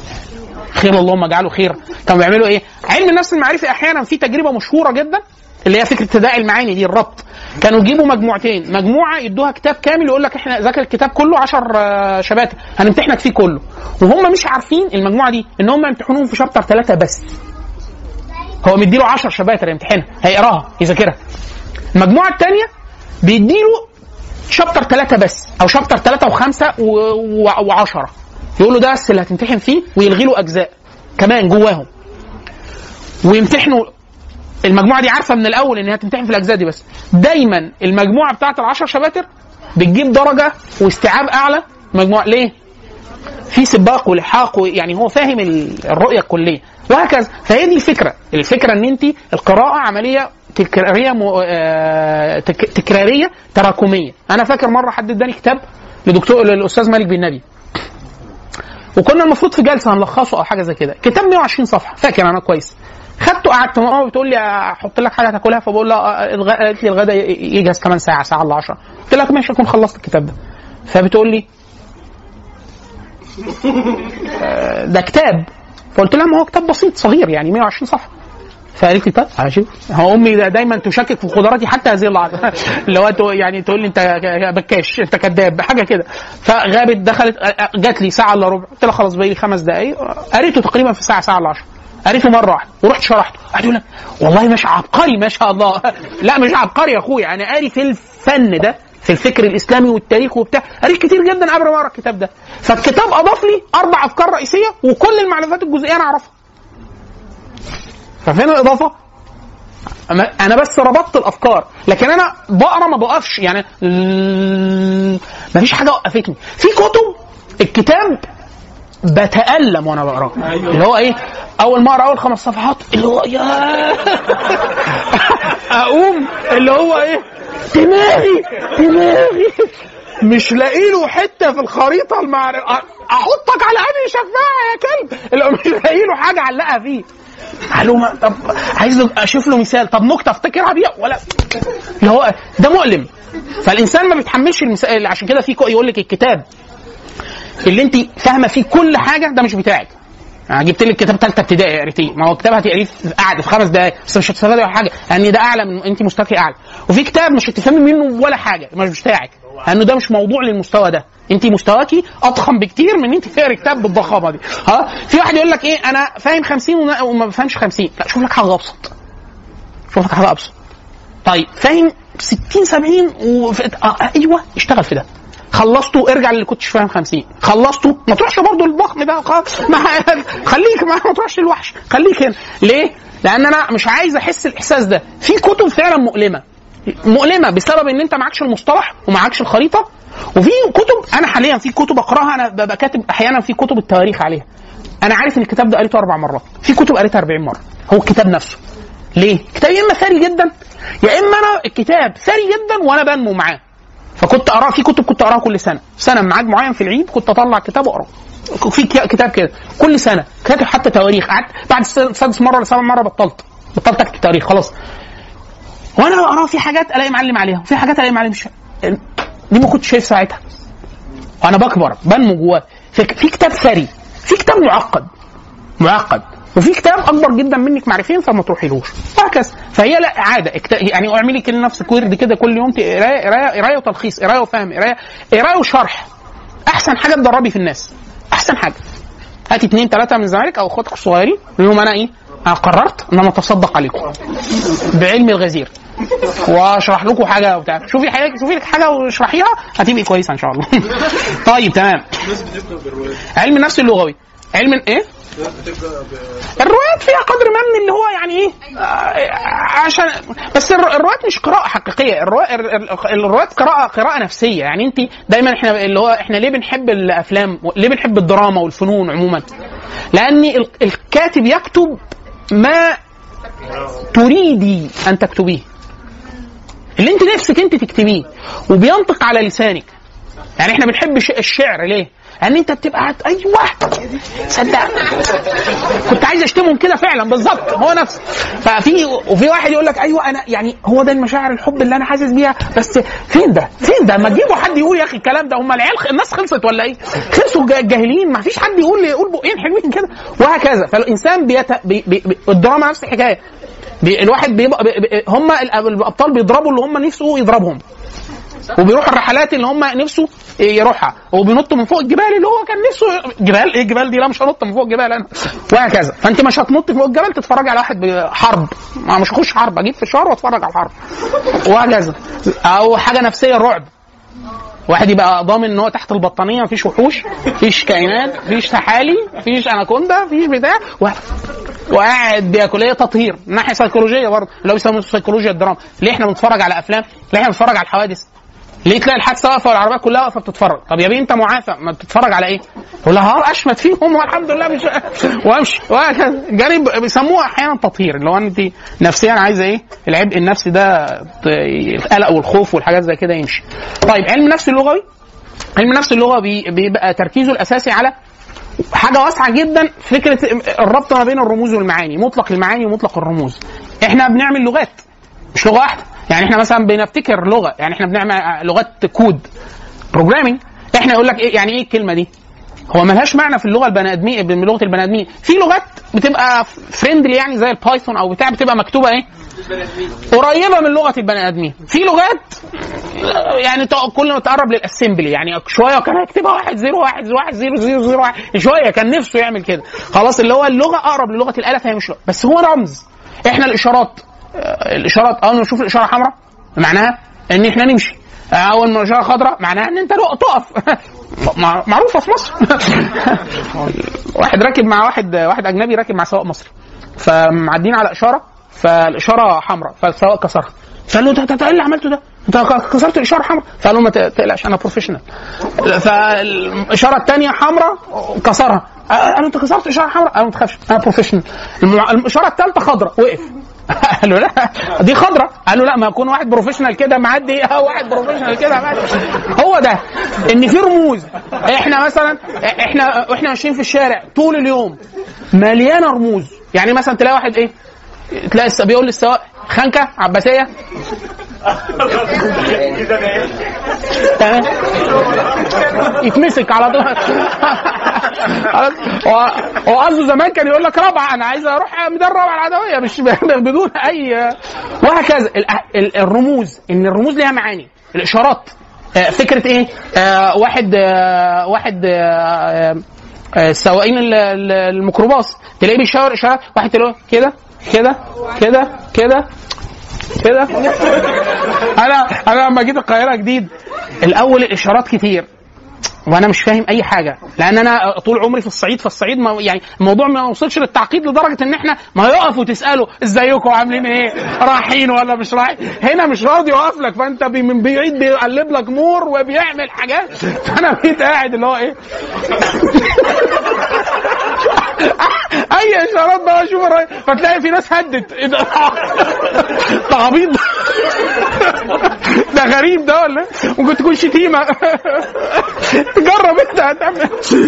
خير اللهم اجعله خير. كانوا بيعملوا ايه؟ علم النفس المعرفي احيانا في تجربه مشهوره جدا اللي هي فكره تداعي المعاني دي، الربط. كانوا يجيبوا مجموعتين، مجموعه يدوها كتاب كامل يقول لك احنا ذاكر الكتاب كله عشر شباتر هنمتحنك فيه كله، وهم مش عارفين المجموعه دي ان هم يمتحنوهم في شابتر ثلاثه بس. هو مديله عشر شباتر يمتحنها، هيقراها يذاكرها. المجموعه الثانيه بيديله شابتر ثلاثه بس، او شابتر ثلاثه وخمسه وعشره، يقول له ده بس اللي هتمتحن فيه، ويلغي له اجزاء كمان جواهم، ويمتحنوا. المجموعه دي عارفه من الاول ان هي هتمتحن في الاجزاء دي بس. دايما المجموعه بتاعه العشر شباتر بتجيب درجه واستيعاب اعلى مجموعه. ليه؟ في سباق ولحاق، يعني هو فاهم الرؤيه الكليه وهكذا. فهي دي الفكره. الفكره ان انت القراءه عمليه تكراريه م... آه... تك... تكراريه تراكميه. انا فاكر مره حد اداني كتاب لدكتور للاستاذ مالك بن نبي، وكنا المفروض في جلسه هنلخصه او حاجه زي كده، كتاب مئة وعشرين صفحه فاكر انا كويس. خدته قعدت، ماما بتقول لي احط لك حاجه تاكلها، فبقول لها قالت لي الغداء يجهز كمان ساعه ساعه الا عشرة. قلت لها ماشي اكون خلصت الكتاب ده. فبتقول لي ده كتاب، فقلت لها ما هو كتاب بسيط صغير يعني مئة وعشرين صفحه. فقالت لي طيب عشان هو امي دايما تشكك في قدراتي حتى هذه اللحظه اللي هو يعني تقول لي انت بكاش انت كذاب حاجه كده. فغابت دخلت جات لي ساعه الا ربع، قلت لها خلاص باقي لي خمس دقائق. قريته تقريبا في ساعه ساعه الا عشرة، قريته مره واحده ورحت شرحته. قعد يقول لك والله مش عبقري ما شاء الله. لا مش عبقري يا اخويا، انا قاري في الفن ده، في الفكر الاسلامي والتاريخ وبتاع، قريت كتير جدا قبل ما اقرا الكتاب ده. فالكتاب اضاف لي اربع افكار رئيسيه وكل المعلومات الجزئيه انا اعرفها. ففين الاضافه؟ انا بس ربطت الافكار، لكن انا بقرا ما بقفش يعني، ما فيش حاجه وقفتني. في كتب الكتاب بتألم وانا بقراه، اللي هو ايه، اول ما اقرا اول خمس صفحات اللي هو يا اقوم اللي هو ايه، دماغي دماغي مش لاقي له حته في الخريطه المعرفه، احطك على ابي شفاعه يا كلب، اللي مش لاقي له حاجه علقها فيه. معلومه، طب عايز اشوف له مثال، طب نكته افتكرها بيها ولا اللي هو ده مؤلم. فالانسان ما بيتحملش المثال. عشان كده في يقول لك الكتاب اللي انت فاهمه فيه كل حاجه ده مش بتاعك. انا جبت لك كتاب ثالثه ابتدائي قريتيه، ما هو كتاب هتقريه في قعده في خمس دقائق بس مش هتستفادي ولا حاجه، لان يعني ده اعلى من انت مستواك اعلى. وفي كتاب مش هتفهمي منه ولا حاجه مش بتاعك، لانه ده مش موضوع للمستوى ده، انت مستواكي اضخم بكتير من ان انت تقري كتاب بالضخامه دي. ها، في واحد يقول لك ايه، انا فاهم خمسين وما بفهمش خمسين. لا، شوف لك حاجه ابسط، شوف لك حاجه ابسط. طيب فاهم ستين سبعين و... آه ايوه اشتغل في ده. خلصته ارجع اللي كنتش فاهم خمسين. خلصته ما تروحش برضه للضخم ده، ما خليك ما, ما تروحش للوحش، خليك هنا. ليه؟ لان انا مش عايز احس الاحساس ده. في كتب فعلا مؤلمه مؤلمه بسبب ان انت معكش المصطلح ومعكش الخريطه. وفي كتب انا حاليا في كتب اقراها، انا ببقى كاتب احيانا في كتب التواريخ عليها، انا عارف ان الكتاب ده قريته اربع مرات، في كتب قريتها أربعين مره. هو الكتاب نفسه ليه؟ الكتاب يا اما ثري جدا يا اما انا الكتاب ثري جدا وانا بنمو معاه. فكنت اقرا في كتب كنت اقراها كل سنه، سنه ميعاد معين في العيد كنت اطلع كتاب واقراه. في كتاب كده كل سنه كاتب حتى تواريخ. قعدت بعد سادس مره ولا سابع مره بطلت بطلت اكتب تاريخ خلاص. وانا بقرا في حاجات الاقي معلم عليها وفي حاجات الاقي معلم مش دي ما كنتش شايف ساعتها. وانا بكبر بنمو جواه. في كتاب ثري، في كتاب معقد معقد وفي كتاب اكبر جدا منك معرفيا فما تروحيلوش وهكذا. فهي لا عاده يعني، اعملي كده لنفسك ورد كده كل يوم، قرايه قرايه قرايه وتلخيص، قرايه وفهم، قرايه قرايه وشرح. احسن حاجه تدربي في الناس، احسن حاجه هاتي اثنين ثلاثه من زمايلك او اخواتك الصغيرين لهم انا ايه، انا قررت ان انا اتصدق عليكم بعلمي الغزير واشرح لكم حاجه وبتاع. شوفي حاجه، شوفي لك حاجه واشرحيها هتبقي كويسه ان شاء الله. طيب تمام. علم النفس اللغوي، علم ايه؟ الروايات فيها قدر ما من اللي هو يعني ايه، آه عشان بس الروايات مش قراءه حقيقيه، الروايات قراءه قراءه نفسيه. يعني انت دايما احنا اللي هو احنا ليه بنحب الافلام، ليه بنحب الدراما والفنون عموما؟ لان الكاتب يكتب ما تريدي ان تكتبيه، اللي انت نفسك انت تكتبيه وبينطق على لسانك. يعني احنا بنحب الشعر ليه؟ ان انت بتبقى ايوه صدق كنت عايز اشتمهم كده فعلا بالظبط هو نفسه. ففي وفي واحد يقول لك ايوه انا يعني هو ده المشاعر الحب اللي انا حاسس بيها، بس فين ده فين ده؟ ما تجيبوا حد يقول يا اخي الكلام ده، هم العيال الناس خلصت ولا ايه؟ خلصوا الجاهلين، ما فيش حد يقول يقول بقين حلوين كده وهكذا. فالانسان بيت... بي... بي... الدراما نفس الحكايه، بي... الواحد بيبقى بي... هم الابطال بيضربوا اللي هم نفسه يضربهم، وبيروح الرحلات اللي هم نفسه يروحها، وبينط من فوق الجبال اللي هو كان نفسه. جبال ايه الجبال دي؟ لا مش هنط من فوق الجبال انا، وهكذا. فانت مش هتنط فوق الجبل تتفرج على واحد حرب، ما مش هخش حرب، اجيب فشار واتفرج على الحرب وهكذا. او حاجه نفسيه الرعب، واحد يبقى ضامن ان هو تحت البطانيه مفيش وحوش، مفيش كائنات، مفيش سحالي، مفيش اناكوندا، مفيش بتاع، وقاعد بياكل ايه تطهير من ناحيه سيكولوجيه برضه، اللي هو بيسموه سيكولوجيا الدراما. ليه احنا بنتفرج على افلام؟ ليه احنا بنتفرج على الحوادث؟ ليه تلاقي الحادثه واقفه والعربيات كلها واقفه بتتفرج؟ طب يا بيه انت معافى ما بتتفرج على ايه؟ يقول لها ها اشمت فيهم والحمد لله مش وامشي وهكذا. جرب بيسموها احيانا تطهير، اللي هو انت نفسيا عايزه ايه؟ العبء النفسي ده، القلق والخوف والحاجات زي كده يمشي. طيب علم النفس اللغوي، علم النفس اللغوي بيبقى تركيزه الاساسي على حاجه واسعه جدا، فكره الربط ما بين الرموز والمعاني، مطلق المعاني ومطلق الرموز. احنا بنعمل لغات مش لغه واحده، يعني احنا مثلا بنفتكر لغه، يعني احنا بنعمل لغات كود بروجرامينج. احنا يقول لك ايه يعني ايه الكلمه دي؟ هو ملهاش معنى في اللغه البني ادمين، بلغه البني ادمين. في لغات بتبقى فريندلي يعني زي البايثون او بتاع، بتبقى مكتوبه ايه؟ قريبه من لغه البني ادمين. في لغات يعني كل ما تقرب للاسمبلي، يعني شويه كان هيكتبها واحد زيرو واحد واحد زيرو زيرو زيرو واحد، شويه كان نفسه يعمل كده. خلاص اللي هو اللغه اقرب للغه الاله، فهي مش لغة. بس هو رمز. احنا الاشارات الاشارات اول ما نشوف الاشاره حمراء معناها ان احنا نمشي، اول ما الاشاره خضراء معناها ان انت تقف. معروفه في مصر. واحد راكب مع واحد واحد اجنبي راكب مع سواق مصري، فمعدين على اشاره، فالاشاره حمراء، فالسواق كسرها، فقال له انت ايه اللي عملته ده؟ انت كسرت الاشاره حمراء. فقال له ما تقلقش انا بروفيشنال. فالاشاره الثانيه حمراء كسرها، قال له انت كسرت اشاره حمراء. قال له ما تخافش انا بروفيشنال. الاشاره الثالثه خضراء، وقف. قال له لا دي خضراء. قال له لا ما يكون واحد بروفيشنال كده معدي، واحد بروفيشنال كده معدي. هو ده ان في رموز. احنا مثلا احنا واحنا ماشيين في الشارع طول اليوم مليانه رموز. يعني مثلا تلاقي واحد ايه، تلاقي بيقول للسواق خنكه عباسيه تمام، يتمسك على طول. هو قصده زمان كان يقول لك رابعه، انا عايز اروح ميدان رابعه العدويه مش بدون اي، وهكذا. الرموز، ان الرموز ليها معاني. الاشارات فكره ايه؟ آه واحد آه واحد آه السواقين الميكروباص تلاقيه بيشاور اشارات، واحد تلاقيه كده كده كده كده كده. انا انا لما جيت القاهره جديد الاول الاشارات كتير وانا مش فاهم اي حاجه، لان انا طول عمري في الصعيد، فالصعيد ما يعني الموضوع ما وصلش للتعقيد لدرجه ان احنا ما يقف وتساله ازيكم عاملين ايه، رايحين ولا مش رايحين. هنا مش راضي يقف لك، فانت من بعيد بيقلب لك نور وبيعمل حاجات. فانا بقيت قاعد اللي هو ايه اي اشارات بقى اشوف الراي، فتلاقي في ناس هدت. ايه ده؟ تعبيط ده غريب ده ولا ممكن تكون شتيمه. جرب انت هتعمل.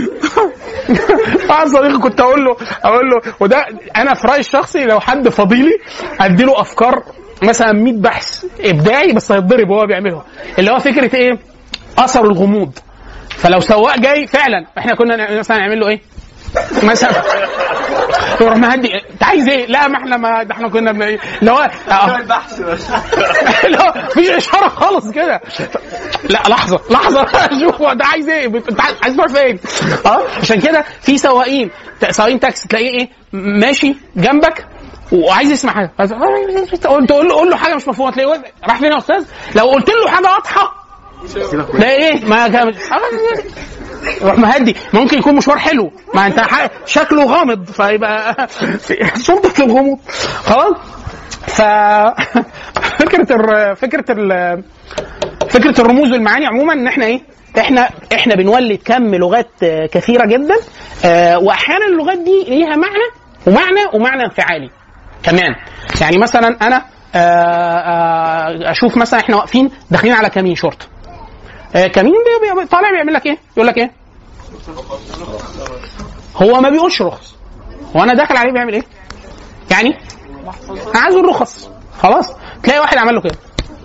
واحد صديقي كنت اقول له اقول له وده انا في رايي الشخصي لو حد فضيلي ادي له افكار مثلا مية بحث ابداعي بس هيتضرب وهو بيعمله، اللي هو فكره ايه؟ اثر الغموض. فلو سواق جاي فعلا احنا كنا مثلا نعمل له ايه مثلا، يروح مهدي انت عايز ايه؟ لا ما احنا ما احنا كنا بن ايه اللي هو البحث لا في اشاره خالص كده. لا لحظه لحظه شوف هو ده عايز ايه؟ انت عايز تروح فين؟ اه عشان كده في سواقين سواقين تاكسي تلاقيه ايه ماشي جنبك وعايز يسمع حاجه، تقول له قول له حاجه مش مفهومه، تلاقيه راح فين يا استاذ؟ لو قلت له حاجه واضحه ده ايه ما كان روح مهدي. ممكن يكون مشوار حلو، ما انت شكله غامض فيبقى سلطه الغموض خلاص. ف فكره ال... فكره ال... فكره الرموز والمعاني عموما ان احنا ايه احنا احنا بنولد كم لغات كثيره جدا، واحيانا اللغات دي ليها معنى ومعنى ومعنى انفعالي كمان. يعني مثلا انا اشوف مثلا احنا واقفين داخلين على كمين شرطه، كمين طالع بيعمل لك ايه؟ يقول لك ايه؟ هو ما بيقولش رخص، هو انا داخل عليه بيعمل ايه؟ يعني انا عايز الرخص خلاص، تلاقي واحد عمل له كده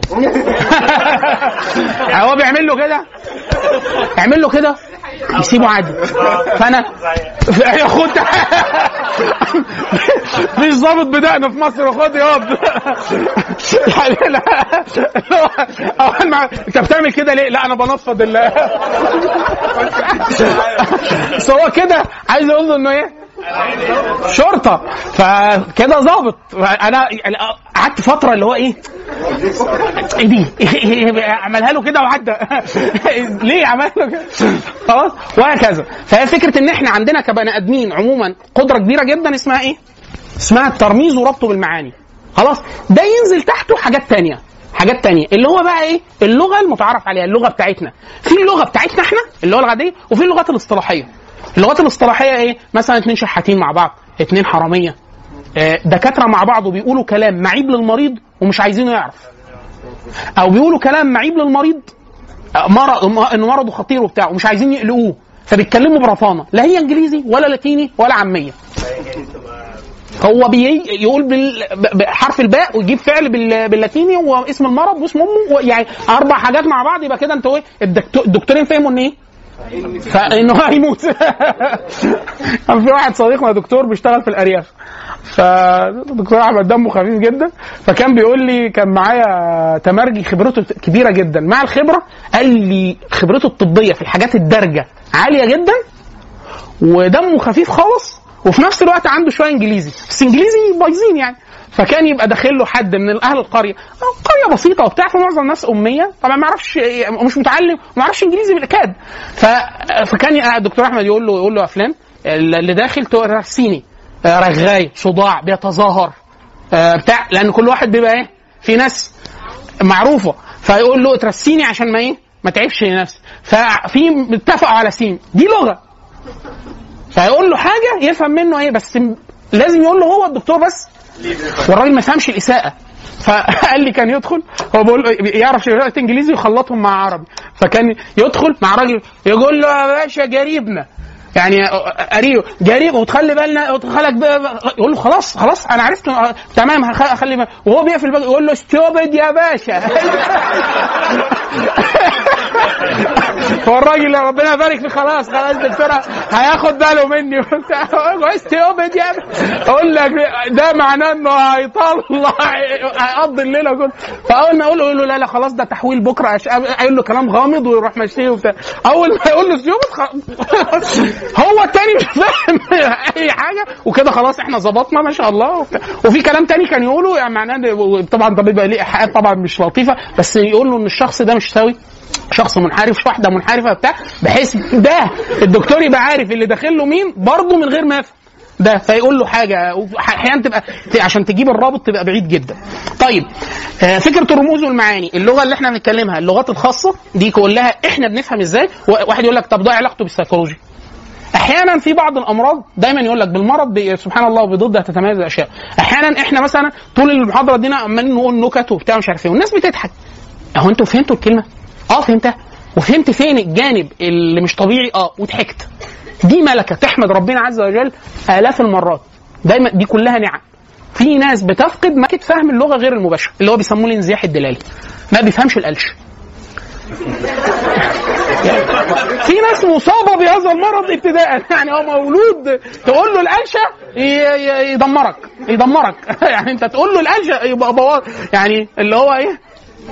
هو بيعمل له كده يعمل له كده يسيبه عادي. فانا خد مش ظابط بدقنا في مصر، خد ياض يعني لا اول ما انت بتعمل كده ليه؟ لا انا بنفض ال بس هو كده عايز اقول له انه ايه؟ شرطه، فكده ظابط. انا قعدت فتره اللي هو ايه ايه دي عملها له كده وعدى ليه عمل له كده خلاص وهكذا. فهي فكره ان احنا عندنا كبني ادمين عموما قدره كبيره جدا اسمها ايه؟ اسمها الترميز وربطه بالمعاني. خلاص ده ينزل تحته حاجات تانية حاجات تانية اللي هو بقى ايه؟ اللغه المتعارف عليها، اللغه بتاعتنا. في اللغه بتاعتنا احنا اللغه العاديه، وفي اللغات الاصطلاحيه. اللغات الاصطلاحيه ايه؟ مثلا اتنين شحاتين مع بعض، اتنين حراميه، دكاتره مع بعض وبيقولوا كلام معيب للمريض ومش عايزينه يعرف، او بيقولوا كلام معيب للمريض مرض انه مرضه خطير وبتاع ومش عايزين يقلقوه، فبيتكلموا برفانه، لا هي انجليزي ولا لاتيني ولا عاميه. هو بيقول بحرف الباء ويجيب فعل باللاتيني واسم المرض واسم امه، يعني اربع حاجات مع بعض، يبقى كده انتوا ايه؟ الدكتورين فهموا ان ايه؟ فانه هيموت. كان في واحد صديقنا دكتور بيشتغل في الارياف، فدكتور احمد دمه خفيف جدا، فكان بيقول لي كان معايا تمرجي خبرته كبيره جدا، مع الخبره قال لي خبرته الطبيه في الحاجات الدارجه عاليه جدا ودمه خفيف خالص، وفي نفس الوقت عنده شويه انجليزي، بس انجليزي بايظين يعني. فكان يبقى داخل له حد من اهل القريه، قريه بسيطه وبتاع، فمعظم الناس اميه طبعا ما يعرفش، مش متعلم وما يعرفش انجليزي بالكاد. فكان الدكتور احمد يقول له يقول له يا فلان اللي داخل ترسيني رغاي صداع بيتظاهر بتاع، لان كل واحد بيبقى ايه؟ في ناس معروفه، فيقول له ترسيني عشان ما ايه؟ ما تعبش نفسي. ففي اتفقوا على سين، دي لغه، فيقول له حاجه يفهم منه ايه، بس لازم يقول له هو الدكتور بس، والراجل ما فهمش الاساءه. فقال لي كان يدخل هو بيقول يعرف شويه انجليزي ويخلطهم مع عربي، فكان يدخل مع راجل يقول له يا باشا جريبنا، يعني قريب جريب وتخلي بالنا وتخلك، يقول له خلاص خلاص انا عرفت تمام هخلي بالي، وهو بيقفل بقى يقول له ستوبد يا باشا. والراجل ربنا يبارك فيه خلاص خلاص دكتوره هياخد باله مني ستوبد يا باشا. اقول لك ده معناه انه هيطلع هيقضي الليله كلها. فاول ما اقول له له لا لا خلاص ده تحويل بكره، اقول له كلام غامض ويروح ماشيه وبتاع. اول ما يقول له ستوبد هو التاني مش فاهم اي حاجه، وكده خلاص احنا ظبطنا ما شاء الله وبتاع. وفي كلام تاني كان يقوله يعني معناه طبعا ده بيبقى ليه ايحاءات طبعا مش لطيفه، بس يقول له ان الشخص ده مش سوي، شخص منحرف، واحده منحرفه بتاع، بحيث ده الدكتور يبقى عارف اللي داخل له مين برضه من غير ما يفهم ده، فيقول له حاجه احيانا تبقى عشان تجيب الرابط تبقى بعيد جدا. طيب فكره الرموز والمعاني، اللغه اللي احنا بنتكلمها اللغات الخاصه دي كلها احنا بنفهم ازاي. واحد يقول لك طب ده علاقته بالسيكولوجي. احيانا في بعض الامراض دايما يقول لك بالمرض سبحان الله وبضدها تتميز الاشياء. احيانا احنا مثلا طول المحاضره دينا عمالين نقول نكت وبتاع مش عارف ايه والناس بتضحك، اهو انتوا فهمتوا الكلمه؟ اه فهمتها. وفهمت فين الجانب اللي مش طبيعي؟ اه وضحكت. دي ملكه تحمد ربنا عز وجل آلاف المرات. دايما دي كلها نعم. في ناس بتفقد ملكه فهم اللغه غير المباشره اللي هو بيسموه الانزياح الدلالي، ما بيفهمش القلش. في ناس مصابه بهذا المرض ابتداء، يعني هو مولود تقول له القلشه يدمرك يدمرك يعني انت تقول له القلشه يبقى بوظ، يعني اللي هو ايه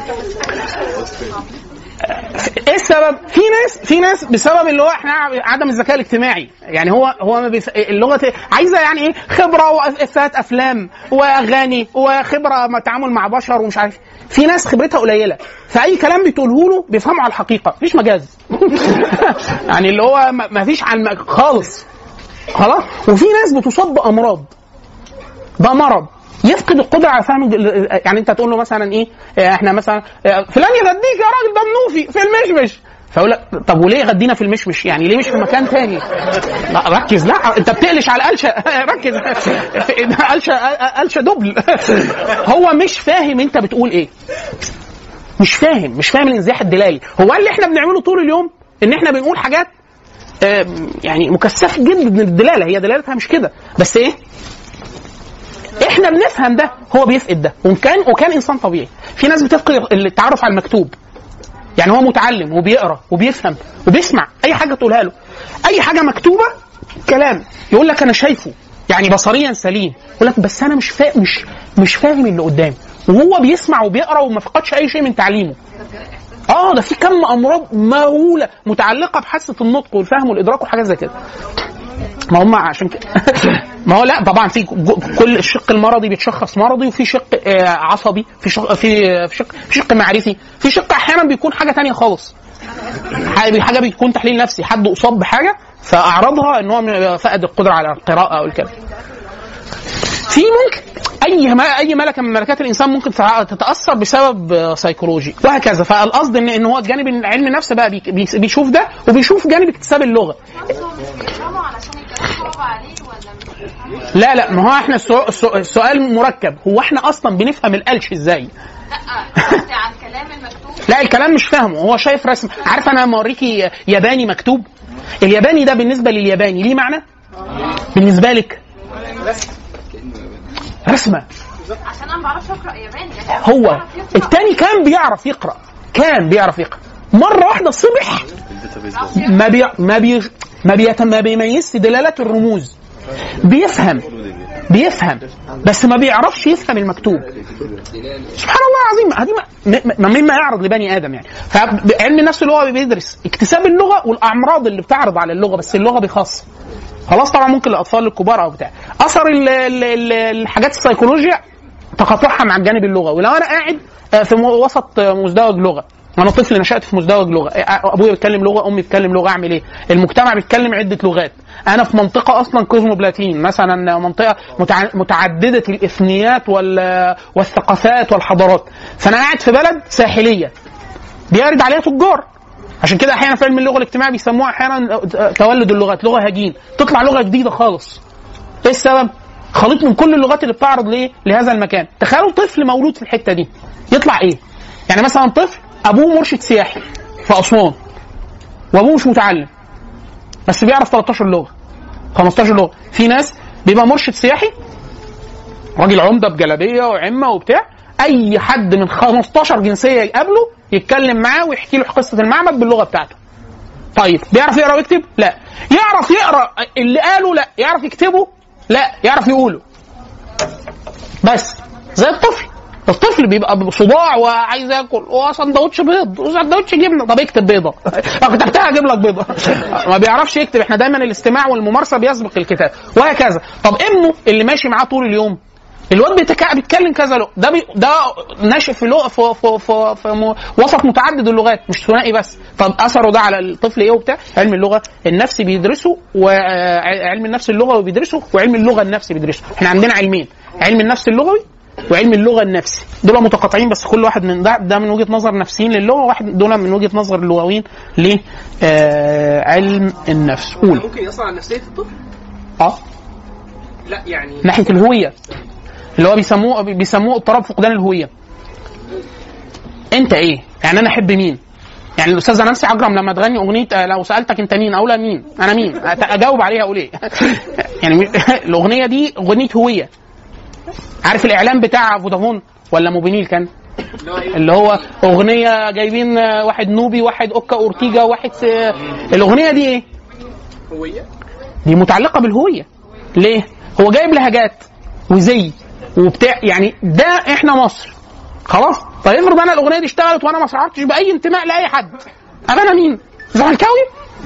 ايه السبب؟ في ناس في ناس بسبب اللي هو احنا عدم الذكاء الاجتماعي، يعني هو هو ما بيف... اللغه عايزه يعني ايه خبره وافات افلام واغاني وخبره تعامل مع بشر ومش عارف. في ناس خبرتها قليله فاي كلام بتقوله له بيفهمه على الحقيقه، مفيش مجاز. يعني اللي هو ما فيش عن خالص خلاص. وفي ناس بتصاب بامراض، ده مرض يفقد القدره على فهم. يعني انت تقول له مثلا ايه احنا مثلا فلان يغديك يا راجل ده منوفي في المشمش، فاقول لك طب وليه غدينا في المشمش؟ يعني ليه مش في مكان تاني؟ لا ركز، لا انت بتقلش على القلشه، ركز قلشه قلشه دبل. هو مش فاهم انت بتقول ايه، مش فاهم مش فاهم الانزياح الدلالي. هو اللي احنا بنعمله طول اليوم ان احنا بنقول حاجات آه يعني مكثف جدا من الدلاله، هي دلالتها مش كده بس ايه، احنا بنفهم ده، هو بيفقد ده. وكان وكان انسان طبيعي. في ناس بتفقد التعرف على المكتوب، يعني هو متعلم وبيقرا وبيفهم وبيسمع اي حاجه تقولها له، اي حاجه مكتوبه كلام يقول لك انا شايفه، يعني بصريا سليم، يقول لك بس انا مش فاهم مش مش فاهم اللي قدامي، وهو بيسمع وبيقرا وما فقدش اي شيء من تعليمه. اه ده في كم امراض مهوله متعلقه بحاسه النطق والفهم والادراك وحاجات زي كده. ما هم عشان كده ما هو لا طبعا في كل الشق المرضي بيتشخص مرضي، وفي شق عصبي، في شق في شق في شق معرفي، في شق احيانا بيكون حاجه تانية خالص، حاجه بيكون تحليل نفسي، حد اصاب بحاجه فاعرضها ان هو فقد القدره على القراءه او الكلام. في ممكن اي ما اي ملكه من ملكات الانسان ممكن تتاثر بسبب سيكولوجي وهكذا. فالقصد ان ان هو الجانب علم النفس بقى بيشوف ده، وبيشوف جانب اكتساب اللغه. لا لا ما هو احنا السؤال مركب، هو احنا اصلا بنفهم القلش ازاي؟ لا قصدي عن كلام المكتوب. لا الكلام مش فاهمه، هو شايف رسم. عارف انا موريكي ياباني مكتوب، الياباني ده بالنسبه للياباني ليه معنى؟ بالنسبه لك رسمه، عشان انا ما بعرفش اقرا ياباني. هو التاني كان بيعرف يقرا، كان بيعرف يقرا، مره واحده صبح ما بي ما بي ما, بيت... ما بيميز دلالات الرموز، بيفهم بيفهم بس ما بيعرفش يفهم المكتوب. سبحان الله العظيم، هذه مما يعرض لبني ادم يعني. فعلم النفس اللي هو بيدرس اكتساب اللغه والامراض اللي بتعرض على اللغه، بس اللغه بخاصه خلاص. طبعا ممكن الاطفال الكبار او بتاع اثر ال ال ال الحاجات السيكولوجيا تقاطعها مع الجانب اللغوي. ولو انا قاعد في وسط مزدوج لغه، انا طفل نشأت في مزدوج لغه، ابويا بيتكلم لغه، امي بتتكلم لغه، اعمل ايه؟ المجتمع بيتكلم عده لغات، انا في منطقه اصلا كوزموبلاتين مثلا، منطقه متعدده الاثنيات والثقافات والحضارات، فانا قاعد في بلد ساحليه بيرد عليها تجار. عشان كده احيانا في علم اللغه الاجتماعي بيسموها احيانا تولد اللغات، لغه هجين، تطلع لغه جديده خالص. ايه السبب؟ خليط من كل اللغات اللي بتعرض ليه لهذا المكان. تخيلوا طفل مولود في الحته دي يطلع ايه؟ يعني مثلا طفل ابوه مرشد سياحي في اسوان، وابوه مش متعلم بس بيعرف ثلاثة عشر لغه خمستاشر لغه. في ناس بيبقى مرشد سياحي راجل عمده بجلابيه وعمه وبتاع، اي حد من خمستاشر جنسيه يقابله يتكلم معاه ويحكي له قصه المعبد باللغه بتاعته. طيب بيعرف يقرا ويكتب؟ لا. يعرف يقرا اللي قاله؟ لا. يعرف يكتبه؟ لا. يعرف يقوله بس زي الطفل. الطفل بيبقى بصداع وعايز ياكل وسندوتش بيض وسندوتش جبنه، طب اكتب بيضه لو كتبتها اجيب لك بيضه. ما بيعرفش يكتب. احنا دايما الاستماع والممارسه بيسبق الكتاب وهكذا. طب ابنه اللي ماشي معاه طول اليوم، الواد بيتكلم كذا لغه، ده بي ده ناشئ في لغه في, في, في, في وسط متعدد اللغات مش ثنائي بس. طب اثره ده على الطفل ايه وبتاع؟ علم اللغه النفسي بيدرسه، وعلم النفس اللغوي بيدرسه، وعلم اللغه النفسي بيدرسه. احنا عندنا علمين، علم النفس اللغوي وعلم اللغه النفسي، دول متقاطعين بس كل واحد من ده ده من وجهه نظر نفسيين للغه، واحد دول من وجهه نظر اللغويين لعلم النفس. قول. ممكن يأثر على نفسيه الطفل؟ اه لا يعني ناحيه الهويه اللي هو بيسموه بيسموه اضطراب فقدان الهويه. انت ايه؟ يعني انا احب مين؟ يعني الاستاذه نانسي عجرم لما تغني اغنيه لو سالتك انت مين اقول مين؟ انا مين؟ اجاوب عليها اقول ايه؟ يعني الاغنيه دي اغنيه هويه. عارف الاعلان بتاع فودافون ولا موبينيل كان اللي هو اغنيه جايبين واحد نوبي واحد اوكا اورتيجا واحد س... الاغنيه دي ايه؟ هويه. دي متعلقه بالهويه. ليه؟ هو جايب لهجات وزي وبتاع، يعني ده احنا مصر خلاص. طيب افرض انا الاغنيه دي اشتغلت وانا ما شعرتش باي انتماء لاي حد، ابقى انا مين؟ زملكاوي؟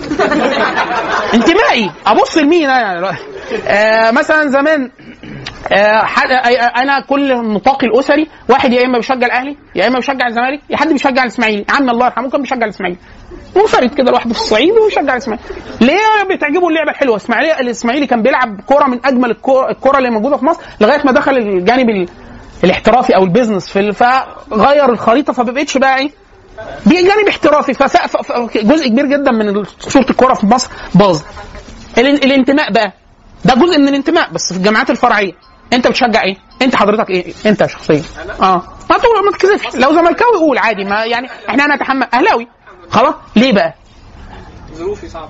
انتمائي ابص لمين انا؟ آه مثلا زمان آه انا كل نطاقي الاسري واحد يا اما بيشجع الاهلي يا اما بيشجع الزمالك يا حد بيشجع الاسماعيلي. عمي الله يرحمه كان بيشجع الاسماعيلي، منفرد كده لوحده في الصعيد ويشجع الاسماعيلي. ليه؟ بتعجبه اللعبه الحلوه. الاسماعيلي الاسماعيلي كان بيلعب كوره من اجمل الكوره اللي موجوده في مصر لغايه ما دخل الجانب الاحترافي او البيزنس في فغير الخريطه، فبقتش بقى ايه دي جانب احترافي، فجزء كبير جدا من صوره الكوره في مصر باظ. الانتماء بقى ده جزء من الانتماء بس في الجامعات الفرعيه. انت بتشجع ايه؟ انت حضرتك ايه؟ انت شخصيا اه ما تقول ما تكذبش. لو زملكاوي قول عادي، ما يعني احنا هنتحمل. اهلاوي خلاص. ليه بقى؟ ظروفي صعبه.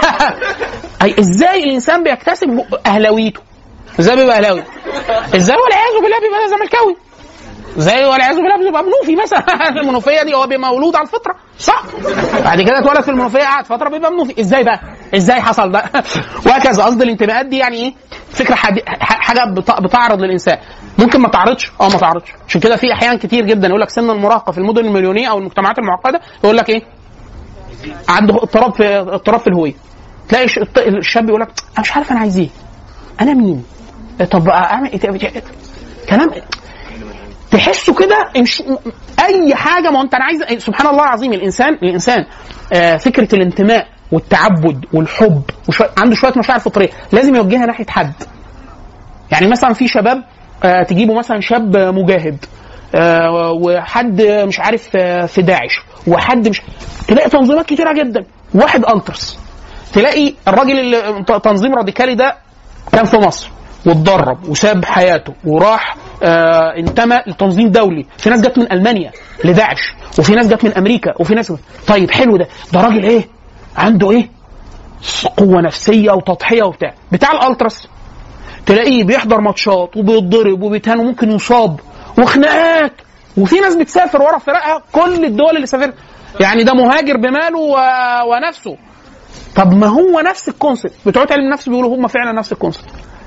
اي ازاي الانسان بيكتسب اهلاويته؟ ازاي بيبقى اهلاوي؟ ازاي والعياذ بالله بيبقى زملكاوي؟ ازاي والعياذ بالله بيبقى منوفي مثلا؟ المنوفيه دي هو بيبقى مولود على الفطره صح؟ بعد كده اتولد في المنوفيه قعد فتره بيبقى منوفي. ازاي بقى؟ ازاي حصل ده؟ وهكذا. قصد الانتماءات دي يعني ايه؟ فكره حاجه بتعرض للانسان. ممكن ما تعرضش اه ما تعرضش. عشان كده في احيان كتير جدا يقول لك سن المراهقه في المدن المليونيه او المجتمعات المعقده يقول لك ايه؟ عنده اضطراب في اضطراب في الهويه. تلاقي الشاب يقول لك انا مش عارف انا عايز ايه؟ انا مين؟ طب اعمل ايه؟ كلام تحسه كده اي حاجه. ما انت انا عايز سبحان الله العظيم الانسان الانسان آه فكره الانتماء والتعبد والحب وشو... عنده شويه مشاعر فطريه لازم يوجهها ناحيه حد. يعني مثلا في شباب آه تجيبوا مثلا شاب مجاهد آه وحد مش عارف آه في داعش وحد مش تلاقي تنظيمات كتيره جدا. واحد الترس تلاقي الراجل اللي تنظيم راديكالي ده كان في مصر واتدرب وساب حياته وراح آه انتمى لتنظيم دولي. في ناس جت من المانيا لداعش وفي ناس جت من امريكا وفي ناس. طيب حلو ده ده راجل ايه عنده ايه قوه نفسيه وتضحيه وبتاع. بتاع الالتراس تلاقيه بيحضر ماتشات وبيتضرب وبيتهان وممكن يصاب وخناقات وفي ناس بتسافر ورا فرقها كل الدول اللي سافرت. يعني ده مهاجر بماله و... ونفسه. طب ما هو نفس الكونسيبت بتوع علم النفس بيقولوا هم فعلا نفس الكونسيبت.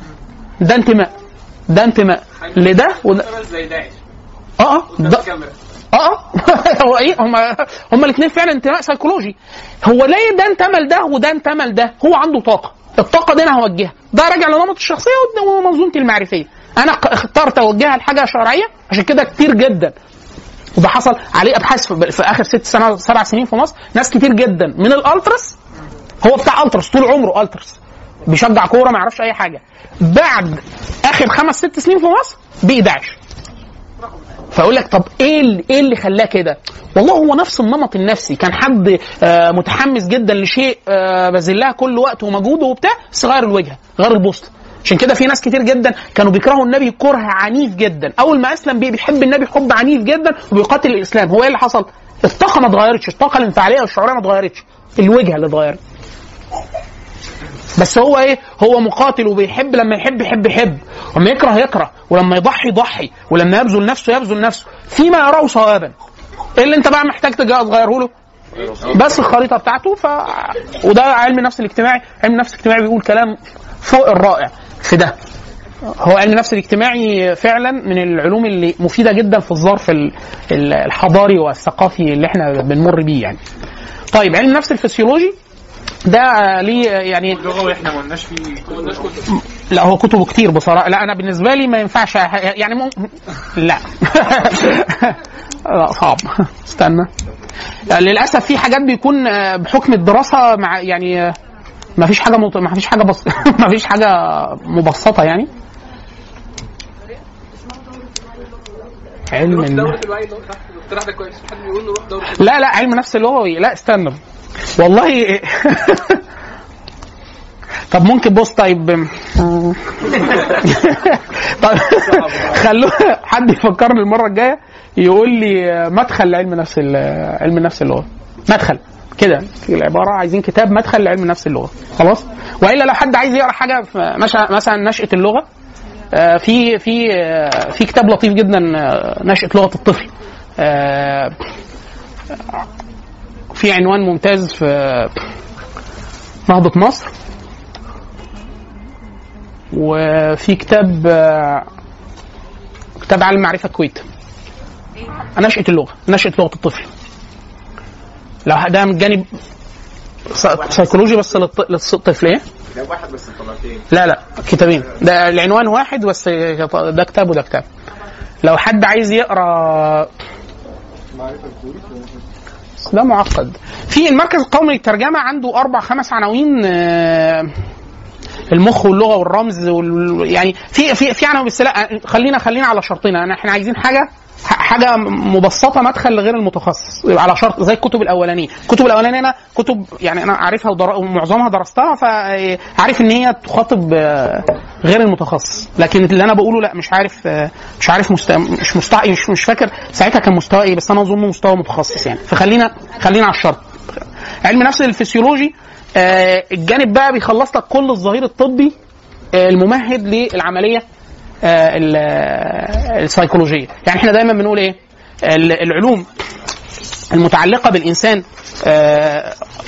ده انتماء ده انتماء لده وده زي داعش. اه ده اه هو ايه هم هم الاثنين فعلا انتماء سيكولوجي. هو ليه ده انتمى لده وده انتمى لده؟ هو عنده طاقه. الطاقه دي انا هوجهها. ده راجع لنمط الشخصيه ومنظومتي المعرفيه. انا اخترت اوجهها لحاجه شرعيه. عشان كده كتير جدا وده حصل عليه ابحاث في اخر ست سنوات سبع سنين في مصر. ناس كتير جدا من الالترس هو بتاع الترس طول عمره الترس بيشجع كوره ما يعرفش اي حاجه. بعد اخر خمس ست سنين في مصر بقي داعش. فاقول لك طب ايه اللي ايه اللي خلاه كده؟ والله هو نفس النمط النفسي. كان حد آه متحمس جدا لشيء آه بذلها كل وقت ومجهوده وبتاع بس غير الوجهه غير البوصله. عشان كده في ناس كتير جدا كانوا بيكرهوا النبي كره عنيف جدا. اول ما اسلم بيحب النبي حب عنيف جدا وبيقاتل الاسلام. هو ايه اللي حصل؟ الطاقه ما اتغيرتش. الطاقه الانفعاليه والشعوريه ما اتغيرتش. الوجهه اللي اتغيرت. بس هو ايه؟ هو مقاتل وبيحب. لما يحب يحب يحب ولما يكره يكره ولما يضحي يضحي ولما يبذل نفسه يبذل نفسه فيما يراه صوابا. ايه اللي انت بقى محتاج تغيره له؟ بس الخريطه بتاعته. ف وده علم النفس الاجتماعي. علم النفس الاجتماعي بيقول كلام فوق الرائع في ده. هو علم النفس الاجتماعي فعلا من العلوم اللي مفيده جدا في الظرف الحضاري والثقافي اللي احنا بنمر بيه يعني. طيب علم النفس الفسيولوجي ده ليه يعني اللغه واحنا ما قلناش فيه لا هو كتبه كتير بصراحه. لا انا بالنسبه لي ما ينفعش يعني مم... لا لا صعب. استنى للاسف في حاجات بيكون بحكم الدراسه مع يعني ما فيش حاجه مط... ما فيش حاجه بس ما فيش حاجه مبسطه يعني. علم دوره الوعي ده اقتراح ده كويس. حد بيقول نروح دوره لا لا علم نفس اللغوي. لا استنى والله طب ممكن بص طيب طيب خلوه حد يفكرني المره الجايه يقول لي مدخل لعلم نفس علم نفس اللغه. مدخل كده في العباره عايزين كتاب مدخل لعلم نفس اللغه خلاص. والا لو حد عايز يقرا حاجه في مثلا نشأة اللغه في في في كتاب لطيف جدا نشأة لغه الطفل. في عنوان ممتاز في نهضة مصر. وفي كتاب كتاب علم معرفة الكويت نشأة اللغة نشأة لغة الطفل. لو ده من جانب سيكولوجي بس للطفل. ايه ده واحد بس طبعتين. لا لا كتابين. ده العنوان واحد بس ده كتاب وده كتاب. لو حد عايز يقرأ ده معقد. في المركز القومي للترجمة عنده أربع خمس عناوين. المخ واللغة والرمز وال... يعني في في في عناوين. بس لا خلينا خلينا على شرطنا. احنا عايزين حاجة حاجة مبسطة مدخل لغير المتخصص على شرط زي الكتب الأولانية. الكتب الأولانية أنا كتب يعني أنا عارفها ودر... ومعظمها درستها فعارف إن هي تخاطب غير المتخصص. لكن اللي أنا بقوله لا مش عارف مش عارف مستوى مش مستوى مش, مش فاكر ساعتها كان مستوى إيه بس أنا أظن مستوى متخصص يعني. فخلينا خلينا على الشرط. علم نفس الفسيولوجي آه الجانب بقى بيخلص لك كل الظهير الطبي آه الممهد للعمليه آه السيكولوجيه. يعني احنا دايما بنقول ايه؟ العلوم المتعلقه بالانسان آه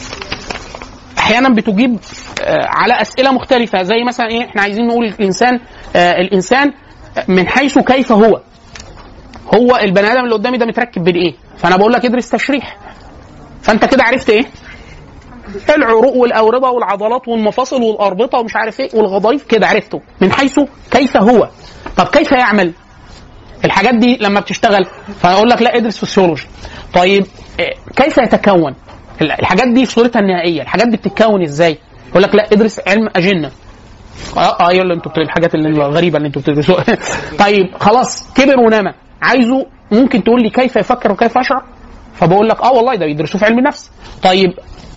احيانا بتجيب آه على اسئله مختلفه، زي مثلا ايه؟ احنا عايزين نقول الانسان آه الانسان من حيث كيف هو هو البني ادم اللي قدامي ده متركب بين ايه؟ فانا بقول لك ادرس تشريح، فانت كده عرفت ايه؟ العروق والاورده والعضلات والمفاصل والاربطه ومش عارف ايه والغضاريف، كده عرفته من حيث كيف هو. طب كيف يعمل الحاجات دي لما بتشتغل؟ فاقول لك لا ادرس فسيولوجي. طيب كيف يتكون الحاجات دي في صورتها النهائيه؟ الحاجات دي بتتكون ازاي؟ يقول لك لا ادرس علم اجنه. اه يلا انتوا الحاجات اللي الغريبه اللي انتوا بتدرسوها. طيب خلاص كبر ونما، عايزه ممكن تقول لي كيف يفكر وكيف يشعر؟ فبقول لك اه والله ده بيدرسوه في علم النفس. طيب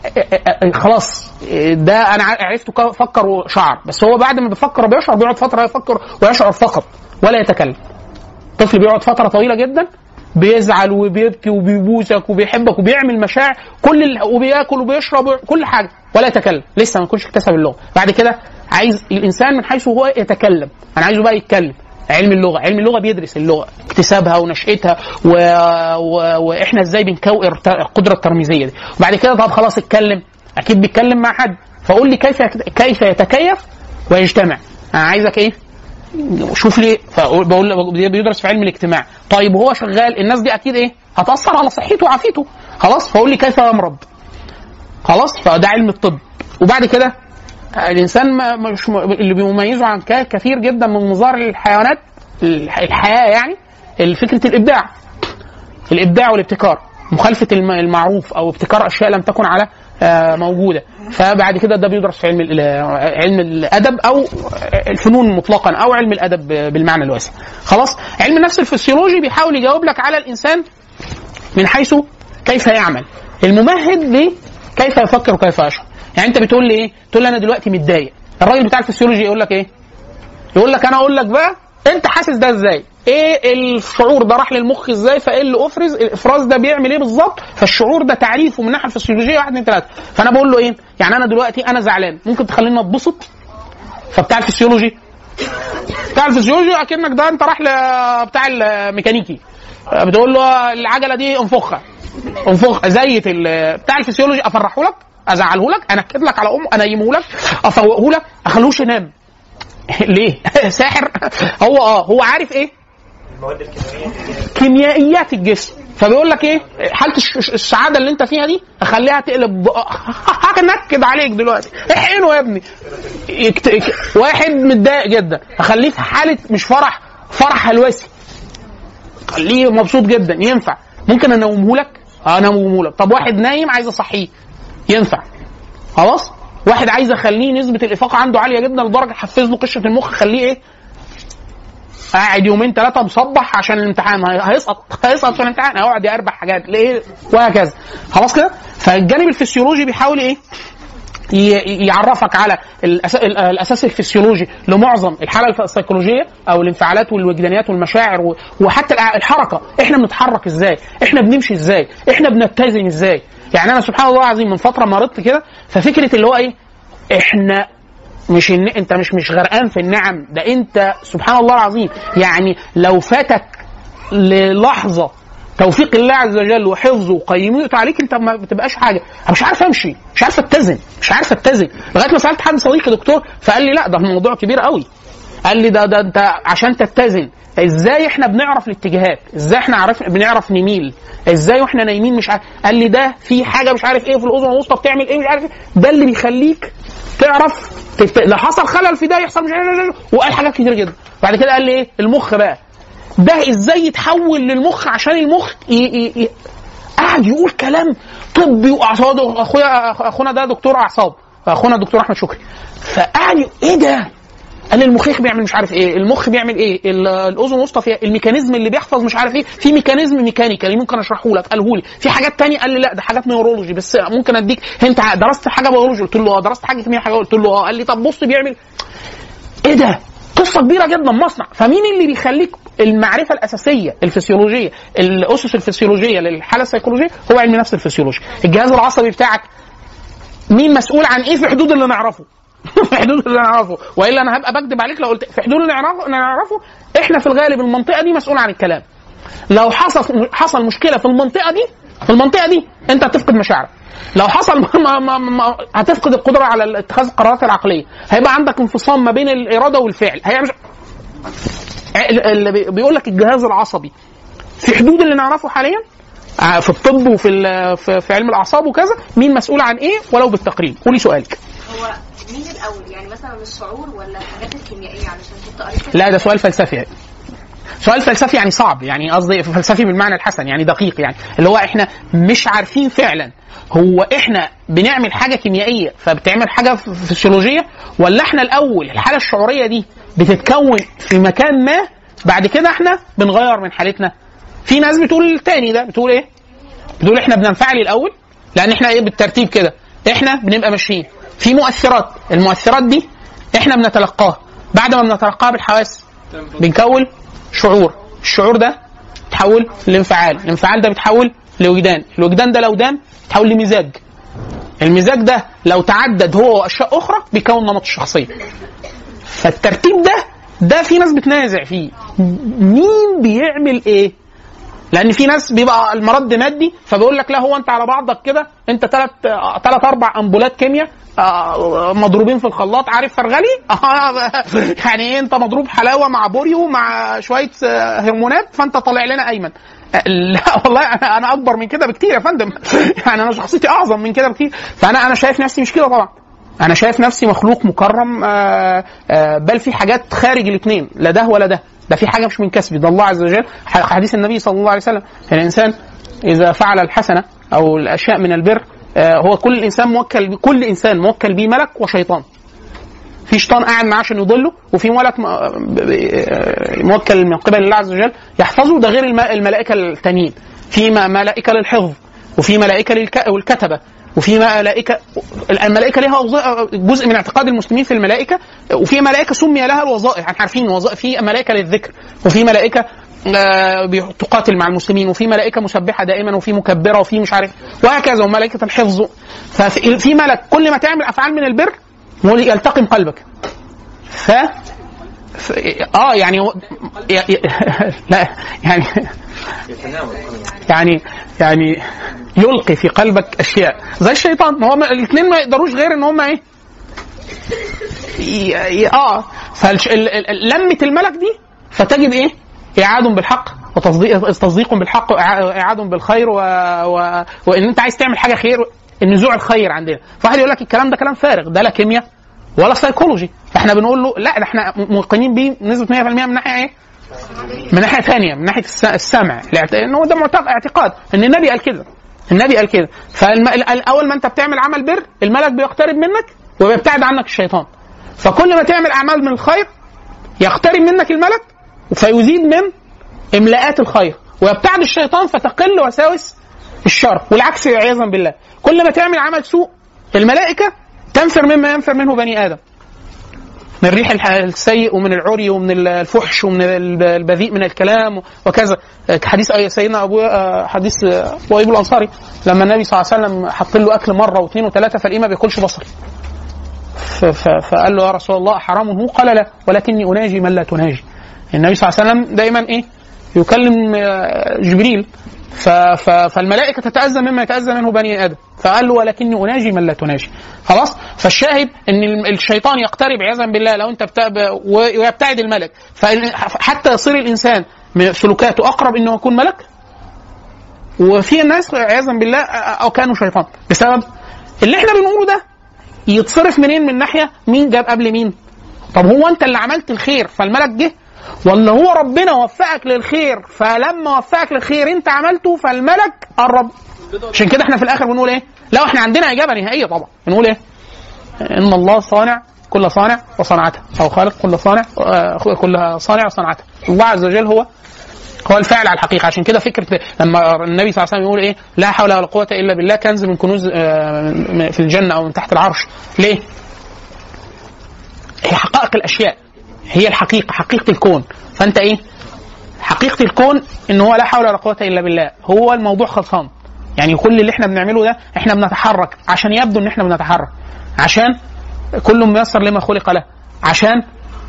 خلاص ده انا عرفته فكر وشعر، بس هو بعد ما بيفكر وبيشعر بيقعد فتره يفكر ويشعر فقط ولا يتكلم. طفل بيقعد فتره طويله جدا بيزعل وبيبكي وبيبوسك وبيحبك وبيعمل مشاعر كل ال... وبياكل وبيشرب كل حاجه ولا يتكلم، لسه ما يكونش اكتسب اللغه. بعد كده عايز الانسان من حيث هو يتكلم، انا عايزه بقى يتكلم. علم اللغه، علم اللغه بيدرس اللغه اكتسابها ونشاتها و... و... واحنا ازاي بنكون القدره الترميزيه دي. وبعد كده طب خلاص اتكلم، اكيد بيتكلم مع حد، فقول لي كيف كيف يتكيف ويجتمع. انا عايزك ايه؟ شوف لي. فبقول بيدرس في علم الاجتماع. طيب وهو شغال الناس دي اكيد ايه؟ هتاثر على صحته وعافيته. خلاص فقول لي كيف يمرض. خلاص فده علم الطب. وبعد كده الانسان مش اللي بيميزه عن كثير جدا من مظاهر الحيوانات الحياه، يعني فكره الابداع الابداع والابتكار، مخالفه المعروف او ابتكار اشياء لم تكن على موجوده. فبعد كده ده بيدرس في علم علم الادب او الفنون مطلقا او علم الادب بالمعنى الواسع. خلاص علم النفس الفسيولوجي بيحاول يجاوب لك على الانسان من حيث كيف يعمل، الممهد ليه كيف يفكر وكيف يشعر. يعني انت بتقول لي ايه؟ تقول لي انا دلوقتي متضايق، الراجل بتاع الفسيولوجي يقول لك ايه؟ يقول لك انا اقول لك بقى انت حاسس ده ازاي؟ ايه الشعور ده راح للمخ ازاي؟ فايه اللي افرز؟ الافراز ده بيعمل ايه بالظبط؟ فالشعور ده تعريفه من الناحيه الفسيولوجيه واحد اتنين تلاته. فانا بقول له ايه؟ يعني انا دلوقتي انا زعلان، ممكن تخليني اتبسط؟ فبتاع الفسيولوجي بتاع الفسيولوجي اكنك ده انت راح لبتاع الميكانيكي بتقول له العجله دي انفخها انفخ زيت بتاع الفسيولوجي، افرحه لك، ازعله لك، انكد لك على امه، انيمه لك، افوقه لك، اخلوش ينام. ليه؟ ساحر. هو اه هو عارف ايه؟ المواد الكيميائيه كيميائيات الجسم. فبيقول لك ايه؟ حاله السعاده اللي انت فيها دي اخليها تقلب هنكد عليك دلوقتي. احقنه يا ابني. واحد متضايق جدا اخليه في حاله مش فرح، فرح هلوسي، خليه مبسوط جدا. ينفع؟ ممكن انومه لك؟ انا انومه لك. طب واحد نايم عايز اصحيه، ينفع؟ خلاص. واحد عايز اخليه نسبه الافاقه عنده عاليه جدا لدرجه حفز له قشره المخ، خليه ايه؟ قاعد يومين ثلاثه مصبح عشان الامتحان، هيسقط هيسقط في الامتحان، هيقعد يربح حاجات ليه وهكذا. خلاص كده. فالجانب الفسيولوجي بيحاول ايه؟ يعرفك على الاساس الفسيولوجي لمعظم الحاله السيكولوجيه او الانفعالات والوجدانيات والمشاعر وحتى الحركه. احنا بنتحرك ازاي؟ احنا بنمشي ازاي؟ احنا بنتزن ازاي؟ يعني انا سبحان الله العظيم من فتره مرضت كده، ففكره اللي هو ايه؟ احنا مش إن انت مش مش غرقان في النعم، ده انت سبحان الله العظيم يعني لو فاتك للحظه توفيق الله عز وجل وحفظه وقيمته عليك انت ما بتبقاش حاجه. انا مش عارف امشي، مش عارف اتزن، مش عارف اتزن لغايه ما سالت حد صديقي دكتور فقال لي لا ده الموضوع كبير قوي. قال لي ده ده انت عشان تتزن ازاي احنا بنعرف الاتجاهات، ازاي احنا عارف بنعرف نميل، ازاي واحنا نايمين مش عارف. قال لي ده في حاجه مش عارف ايه في الاذن الوسطى بتعمل ايه مش عارف ايه، ده اللي بيخليك تعرف تت... لو حصل خلل في ده يحصل مش عارف. وقال حاجات كتير جدا. بعد كده قال لي ايه؟ المخ بقى ده ازاي يتحول للمخ عشان المخ ي... ي... ي... قاعد يقول كلام طبي واعصاب. اخويا اخونا ده دكتور اعصاب، اخونا الدكتور احمد شكري، فقاعد ايه ده؟ قال المخيخ بيعمل مش عارف ايه، المخ بيعمل ايه، الاذن الوسطى فيها الميكانيزم اللي بيحفظ مش عارف ايه، في ميكانيزم ميكانيكالي ممكن اشرحه لك، قاله لي. في حاجات تانية قال لي لا ده حاجات نيورولوجي بس ممكن اديك انت درست حاجه بيولوجي؟ قلت له اه. درست حاجه كيمياء حاجه؟ قلت له اه. قال لي طب بص بيعمل ايه ده؟ قصه كبيره جدا، مصنع. فمين اللي بيخليك المعرفه الاساسيه الفسيولوجيه، الاسس الفسيولوجيه للحاله السيكولوجيه هو علم نفس الفسيولوجي. الجهاز العصبي بتاعك مين مسؤول عن ايه في حدود اللي نعرفه في حدود اللي نعرفه، والا انا هبقى بكذب عليك لو قلت في حدود اللي نعرفه. نعرفه احنا في الغالب المنطقه دي مسؤول عن الكلام. لو حصل حصل مشكله في المنطقه دي في المنطقه دي انت هتفقد مشاعرك. لو حصل ما ما ما هتفقد القدره على اتخاذ القرارات العقليه، هيبقى عندك انفصام ما بين الاراده والفعل. هي مش اللي بيقول لك الجهاز العصبي في حدود اللي نعرفه حاليا في الطب وفي في علم الاعصاب وكذا، مين مسؤول عن ايه ولو بالتقريب. قولي سؤالك. هو مين الاول يعني مثلا الشعور ولا الحاجات الكيميائيه؟ علشان كنت قريت. لا ده سؤال فلسفي، سؤال فلسفي يعني صعب، يعني قصدي فلسفي بالمعنى الحسن، يعني دقيق، يعني اللي هو احنا مش عارفين فعلا هو احنا بنعمل حاجه كيميائيه فبتعمل حاجه فسيولوجيه، ولا احنا الاول الحاله الشعوريه دي بتتكون في مكان ما بعد كده احنا بنغير من حالتنا. في ناس بتقول التاني ده، بتقول ايه؟ بتقول احنا بننفعل الاول لان احنا ايه بالترتيب كده احنا بنبقى ماشيين في مؤثرات، المؤثرات دي احنا بنتلقاها، بعد ما بنتلقاها بالحواس بنكون شعور، الشعور ده بيتحول لانفعال، الانفعال ده بيتحول لوجدان، الوجدان ده لو دام بيتحول لمزاج، المزاج ده لو تعدد هو واشياء اخرى بيكون نمط الشخصيه. فالترتيب ده ده في ناس بتنازع فيه مين بيعمل ايه، لان في ناس بيبقى المرض مادي فبيقول لك لا هو انت على بعضك كده انت ثلاث ثلاث اربع امبولات كيمياء مضروبين في الخلاط، عارف فرغلي يعني ايه انت مضروب حلاوه مع بوريو مع شويه هرمونات فانت طالع لنا ايمن. لا والله انا اكبر من كده بكتير يا فندم يعني انا شخصيتي اعظم من كده بكتير. فانا انا شايف نفسي مش كده طبعا، انا شايف نفسي مخلوق مكرم، آآ آآ بل في حاجات خارج الاثنين، لا ده ولا ده، ده في حاجه مش من كسبي، ده الله عز وجل. حديث النبي صلى الله عليه وسلم الانسان اذا فعل الحسنه او الاشياء من البر، هو كل انسان موكل، كل انسان موكل به ملك وشيطان. في شيطان قاعد معاه عشان يضله، وفي ملك موكل من قبل الله عز وجل يحفظه، ده غير الملائكه التانيين. في ملائكه للحفظ، وفي ملائكه للكتبه، وفي ملائكه الملائكه لها جزء من اعتقاد المسلمين في الملائكه، وفي ملائكه سمي لها الوظائف، احنا عارفين الوظائف، في ملائكه للذكر، وفي ملائكه تقاتل مع المسلمين، وفي ملائكه مسبحه دائما، وفي مكبره، وفي مش عارف وهكذا، وملائكه الحفظ. ففي ملك كل ما تعمل افعال من البر يلتقم قلبك. ف اه يعني لا يعني يعني يعني يلقي في قلبك اشياء زي الشيطان. هو الاثنين ما يقدروش غير ان هم ايه اه فلمة الملك دي فتجد ايه اعاد بالحق وتصديق تصديق بالحق واعاد بالخير و... و... وان انت عايز تعمل حاجه خير، النزوع الخير عندنا. فواحد يقول لك الكلام ده كلام فارغ، ده لا كيمياء ولا سيكولوجي. فاحنا بنقول له لا، ده احنا موقنين بيه بنسبه مية بالمية من ناحيه ايه؟ من ناحيه ثانيه، من ناحيه السمع، لان هو ده اعتقاد ان النبي قال كده، النبي قال كده. فاول ما انت بتعمل عمل بر الملك بيقترب منك وبيبتعد عنك الشيطان. فكل ما تعمل اعمال من الخير يقترب منك الملك فيزيد من املاءات الخير، ويبتعد الشيطان فتقل وساوس الشر، والعكس عياذا بالله. كل ما تعمل عمل سوء الملائكه تنفر مما ينفر منه بني ادم، من الريح السيء ومن العري ومن الفحش ومن البذيء من الكلام وكذا. حديث سيدنا ابو حديث ابو ايوب الانصاري لما النبي صلى الله عليه وسلم حط له اكل مره واثنين وثلاثه فالإيه ما بياكلش بصل، فقال له يا رسول الله حرام هو؟ قال لا ولكني اناجي من لا تناجي. النبي صلى الله عليه وسلم دائما ايه يكلم جبريل، فالملائكه تتاذى مما يتاذى منه بني ادم، فقال له ولكني اناجي من لا تناجي. خلاص. فالشاهد ان الشيطان يقترب عياذا بالله لو انت ويبتعد الملك، حتى يصير الانسان من سلوكاته اقرب انه يكون ملك، وفي الناس عياذا بالله او كانوا شيطان بسبب اللي احنا بنقوله ده. يتصرف منين؟ من ناحيه مين جاب قبل مين؟ طب هو انت اللي عملت الخير فالملك جه، ولا هو ربنا وفقك للخير فلما وفقك للخير انت عملته فالملك قرب؟ عشان كده احنا في الاخر بنقول ايه؟ لو احنا عندنا اجابه نهائيه طبعا بنقول ايه؟ ان الله صانع كل صانع وصنعته، او خالق كل صانع كل صانع وصنعته. الله عز وجل هو هو الفاعل على الحقيقه. عشان كده فكره لما النبي صلى الله عليه وسلم يقول ايه لا حول ولا قوه الا بالله كنز من كنوز في الجنه او من تحت العرش. ليه؟ هي حقائق الاشياء، هي الحقيقه، حقيقه الكون. فانت ايه حقيقه الكون؟ ان هو لا حول ولا قوه الا بالله، هو الموضوع خلصان. يعني كل اللي احنا بنعمله ده احنا بنتحرك عشان يبدو ان احنا بنتحرك، عشان كل ميسر لما خلق له، عشان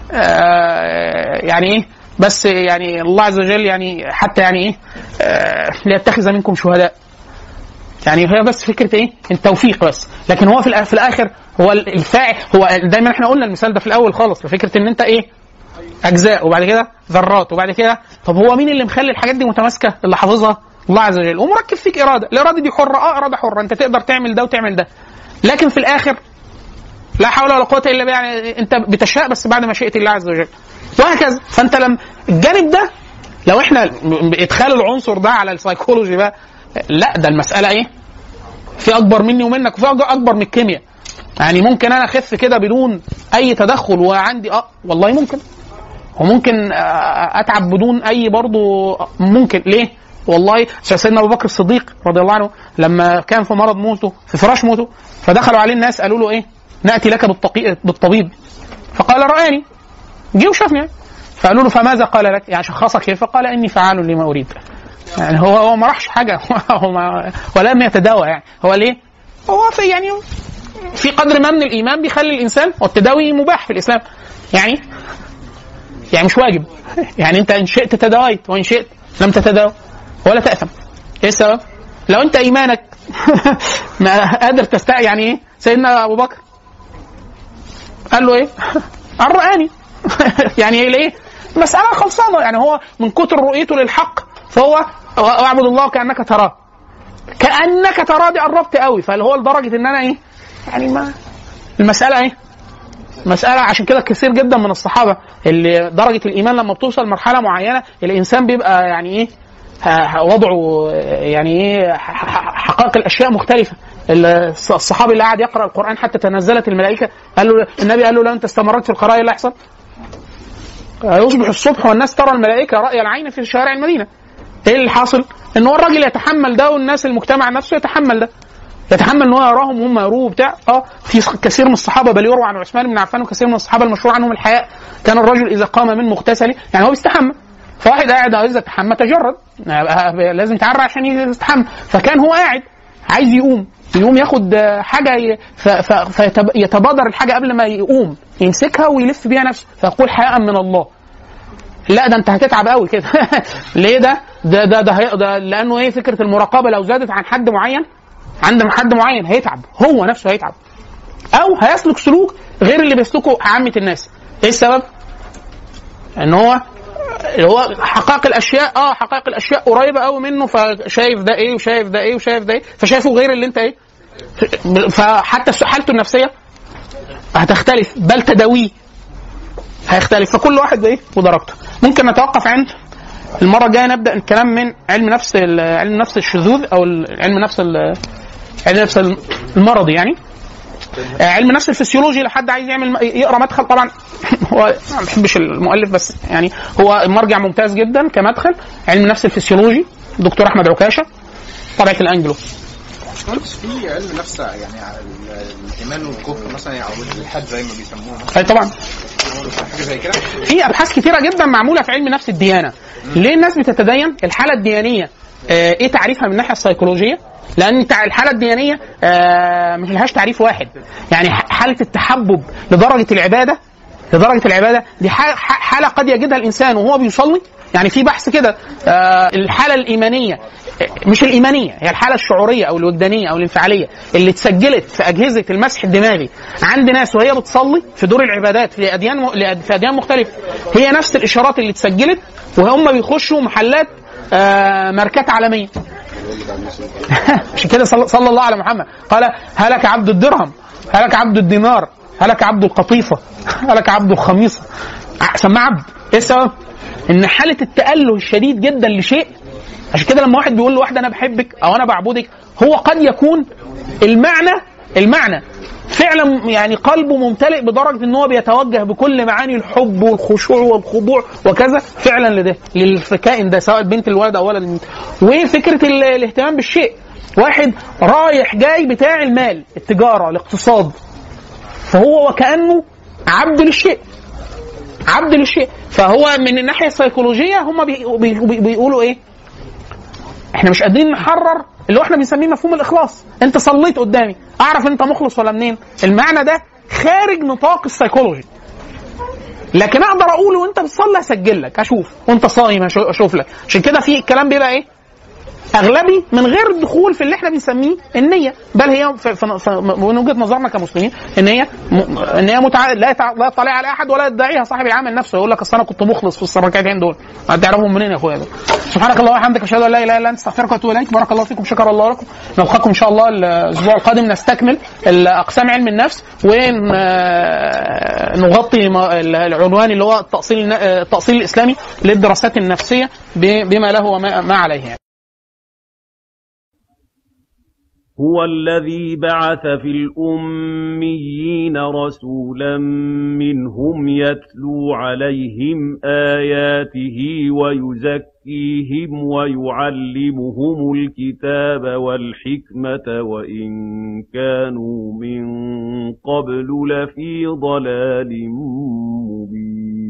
آه يعني ايه بس يعني الله عز وجل يعني حتى يعني ايه آه ليتخذ منكم شهداء، يعني هي بس فكره ايه التوفيق بس. لكن هو في في الاخر هو الفاعل. هو دايما احنا قلنا المثال ده في الاول خالص، فكره ان انت ايه اجزاء وبعد كده ذرات وبعد كده طب هو مين اللي مخلي الحاجات دي متماسكه؟ اللي حافظها الله عز وجل، ومركب فيك اراده. الاراده دي حره، اه اراده حره، انت تقدر تعمل ده وتعمل ده، لكن في الاخر لا حول ولا قوه الا بالله، يعني انت بتشاء بس بعد ما شئت الله عز وجل، وهكذا. فانت لما الجانب ده لو احنا ادخال العنصر ده على السايكولوجي بقى، لا ده المساله ايه في اكبر مني ومنك، وفي اكبر من الكيمياء. يعني ممكن انا اخف كده بدون اي تدخل وعندي اه والله ممكن، وممكن اتعب بدون اي برضو ممكن. ليه؟ والله سيدنا ابو بكر الصديق رضي الله عنه لما كان في مرض موته، في فراش موته، فدخلوا عليه الناس قالوا له ايه ناتي لك بالطبيب، فقال رآني، جه وشافني، فقالوا له فماذا قال لك؟ يعني شخصك كيف؟ فقال اني فعال لما اريد. يعني هو هو ما راحش حاجه هو ما ولم يتداوى. يعني هو ليه؟ هو في يعني في قدر ما من الايمان بيخلي الانسان، والتداوي مباح في الاسلام، يعني يعني مش واجب. يعني انت ان شئت تداويت وان شئت لم تتداوى ولا تأثم. ايه السبب؟ لو انت ايمانك ما قادر تستع يعني ايه سيدنا ابو بكر قال له ايه قال رآني يعني ايه ليه مسألة خلصانة. يعني هو من كتر رؤيته للحق فهو اعبد الله كأنك تراه، كأنك تراه دي قربت قوي، فاللي هو لدرجة ان انا ايه يعني ما المسألة ايه مسألة. عشان كده كثير جدا من الصحابة اللي درجة الإيمان لما بتوصل مرحلة معينة الإنسان بيبقى يعني إيه وضعه يعني إيه حقائق الأشياء مختلفة. الصحابي اللي قاعد يقرأ القرآن حتى تنزلت الملائكة، قال له النبي قال له لو أنت استمرت في القراءة اللي يحصل يصبح الصبح والناس ترى الملائكة رأي العين في شوارع المدينة. إيه اللي حاصل؟ إن هو الراجل يتحمل ده، والناس المجتمع نفسه يتحمل ده، يتحمل ان هو يراهم وهم يروه بتاع. اه في كثير من الصحابه بل يروى عن عثمان بن عفان وكثير من الصحابه المشهور عنهم الحياء، كان الرجل اذا قام من مغتسل يعني هو بيستحمى، فواحد قاعد عايز يتحمى تجرد لازم يتعرى عشان يستحمى، فكان هو قاعد عايز يقوم يقوم ياخد حاجه فيتبادر الحاجه قبل ما يقوم يمسكها ويلف بيها نفسه، فيقول حياء من الله. لا ده انت هتتعب قوي كده ليه ده ده ده, ده, ده لانه ايه فكره المراقبه لو زادت عن حد معين عند حد معين هيتعب، هو نفسه هيتعب او هيسلك سلوك غير اللي بيسلكه عامه الناس. ايه السبب؟ ان هو هو حقائق الاشياء اه حقائق الاشياء قريبه قوي منه، فشايف ده ايه وشايف ده ايه وشايف ده ايه، فشايفه غير اللي انت ايه، فحتى حالته النفسيه هتختلف بل تداويه هيختلف، فكل واحد ايه ودرجته. ممكن نتوقف عند المره الجايه نبدا الكلام من علم نفس علم نفس الشذوذ او علم نفس علم نفس المرضي، يعني علم نفس الفسيولوجي. لحد عايز يعمل يقرا مدخل طبعا هو ما بحبش المؤلف بس يعني هو مرجع ممتاز جدا كمدخل، علم نفس الفسيولوجي دكتور احمد عكاشه طبعه الانجلو. في علم نفس يعني الايمان والكفر مثلا او الالحاد زي ما بيسموه. اي طبعا حاجه زي كده. في ابحاث كثيره جدا معموله في علم نفس الديانه. ليه الناس بتتدين؟ الحاله الديانيه آه ايه تعريفها من الناحيه السيكولوجيه؟ لان الحاله الديانيه آه مش لهاش تعريف واحد. يعني حاله التحبب لدرجه العباده لدرجه العباده دي حاله قد يجدها الانسان وهو بيصلي. يعني في بحث كده آه الحاله الايمانيه مش الايمانيه، هي الحاله الشعوريه او الوجدانيه او الانفعاليه اللي اتسجلت في اجهزه المسح الدماغي عند ناس وهي بتصلي في دور العبادات في اديان في اديان مختلفه، هي نفس الاشارات اللي اتسجلت وهم بيخشوا محلات آه ماركات عالميه. عشان كده صلى الله على محمد قال هلك عبد الدرهم، هلك عبد الدينار، هلك عبد القطيفه، هلك عبد الخميصه، سماه عبد. ايه السبب؟ ان حاله التأله الشديد جدا لشيء. عشان كده لما واحد بيقول لواحده انا بحبك او انا بعبدك، هو قد يكون المعنى المعنى فعلا يعني قلبه ممتلئ بدرجه ان هو بيتوجه بكل معاني الحب والخشوع والخضوع وكذا فعلا لده للكائن ده سواء بنت الولد او ولد البنت. وفكره الاهتمام بالشيء، واحد رايح جاي بتاع المال التجاره الاقتصاد، فهو وكانه عبد للشيء عبد للشيء. فهو من الناحيه السيكولوجيه هم بي بي بي بيقولوا ايه؟ احنا مش قادرين نحرر اللي هو احنا بنسميه مفهوم الاخلاص. انت صليت قدامي اعرف انت مخلص ولا منين؟ المعنى ده خارج نطاق السيكولوجي، لكن اقدر اقوله وانت بتصلي اسجل لك، اشوف وانت صايم اشوف لك. عشان كده في الكلام بيبقى ايه؟ اغلبي من غير الدخول في اللي احنا بنسميه النيه، بل هي في في من وجهه نظرنا كمسلمين ان هي ان هي متع... لا يتع... لا يطلع على احد ولا يدعيها صاحب العمل نفسه، يقول لك اصل انا كنت مخلص في الركعتين دول، هتعرفهم منين يا اخويا دول؟ سبحانك اللهم وبحمدك اشهد ان لا اله الا انت استغفرك واتوب اليك. بارك الله فيكم، شكر الله لكم. نلقاكم ان شاء الله الاسبوع القادم نستكمل اقسام علم النفس ونغطي العنوان اللي هو التاصيل التاصيل الاسلامي للدراسات النفسيه بما له وما عليه. يعني هو الذي بعث في الأميين رسولا منهم يتلو عليهم آياته ويزكيهم ويعلمهم الكتاب والحكمة وإن كانوا من قبل لفي ضلال مبين.